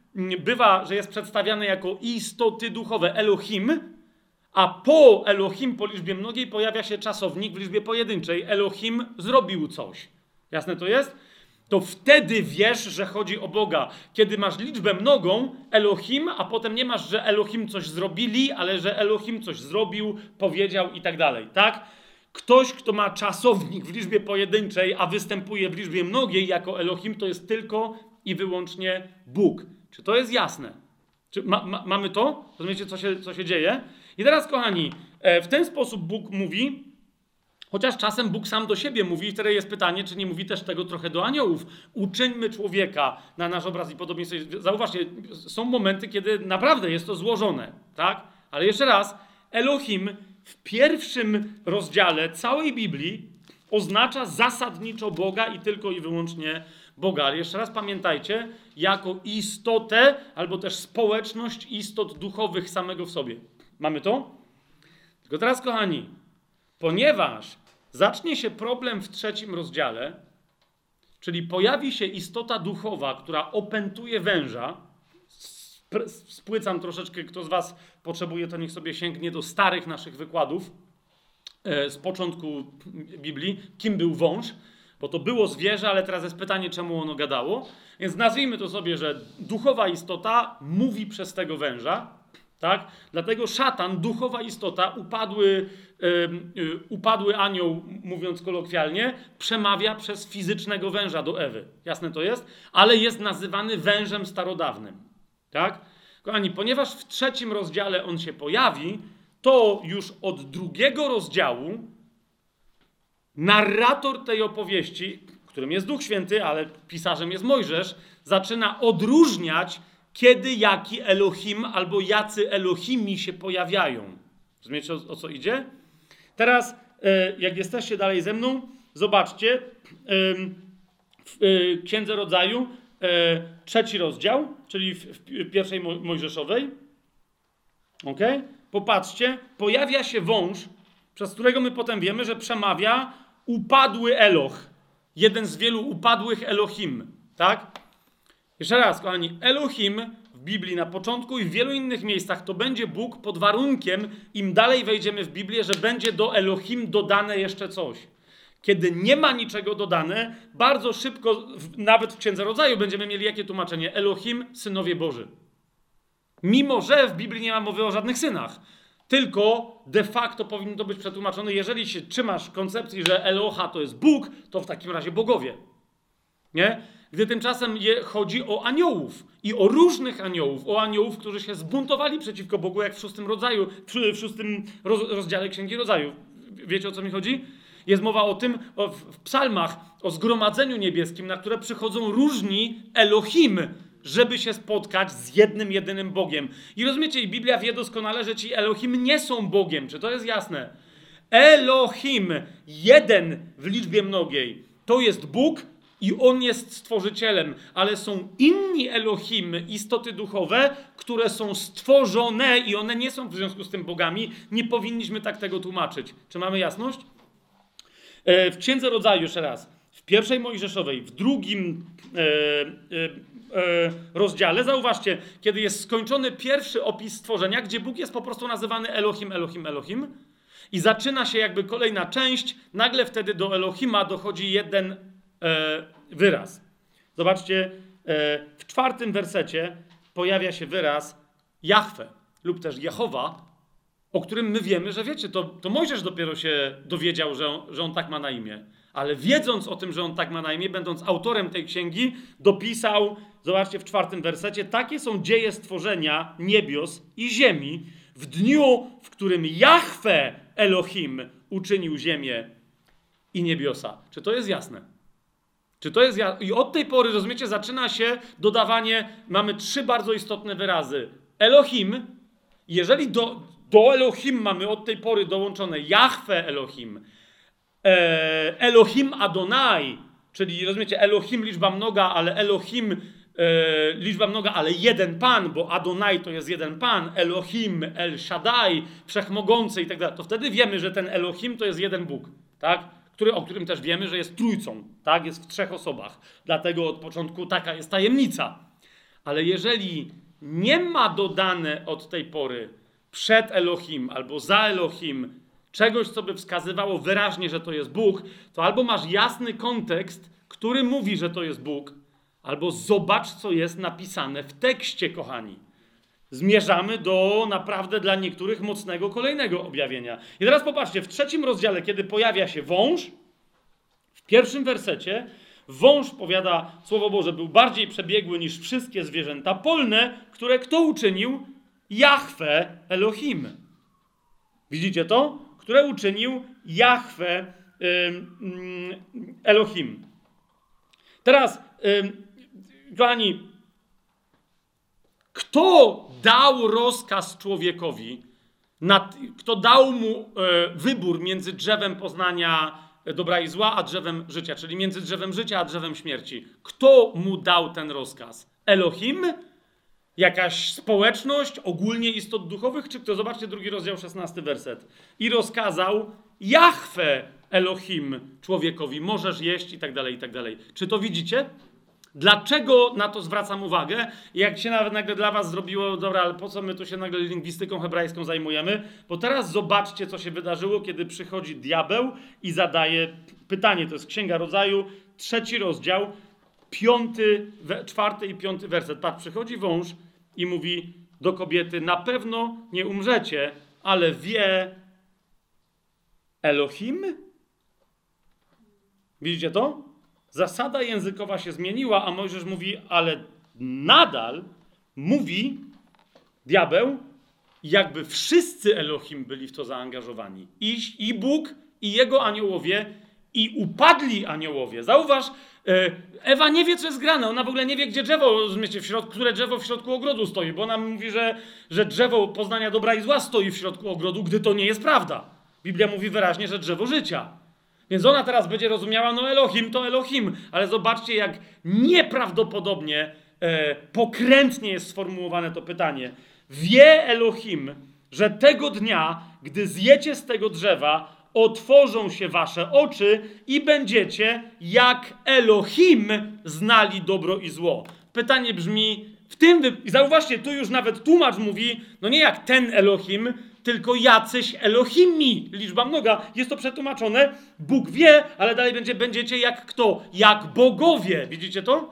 bywa, że jest przedstawiane jako istoty duchowe, Elohim, a po Elohim, po liczbie mnogiej, pojawia się czasownik w liczbie pojedynczej. Elohim zrobił coś. Jasne to jest? To wtedy wiesz, że chodzi o Boga. Kiedy masz liczbę mnogą, Elohim, a potem nie masz, że Elohim coś zrobili, ale że Elohim coś zrobił, powiedział i tak dalej. Tak? Ktoś, kto ma czasownik w liczbie pojedynczej, a występuje w liczbie mnogiej jako Elohim, to jest tylko i wyłącznie Bóg. Czy to jest jasne? Czy mamy to? Rozumiecie, co się dzieje? I teraz, kochani, w ten sposób Bóg mówi, chociaż czasem Bóg sam do siebie mówi, i wtedy jest pytanie, czy nie mówi też tego trochę do aniołów. Uczyńmy człowieka na nasz obraz i podobieństwo. Zauważcie, są momenty, kiedy naprawdę jest to złożone, tak? Ale jeszcze raz, Elohim w pierwszym rozdziale całej Biblii oznacza zasadniczo Boga i tylko i wyłącznie Boga. Ale jeszcze raz pamiętajcie, jako istotę, albo też społeczność istot duchowych samego w sobie. Mamy to? Tylko teraz, kochani, ponieważ zacznie się problem w 3 rozdziale, czyli pojawi się istota duchowa, która opętuje węża. Spłycam troszeczkę, kto z was potrzebuje, to niech sobie sięgnie do starych naszych wykładów z początku Biblii, kim był wąż, bo to było zwierzę, ale teraz jest pytanie, czemu ono gadało. Więc nazwijmy to sobie, że duchowa istota mówi przez tego węża, tak? Dlatego szatan, duchowa istota, upadły anioł, mówiąc kolokwialnie, przemawia przez fizycznego węża do Ewy. Jasne to jest? Ale jest nazywany wężem starodawnym. Tak? Kochani, ponieważ w 3 rozdziale on się pojawi, to już od 2 rozdziału narrator tej opowieści, którym jest Duch Święty, ale pisarzem jest Mojżesz, zaczyna odróżniać, kiedy jaki Elohim albo jacy Elohimi się pojawiają. Rozumiecie, o co idzie? Teraz, jak jesteście dalej ze mną, zobaczcie, w Księdze Rodzaju, 3 rozdział, czyli w pierwszej Mojżeszowej. Okay? Popatrzcie, pojawia się wąż, przez którego my potem wiemy, że przemawia upadły Eloch. Jeden z wielu upadłych Elohim. Tak? Jeszcze raz, kochani, Elohim w Biblii na początku i w wielu innych miejscach to będzie Bóg pod warunkiem, im dalej wejdziemy w Biblię, że będzie do Elohim dodane jeszcze coś. Kiedy nie ma niczego dodane, bardzo szybko, nawet w Księdze Rodzaju będziemy mieli jakie tłumaczenie? Elohim, synowie Boży. Mimo że w Biblii nie ma mowy o żadnych synach. Tylko de facto powinno to być przetłumaczone, jeżeli się trzymasz koncepcji, że Eloha to jest Bóg, to w takim razie bogowie. Nie? Gdy tymczasem chodzi o aniołów i o różnych aniołów, o aniołów, którzy się zbuntowali przeciwko Bogu, jak w 6 rozdziale Księgi Rodzaju. Wiecie, o co mi chodzi? Jest mowa o tym w psalmach, o zgromadzeniu niebieskim, na które przychodzą różni Elohim, żeby się spotkać z jednym, jedynym Bogiem. I rozumiecie, i Biblia wie doskonale, że ci Elohim nie są Bogiem. Czy to jest jasne? Elohim, jeden w liczbie mnogiej, to jest Bóg i On jest stworzycielem, ale są inni Elohimy, istoty duchowe, które są stworzone i one nie są w związku z tym bogami. Nie powinniśmy tak tego tłumaczyć. Czy mamy jasność? W Księdze Rodzaju, jeszcze raz, w 1 Mojżeszowej, w 2 rozdziale, zauważcie, kiedy jest skończony pierwszy opis stworzenia, gdzie Bóg jest po prostu nazywany Elohim, Elohim, Elohim i zaczyna się jakby kolejna część, nagle wtedy do Elohima dochodzi jeden wyraz. Zobaczcie, w 4 wersecie pojawia się wyraz Jahwe lub też Jehowa, o którym my wiemy, że wiecie, to Mojżesz dopiero się dowiedział, że on tak ma na imię. Ale wiedząc o tym, że on tak ma na imię, będąc autorem tej księgi, dopisał, zobaczcie w 4 wersecie, takie są dzieje stworzenia niebios i ziemi w dniu, w którym Jahwe Elohim uczynił ziemię i niebiosa. Czy to jest jasne? Czy to jest jasne? I od tej pory, rozumiecie, zaczyna się dodawanie, mamy 3 bardzo istotne wyrazy. Elohim, jeżeli do Elohim mamy od tej pory dołączone Jahwe Elohim, Elohim Adonai, czyli rozumiecie, Elohim liczba mnoga, ale Elohim liczba mnoga, ale jeden Pan, bo Adonai to jest jeden Pan, Elohim, El Shaddai, Wszechmogący i tak dalej, to wtedy wiemy, że ten Elohim to jest jeden Bóg, tak? O którym też wiemy, że jest trójcą, tak? Jest w 3 osobach. Dlatego od początku taka jest tajemnica. Ale jeżeli nie ma dodane od tej pory przed Elohim albo za Elohim czegoś, co by wskazywało wyraźnie, że to jest Bóg, to albo masz jasny kontekst, który mówi, że to jest Bóg, albo zobacz, co jest napisane w tekście, kochani. Zmierzamy do naprawdę dla niektórych mocnego kolejnego objawienia. I teraz popatrzcie, w 3 rozdziale, kiedy pojawia się wąż, w 1 wersecie wąż, powiada Słowo Boże, był bardziej przebiegły niż wszystkie zwierzęta polne, które kto uczynił? Jahwe Elohim. Widzicie to? Które uczynił Jahwe Elohim. Teraz, kochani, kto dał rozkaz człowiekowi, kto dał mu wybór między drzewem poznania dobra i zła, a drzewem życia, czyli między drzewem życia, a drzewem śmierci? Kto mu dał ten rozkaz? Elohim? Jakaś społeczność, ogólnie istot duchowych, czy kto? Zobaczcie 2 rozdział, 16 werset. I rozkazał Jahwe Elohim człowiekowi, możesz jeść i tak dalej, i tak dalej. Czy to widzicie? Dlaczego na to zwracam uwagę? Jak się nawet nagle dla was zrobiło, dobra, ale po co my tu się nagle lingwistyką hebrajską zajmujemy? Bo teraz zobaczcie, co się wydarzyło, kiedy przychodzi diabeł i zadaje pytanie. To jest Księga Rodzaju, 3 rozdział, 4 i 5 werset. Patrz, przychodzi wąż i mówi do kobiety, na pewno nie umrzecie, ale wie Elohim? Widzicie to? Zasada językowa się zmieniła, a Mojżesz mówi, ale nadal mówi diabeł, jakby wszyscy Elohim byli w to zaangażowani. I Bóg, i jego aniołowie, i upadli aniołowie. Zauważ, Ewa nie wie, co jest grane. Ona w ogóle nie wie, gdzie drzewo, które drzewo w środku ogrodu stoi, bo ona mówi, że drzewo poznania dobra i zła stoi w środku ogrodu, gdy to nie jest prawda. Biblia mówi wyraźnie, że drzewo życia. Więc ona teraz będzie rozumiała, no Elohim to Elohim, ale zobaczcie, jak nieprawdopodobnie pokrętnie jest sformułowane to pytanie. Wie Elohim, że tego dnia, gdy zjecie z tego drzewa, otworzą się wasze oczy i będziecie jak Elohim znali dobro i zło. Pytanie brzmi, zauważcie, tu już nawet tłumacz mówi, no nie jak ten Elohim, tylko jacyś Elohimi, liczba mnoga. Jest to przetłumaczone, Bóg wie, ale dalej będziecie jak kto? Jak bogowie. Widzicie to?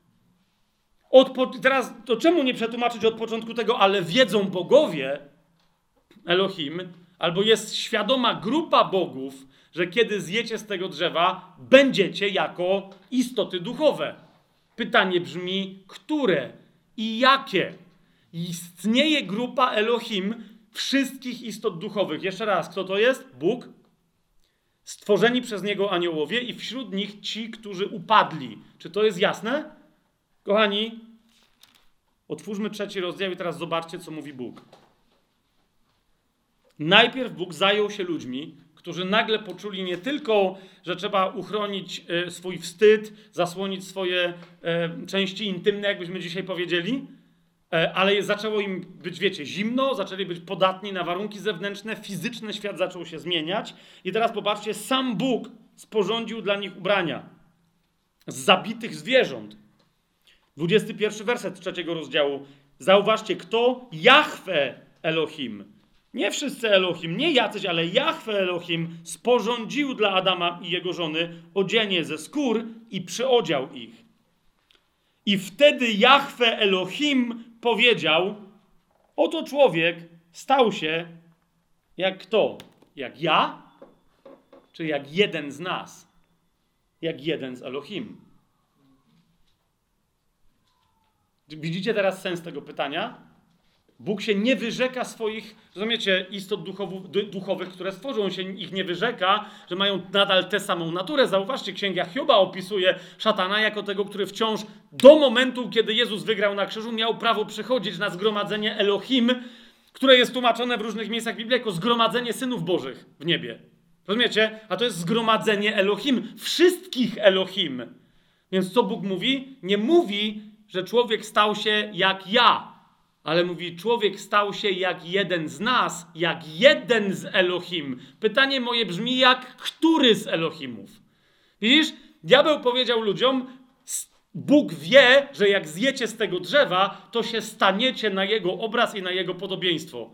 Teraz, to czemu nie przetłumaczyć od początku tego, ale wiedzą bogowie, Elohim, albo jest świadoma grupa bogów, że kiedy zjecie z tego drzewa, będziecie jako istoty duchowe. Pytanie brzmi, które i jakie? Istnieje grupa Elohim, wszystkich istot duchowych. Jeszcze raz, kto to jest? Bóg. Stworzeni przez Niego aniołowie i wśród nich ci, którzy upadli. Czy to jest jasne? Kochani, otwórzmy 3 rozdział i teraz zobaczcie, co mówi Bóg. Najpierw Bóg zajął się ludźmi, którzy nagle poczuli nie tylko, że trzeba uchronić swój wstyd, zasłonić swoje części intymne, jakbyśmy dzisiaj powiedzieli, ale zaczęło im być, wiecie, zimno, zaczęli być podatni na warunki zewnętrzne, fizyczny świat zaczął się zmieniać i teraz popatrzcie, sam Bóg sporządził dla nich ubrania z zabitych zwierząt. 21 werset 3 rozdziału. Zauważcie, kto? Jahwe Elohim. Nie wszyscy Elohim, nie jacyś, ale Jahwe Elohim sporządził dla Adama i jego żony odzienie ze skór i przyodział ich. I wtedy Jahwe Elohim powiedział, oto człowiek stał się jak kto? Jak ja? Czy jak jeden z nas? Jak jeden z Elohim? Widzicie teraz sens tego pytania? Bóg się nie wyrzeka swoich, rozumiecie, istot duchowych, które stworzył. On się ich nie wyrzeka, że mają nadal tę samą naturę. Zauważcie, Księga Hioba opisuje szatana jako tego, który wciąż do momentu, kiedy Jezus wygrał na krzyżu, miał prawo przychodzić na zgromadzenie Elohim, które jest tłumaczone w różnych miejscach Biblii jako zgromadzenie synów bożych w niebie. Rozumiecie? A to jest zgromadzenie Elohim, wszystkich Elohim. Więc co Bóg mówi? Nie mówi, że człowiek stał się jak ja. Ale mówi, człowiek stał się jak jeden z nas, jak jeden z Elohim. Pytanie moje brzmi, jak który z Elohimów? Widzisz? Diabeł powiedział ludziom, Bóg wie, że jak zjecie z tego drzewa, to się staniecie na Jego obraz i na Jego podobieństwo.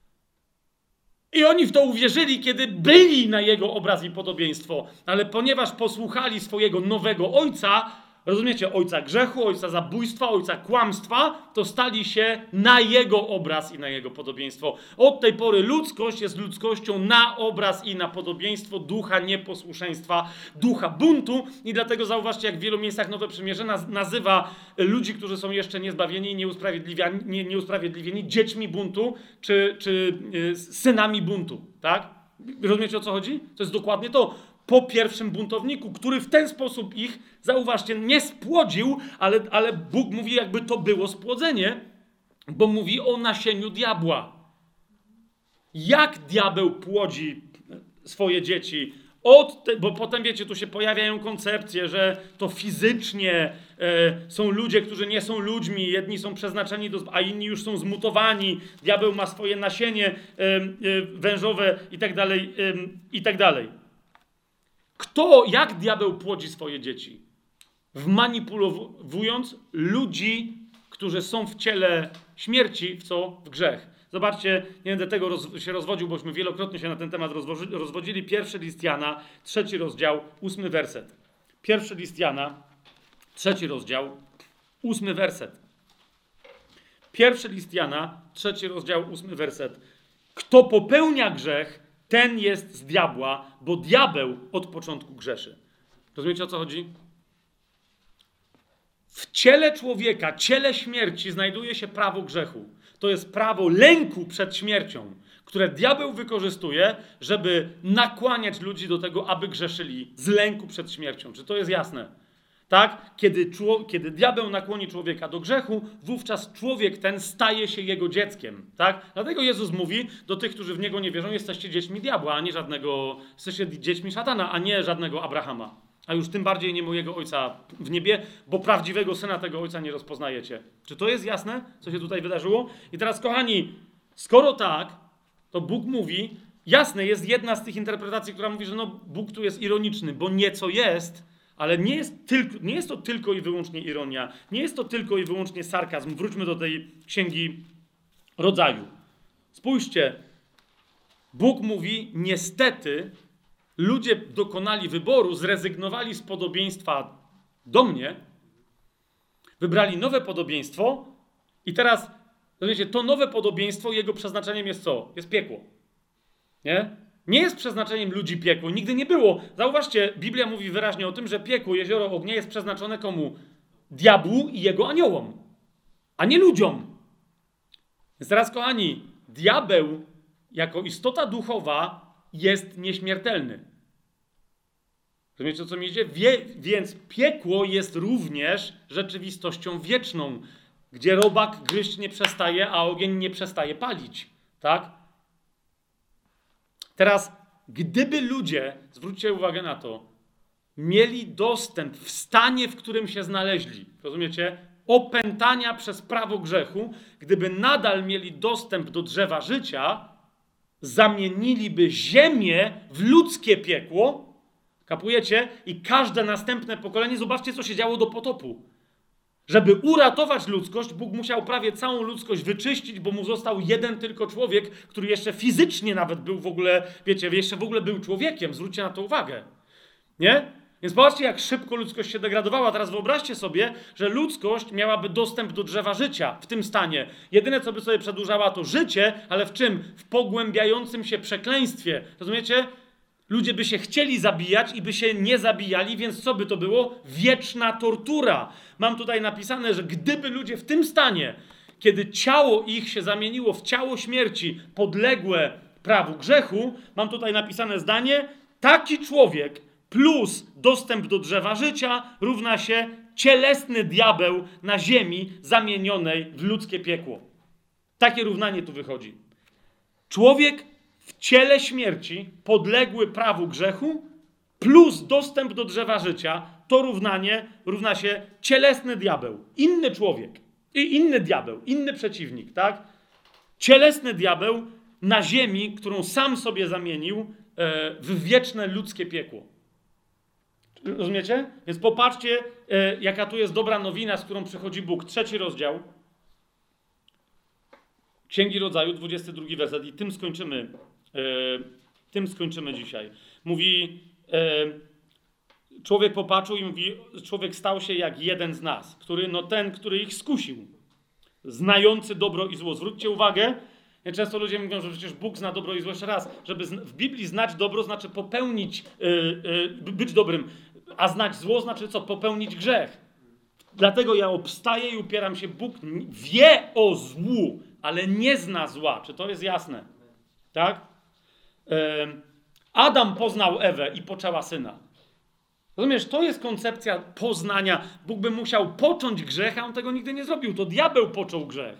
I oni w to uwierzyli, kiedy byli na Jego obraz i podobieństwo. Ale ponieważ posłuchali swojego nowego ojca, rozumiecie, ojca grzechu, ojca zabójstwa, ojca kłamstwa, to stali się na Jego obraz i na Jego podobieństwo. Od tej pory ludzkość jest ludzkością na obraz i na podobieństwo ducha nieposłuszeństwa, ducha buntu. I dlatego zauważcie, jak w wielu miejscach Nowe Przymierze nazywa ludzi, którzy są jeszcze niezbawieni i nieusprawiedliwieni dziećmi buntu czy synami buntu. Tak? Rozumiecie, o co chodzi? To jest dokładnie to. Po pierwszym buntowniku, który w ten sposób ich, zauważcie, nie spłodził, ale Bóg mówi, jakby to było spłodzenie, bo mówi o nasieniu diabła. Jak diabeł płodzi swoje dzieci? Bo potem, wiecie, tu się pojawiają koncepcje, że to fizycznie są ludzie, którzy nie są ludźmi, jedni są przeznaczeni, a inni już są zmutowani, diabeł ma swoje nasienie wężowe i tak dalej, i tak dalej. Jak diabeł płodzi swoje dzieci? Manipulując ludzi, którzy są w ciele śmierci, w co? W grzech. Zobaczcie, nie będę tego się rozwodził, bośmy wielokrotnie się na ten temat rozwodzili. 1 list Jana, 3 rozdział, 8 werset. 1 list Jana, 3 rozdział, 8 werset. 1 list Jana, 3 rozdział, 8 werset. Kto popełnia grzech, ten jest z diabła, bo diabeł od początku grzeszy. Rozumiecie, o co chodzi? W ciele człowieka, ciele śmierci znajduje się prawo grzechu. To jest prawo lęku przed śmiercią, które diabeł wykorzystuje, żeby nakłaniać ludzi do tego, aby grzeszyli z lęku przed śmiercią. Czy to jest jasne? Tak? Kiedy diabeł nakłoni człowieka do grzechu, wówczas człowiek ten staje się jego dzieckiem. Tak? Dlatego Jezus mówi do tych, którzy w Niego nie wierzą, jesteście dziećmi diabła, a nie jesteście dziećmi szatana, a nie żadnego Abrahama. A już tym bardziej nie mojego Ojca w niebie, bo prawdziwego Syna tego Ojca nie rozpoznajecie. Czy to jest jasne, co się tutaj wydarzyło? I teraz, kochani, skoro tak, to Bóg mówi, jasne, jest jedna z tych interpretacji, która mówi, że Bóg tu jest ironiczny, bo nieco jest, ale nie jest to tylko i wyłącznie ironia, nie jest to tylko i wyłącznie sarkazm. Wróćmy do tej Księgi Rodzaju. Spójrzcie, Bóg mówi, niestety ludzie dokonali wyboru, zrezygnowali z podobieństwa do mnie, wybrali nowe podobieństwo i teraz, rozumiecie, to nowe podobieństwo, jego przeznaczeniem jest co? Jest piekło. Nie? Nie jest przeznaczeniem ludzi piekło, nigdy nie było. Zauważcie, Biblia mówi wyraźnie o tym, że piekło, jezioro ognia jest przeznaczone komu? Diabłu i jego aniołom, a nie ludziom. Więc teraz, kochani, diabeł jako istota duchowa jest nieśmiertelny. Rozumiecie, o co mi idzie? Więc piekło jest również rzeczywistością wieczną, gdzie robak gryźć nie przestaje, a ogień nie przestaje palić. Tak? Teraz, gdyby ludzie, zwróćcie uwagę na to, mieli dostęp w stanie, w którym się znaleźli, rozumiecie? Opętania przez prawo grzechu, gdyby nadal mieli dostęp do drzewa życia, zamieniliby ziemię w ludzkie piekło, kapujecie? I każde następne pokolenie, zobaczcie, co się działo do potopu. Żeby uratować ludzkość, Bóg musiał prawie całą ludzkość wyczyścić, bo mu został jeden tylko człowiek, który jeszcze fizycznie nawet był w ogóle, wiecie, jeszcze w ogóle był człowiekiem. Zwróćcie na to uwagę. Nie? Więc zobaczcie, jak szybko ludzkość się degradowała. Teraz wyobraźcie sobie, że ludzkość miałaby dostęp do drzewa życia w tym stanie. Jedyne, co by sobie przedłużała, to życie, ale w czym? W pogłębiającym się przekleństwie. Rozumiecie? Ludzie by się chcieli zabijać i by się nie zabijali, więc co by to było? Wieczna tortura. Mam tutaj napisane, że gdyby ludzie w tym stanie, kiedy ciało ich się zamieniło w ciało śmierci, podległe prawu grzechu, mam tutaj napisane zdanie, taki człowiek plus dostęp do drzewa życia równa się cielesny diabeł na ziemi zamienionej w ludzkie piekło. Takie równanie tu wychodzi. Człowiek w ciele śmierci, podległy prawu grzechu, plus dostęp do drzewa życia, to równanie równa się cielesny diabeł, inny człowiek i inny diabeł, inny przeciwnik, tak? Cielesny diabeł na ziemi, którą sam sobie zamienił w wieczne ludzkie piekło. Rozumiecie? Więc popatrzcie, jaka tu jest dobra nowina, z którą przychodzi Bóg. 3 rozdział Księgi Rodzaju, 22 werset i tym skończymy dzisiaj. Mówi, człowiek popatrzył i mówi, człowiek stał się jak jeden z nas, który ich skusił, znający dobro i zło. Zwróćcie uwagę, często ludzie mówią, że przecież Bóg zna dobro i zło. Jeszcze raz, żeby w Biblii znać dobro, znaczy popełnić, być dobrym, a znać zło znaczy co? Popełnić grzech. Dlatego ja obstaję i upieram się, Bóg wie o złu, ale nie zna zła. Czy to jest jasne? Tak? Adam poznał Ewę i poczęła syna. Rozumiesz, to jest koncepcja poznania. Bóg by musiał począć grzech, a on tego nigdy nie zrobił. To diabeł począł grzech.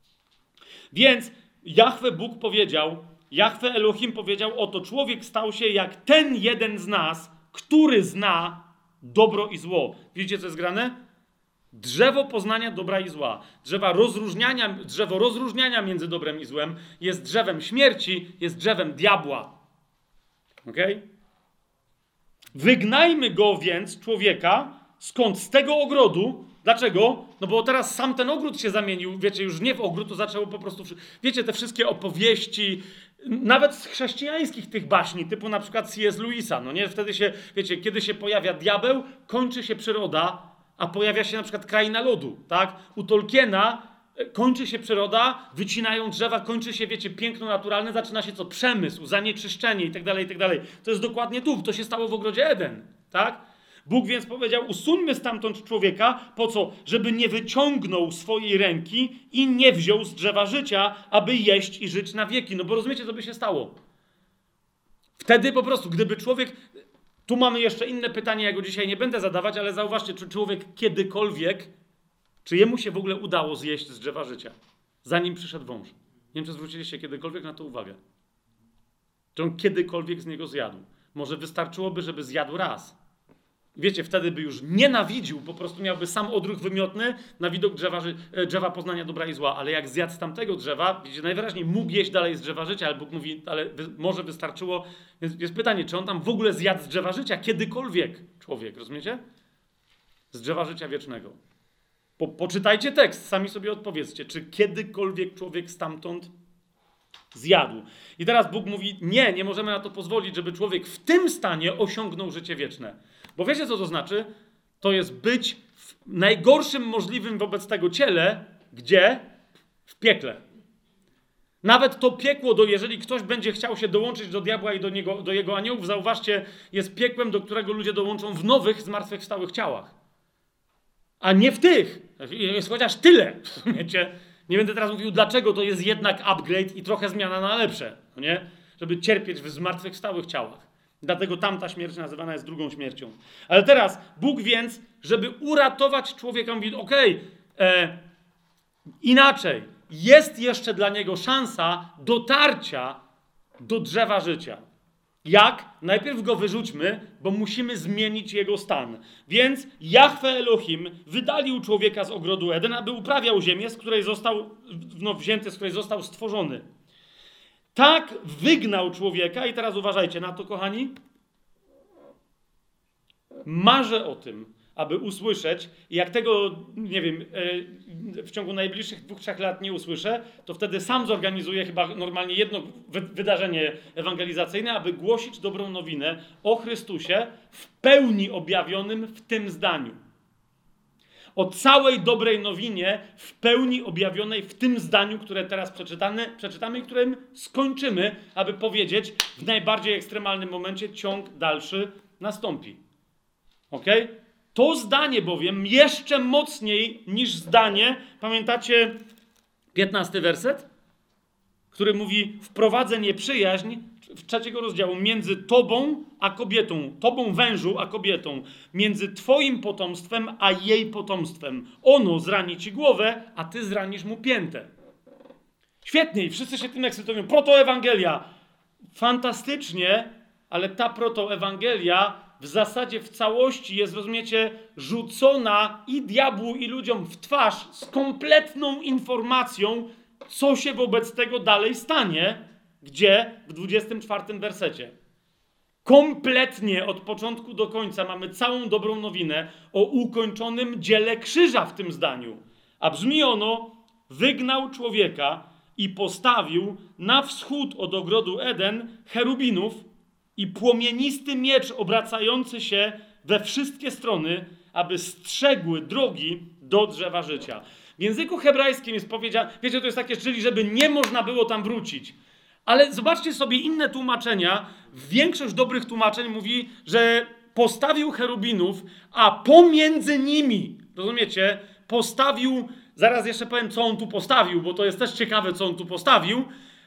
Więc Jahwe Bóg powiedział, Jahwe Elohim powiedział, oto człowiek stał się jak ten jeden z nas, który zna dobro i zło. Widzicie, co jest grane? Drzewo poznania dobra i zła. Drzewo rozróżniania między dobrem i złem jest drzewem śmierci, jest drzewem diabła. Okej? Wygnajmy go więc, człowieka, skąd? Z tego ogrodu. Dlaczego? No bo teraz sam ten ogród się zamienił, wiecie, już nie w ogród, to zaczęło po prostu, wiecie, te wszystkie opowieści, nawet z chrześcijańskich tych baśni, typu na przykład C.S. Lewisa, no nie? Wtedy się, wiecie, kiedy się pojawia diabeł, kończy się przyroda, a pojawia się na przykład kraina lodu, tak? U Tolkiena kończy się przyroda, wycinają drzewa, kończy się, wiecie, piękno naturalne, zaczyna się co? Przemysł, zanieczyszczenie i tak dalej, i tak dalej. To jest dokładnie tu, to się stało w ogrodzie Eden, tak? Bóg więc powiedział, usuńmy stamtąd człowieka, po co? Żeby nie wyciągnął swojej ręki i nie wziął z drzewa życia, aby jeść i żyć na wieki. No bo rozumiecie, co by się stało? Wtedy po prostu, gdyby człowiek... Tu mamy jeszcze inne pytanie, ja go dzisiaj nie będę zadawać, ale zauważcie, czy człowiek kiedykolwiek, czy jemu się w ogóle udało zjeść z drzewa życia, zanim przyszedł wąż? Nie wiem, czy zwróciliście kiedykolwiek na to uwagę. Czy on kiedykolwiek z niego zjadł? Może wystarczyłoby, żeby zjadł raz. Wiecie, wtedy by już nienawidził, po prostu miałby sam odruch wymiotny na widok drzewa poznania dobra i zła. Ale jak zjadł z tamtego drzewa, wiecie, najwyraźniej mógł jeść dalej z drzewa życia, ale Bóg mówi, ale może wystarczyło. Więc jest pytanie, czy on tam w ogóle zjadł z drzewa życia kiedykolwiek człowiek, rozumiecie? Z drzewa życia wiecznego. Poczytajcie tekst, sami sobie odpowiedzcie, czy kiedykolwiek człowiek stamtąd zjadł. I teraz Bóg mówi, nie możemy na to pozwolić, żeby człowiek w tym stanie osiągnął życie wieczne. Bo wiecie, co to znaczy? To jest być w najgorszym możliwym wobec tego ciele, gdzie? W piekle. Nawet to piekło, jeżeli ktoś będzie chciał się dołączyć do diabła i do jego aniołów, zauważcie, jest piekłem, do którego ludzie dołączą w nowych, zmartwychwstałych ciałach. A nie w tych. Jest chociaż tyle. Wiecie? Nie będę teraz mówił, dlaczego to jest jednak upgrade i trochę zmiana na lepsze. No nie? Żeby cierpieć w zmartwychwstałych ciałach. Dlatego tamta śmierć nazywana jest drugą śmiercią. Ale teraz Bóg więc, żeby uratować człowieka, mówi, inaczej. Jest jeszcze dla niego szansa dotarcia do drzewa życia. Jak? Najpierw go wyrzućmy, bo musimy zmienić jego stan. Więc Jahwe Elohim wydalił człowieka z ogrodu Eden, aby uprawiał ziemię, z której został stworzony. Tak wygnał człowieka i teraz uważajcie na to, kochani. Marzę o tym, aby usłyszeć i jak tego, nie wiem, w ciągu najbliższych 2-3 lat nie usłyszę, to wtedy sam zorganizuję chyba normalnie jedno wydarzenie ewangelizacyjne, aby głosić dobrą nowinę o Chrystusie w pełni objawionym w tym zdaniu. O całej dobrej nowinie w pełni objawionej w tym zdaniu, które teraz przeczytamy i którym skończymy, aby powiedzieć, w najbardziej ekstremalnym momencie ciąg dalszy nastąpi. Okej? To zdanie bowiem jeszcze mocniej niż zdanie, pamiętacie 15 werset? Który mówi, wprowadzę nieprzyjaźń w 3 rozdziału między tobą a kobietą, tobą wężu a kobietą, między twoim potomstwem a jej potomstwem. Ono zrani ci głowę, a ty zranisz mu piętę. Świetnie i wszyscy się tym ekscytują. Protoewangelia. Fantastycznie, ale ta protoewangelia w zasadzie w całości jest, rozumiecie, rzucona i diabłu, i ludziom w twarz z kompletną informacją, co się wobec tego dalej stanie, gdzie? W 24 wersecie. kompletnie od początku do końca mamy całą dobrą nowinę o ukończonym dziele krzyża w tym zdaniu. A brzmi ono: wygnał człowieka i postawił na wschód od ogrodu Eden cherubinów i płomienisty miecz obracający się we wszystkie strony, aby strzegły drogi do drzewa życia. W języku hebrajskim jest powiedziane, wiecie, to jest takie, czyli żeby nie można było tam wrócić. Ale zobaczcie sobie inne tłumaczenia. Większość dobrych tłumaczeń mówi, że postawił cherubinów, a pomiędzy nimi, rozumiecie, postawił, zaraz jeszcze powiem, co on tu postawił, bo to jest też ciekawe, co on tu postawił.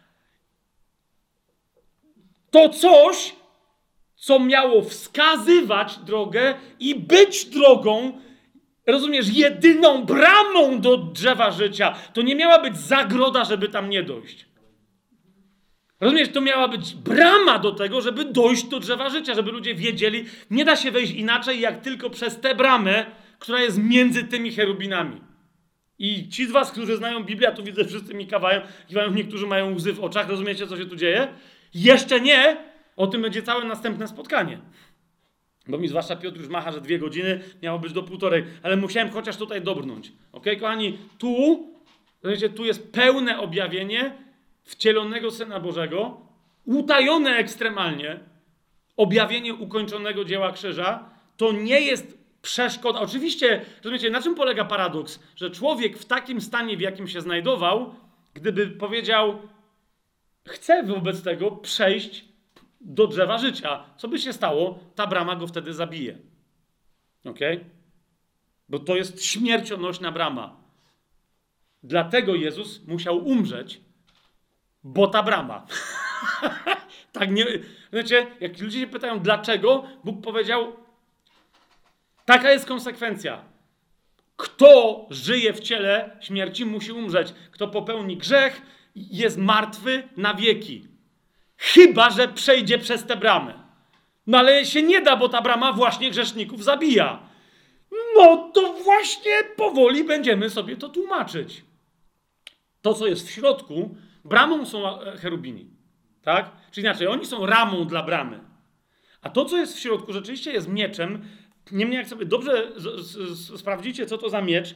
To coś, co miało wskazywać drogę i być drogą, rozumiesz, jedyną bramą do drzewa życia. To nie miała być zagroda, żeby tam nie dojść. Rozumiesz, to miała być brama do tego, żeby dojść do drzewa życia, żeby ludzie wiedzieli, nie da się wejść inaczej, jak tylko przez tę bramę, która jest między tymi cherubinami. I ci z was, którzy znają Biblię, a tu widzę, wszyscy mi kiwają, niektórzy mają łzy w oczach, rozumiecie, co się tu dzieje? Jeszcze nie, o tym będzie całe następne spotkanie. Bo mi zwłaszcza Piotr już macha, że 2 godziny, miało być do 1,5, ale musiałem chociaż tutaj dobrnąć. Okej, kochani, tu jest pełne objawienie wcielonego Syna Bożego, utajone ekstremalnie, objawienie ukończonego dzieła krzyża. To nie jest przeszkoda. Oczywiście, rozumiecie, na czym polega paradoks? Że człowiek w takim stanie, w jakim się znajdował, gdyby powiedział, chcę wobec tego przejść do drzewa życia. Co by się stało? Ta brama go wtedy zabije. Okej? Bo to jest śmiercionośna brama. Dlatego Jezus musiał umrzeć, bo ta brama. Tak nie... Wiecie, jak ludzie się pytają, dlaczego, Bóg powiedział, taka jest konsekwencja. Kto żyje w ciele śmierci, musi umrzeć. Kto popełni grzech, jest martwy na wieki. Chyba że przejdzie przez tę bramę. No ale się nie da, bo ta brama właśnie grzeszników zabija. No to właśnie powoli będziemy sobie to tłumaczyć. To, co jest w środku, bramą są cherubini. Tak? Czyli inaczej, oni są ramą dla bramy. A to, co jest w środku, rzeczywiście jest mieczem. Niemniej, jak sobie dobrze sprawdzicie, co to za miecz,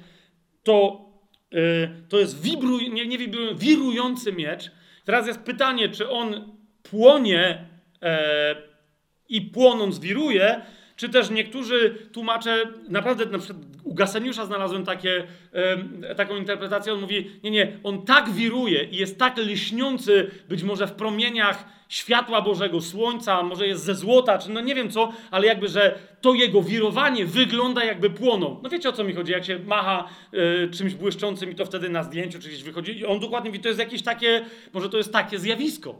to jest wirujący miecz. Teraz jest pytanie, czy on płonie i płonąc wiruje, czy też niektórzy tłumacze, naprawdę na przykład u Gaseniusza znalazłem taką interpretację, on mówi, nie, on tak wiruje i jest tak lśniący, być może w promieniach światła Bożego, słońca, może jest ze złota, czy no nie wiem co, ale jakby, że to jego wirowanie wygląda jakby płonął. No wiecie, o co mi chodzi, jak się macha czymś błyszczącym i to wtedy na zdjęciu czy gdzieś wychodzi i on dokładnie mówi, to jest jakieś takie, może to jest takie zjawisko.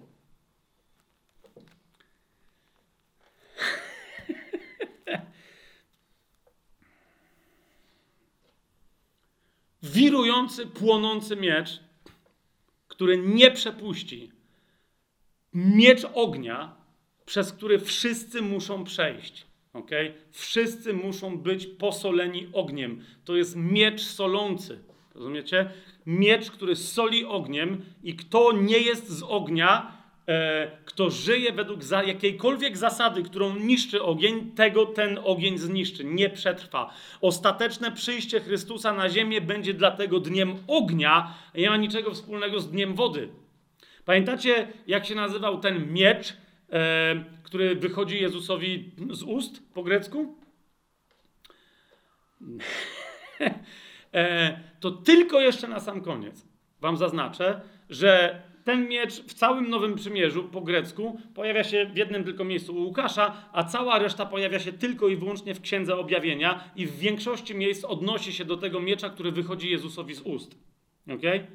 Wirujący, płonący miecz, który nie przepuści. Miecz ognia, przez który wszyscy muszą przejść. Okay? Wszyscy muszą być posoleni ogniem. To jest miecz solący. Rozumiecie? Miecz, który soli ogniem i kto nie jest z ognia, kto żyje według jakiejkolwiek zasady, którą niszczy ogień, tego ten ogień zniszczy, nie przetrwa. Ostateczne przyjście Chrystusa na ziemię będzie dlatego dniem ognia, a nie ma niczego wspólnego z dniem wody. Pamiętacie, jak się nazywał ten miecz, który wychodzi Jezusowi z ust po grecku? To tylko jeszcze na sam koniec wam zaznaczę, że ten miecz w całym Nowym Przymierzu po grecku pojawia się w jednym tylko miejscu u Łukasza, a cała reszta pojawia się tylko i wyłącznie w Księdze Objawienia i w większości miejsc odnosi się do tego miecza, który wychodzi Jezusowi z ust. Okay?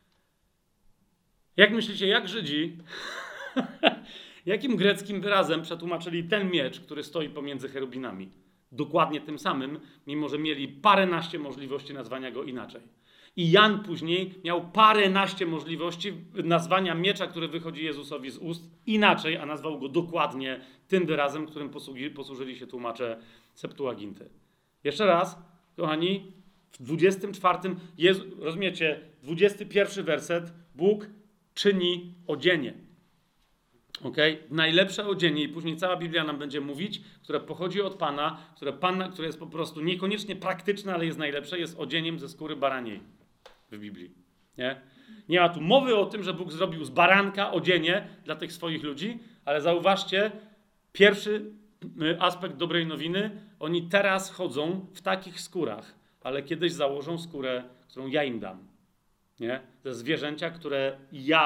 Jak myślicie, jak Żydzi, jakim greckim wyrazem przetłumaczyli ten miecz, który stoi pomiędzy cherubinami? Dokładnie tym samym, mimo że mieli paręnaście możliwości nazwania go inaczej. I Jan później miał paręnaście możliwości nazwania miecza, który wychodzi Jezusowi z ust, inaczej, a nazwał go dokładnie tym wyrazem, którym posłużyli się tłumacze Septuaginty. Jeszcze raz, kochani, w 24, rozumiecie, 21 werset, Bóg czyni odzienie. Okay? Najlepsze odzienie, i później cała Biblia nam będzie mówić, które pochodzi od Pana, które jest po prostu niekoniecznie praktyczne, ale jest najlepsze, jest odzieniem ze skóry baraniej w Biblii. Nie ma tu mowy o tym, że Bóg zrobił z baranka odzienie dla tych swoich ludzi, ale zauważcie, pierwszy aspekt dobrej nowiny, oni teraz chodzą w takich skórach, ale kiedyś założą skórę, którą ja im dam. Nie? Ze zwierzęcia, które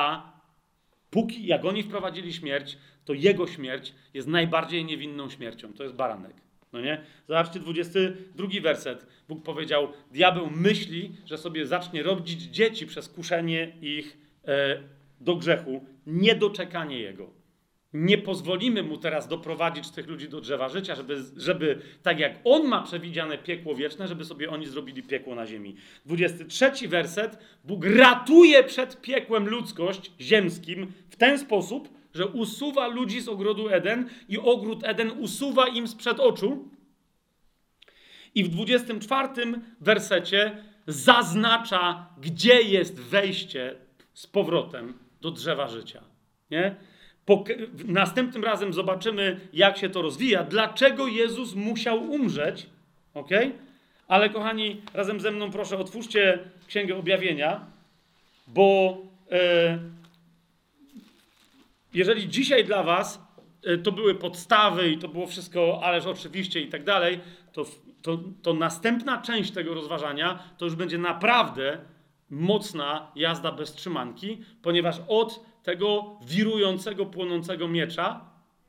jak oni wprowadzili śmierć, to jego śmierć jest najbardziej niewinną śmiercią. To jest baranek. No nie? Zobaczcie 22 werset. Bóg powiedział, diabeł myśli, że sobie zacznie rodzić dzieci przez kuszenie ich do grzechu, niedoczekanie jego. Nie pozwolimy mu teraz doprowadzić tych ludzi do drzewa życia, żeby tak jak on ma przewidziane piekło wieczne, żeby sobie oni zrobili piekło na ziemi. 23 werset. Bóg ratuje przed piekłem ludzkość ziemskim w ten sposób, że usuwa ludzi z ogrodu Eden i ogród Eden usuwa im sprzed oczu. I w 24 wersecie zaznacza, gdzie jest wejście z powrotem do drzewa życia. Nie? Następnym razem zobaczymy, jak się to rozwija, dlaczego Jezus musiał umrzeć. Okay? Ale kochani, razem ze mną proszę otwórzcie Księgę Objawienia, bo jeżeli dzisiaj dla was to były podstawy i to było wszystko, ależ oczywiście i tak dalej, to następna część tego rozważania to już będzie naprawdę mocna jazda bez trzymanki, ponieważ od tego wirującego, płonącego miecza,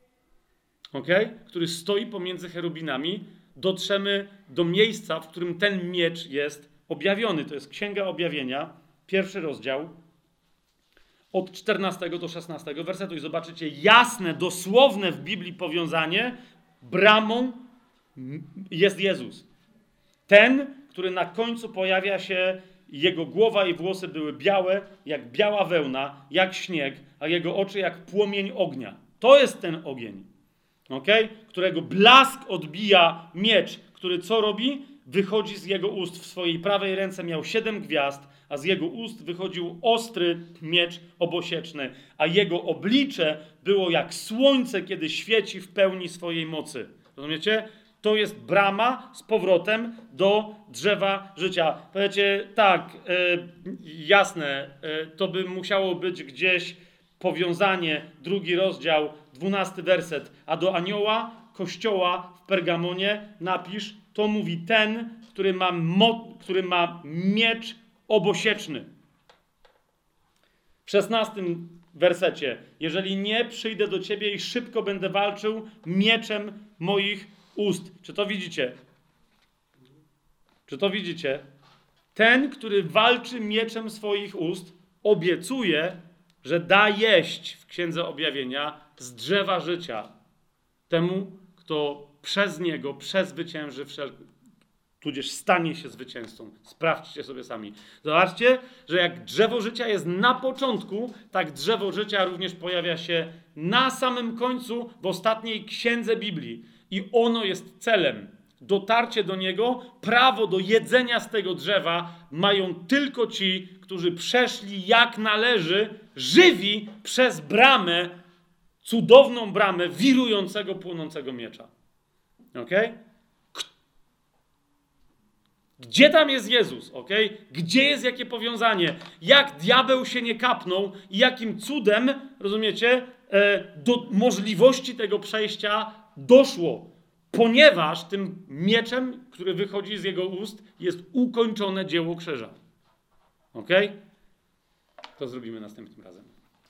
który stoi pomiędzy cherubinami, dotrzemy do miejsca, w którym ten miecz jest objawiony. To jest Księga Objawienia, 1 rozdział, od 14 do 16 wersetu. I zobaczycie jasne, dosłowne w Biblii powiązanie. Bramą jest Jezus. Ten, który na końcu pojawia się, jego głowa i włosy były białe, jak biała wełna, jak śnieg, a jego oczy jak płomień ognia. To jest ten ogień, którego blask odbija miecz, który co robi? Wychodzi z jego ust. W swojej prawej ręce miał 7 gwiazd, a z jego ust wychodził ostry miecz obosieczny, a jego oblicze było jak słońce, kiedy świeci w pełni swojej mocy. Rozumiecie? To jest brama z powrotem do drzewa życia. Powiecie, tak, jasne, to by musiało być gdzieś powiązanie, 2 rozdział, 12 werset. A do anioła kościoła w Pergamonie napisz, to mówi ten, który ma miecz obosieczny. W 16 wersecie. Jeżeli nie, przyjdę do ciebie i szybko będę walczył mieczem moich ust. Czy to widzicie? Czy to widzicie? Ten, który walczy mieczem swoich ust, obiecuje, że da jeść w Księdze Objawienia z drzewa życia temu, kto przez niego przezwycięży tudzież stanie się zwycięzcą. Sprawdźcie sobie sami. Zobaczcie, że jak drzewo życia jest na początku, tak drzewo życia również pojawia się na samym końcu, w ostatniej księdze Biblii. I ono jest celem. Dotarcie do niego, prawo do jedzenia z tego drzewa mają tylko ci, którzy przeszli jak należy, żywi przez bramę, cudowną bramę wirującego, płonącego miecza. Okej? Gdzie tam jest Jezus? Gdzie jest jakie powiązanie? Jak diabeł się nie kapnął i jakim cudem, rozumiecie, do możliwości tego przejścia doszło? Ponieważ tym mieczem, który wychodzi z jego ust, jest ukończone dzieło krzyża. To zrobimy następnym razem.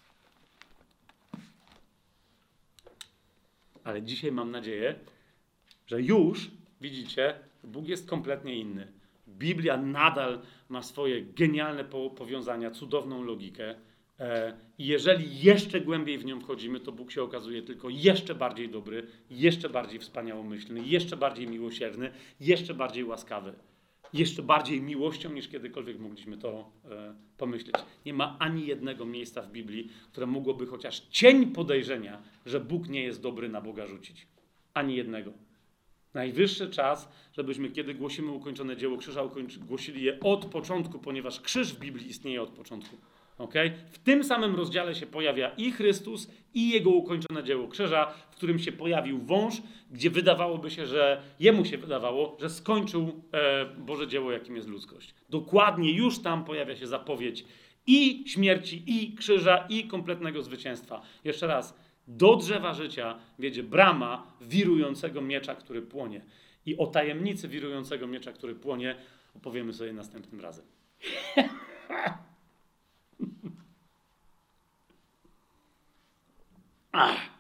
Ale dzisiaj mam nadzieję, że już widzicie, Bóg jest kompletnie inny. Biblia nadal ma swoje genialne powiązania, cudowną logikę. I jeżeli jeszcze głębiej w nią wchodzimy, to Bóg się okazuje tylko jeszcze bardziej dobry, jeszcze bardziej wspaniałomyślny, jeszcze bardziej miłosierny, jeszcze bardziej łaskawy. Jeszcze bardziej miłością, niż kiedykolwiek mogliśmy to pomyśleć. Nie ma ani jednego miejsca w Biblii, które mogłoby chociaż cień podejrzenia, że Bóg nie jest dobry na Boga rzucić. Ani jednego. Najwyższy czas, żebyśmy, kiedy głosimy ukończone dzieło krzyża, głosili je od początku, ponieważ krzyż w Biblii istnieje od początku. Okay? W tym samym rozdziale się pojawia i Chrystus, i Jego ukończone dzieło krzyża, w którym się pojawił wąż, gdzie wydawałoby się, że jemu się wydawało, że skończył Boże dzieło, jakim jest ludzkość. Dokładnie już tam pojawia się zapowiedź i śmierci, i krzyża, i kompletnego zwycięstwa. Jeszcze raz, do drzewa życia wiedzie brama wirującego miecza, który płonie. I o tajemnicy wirującego miecza, który płonie, opowiemy sobie następnym razem. Ach.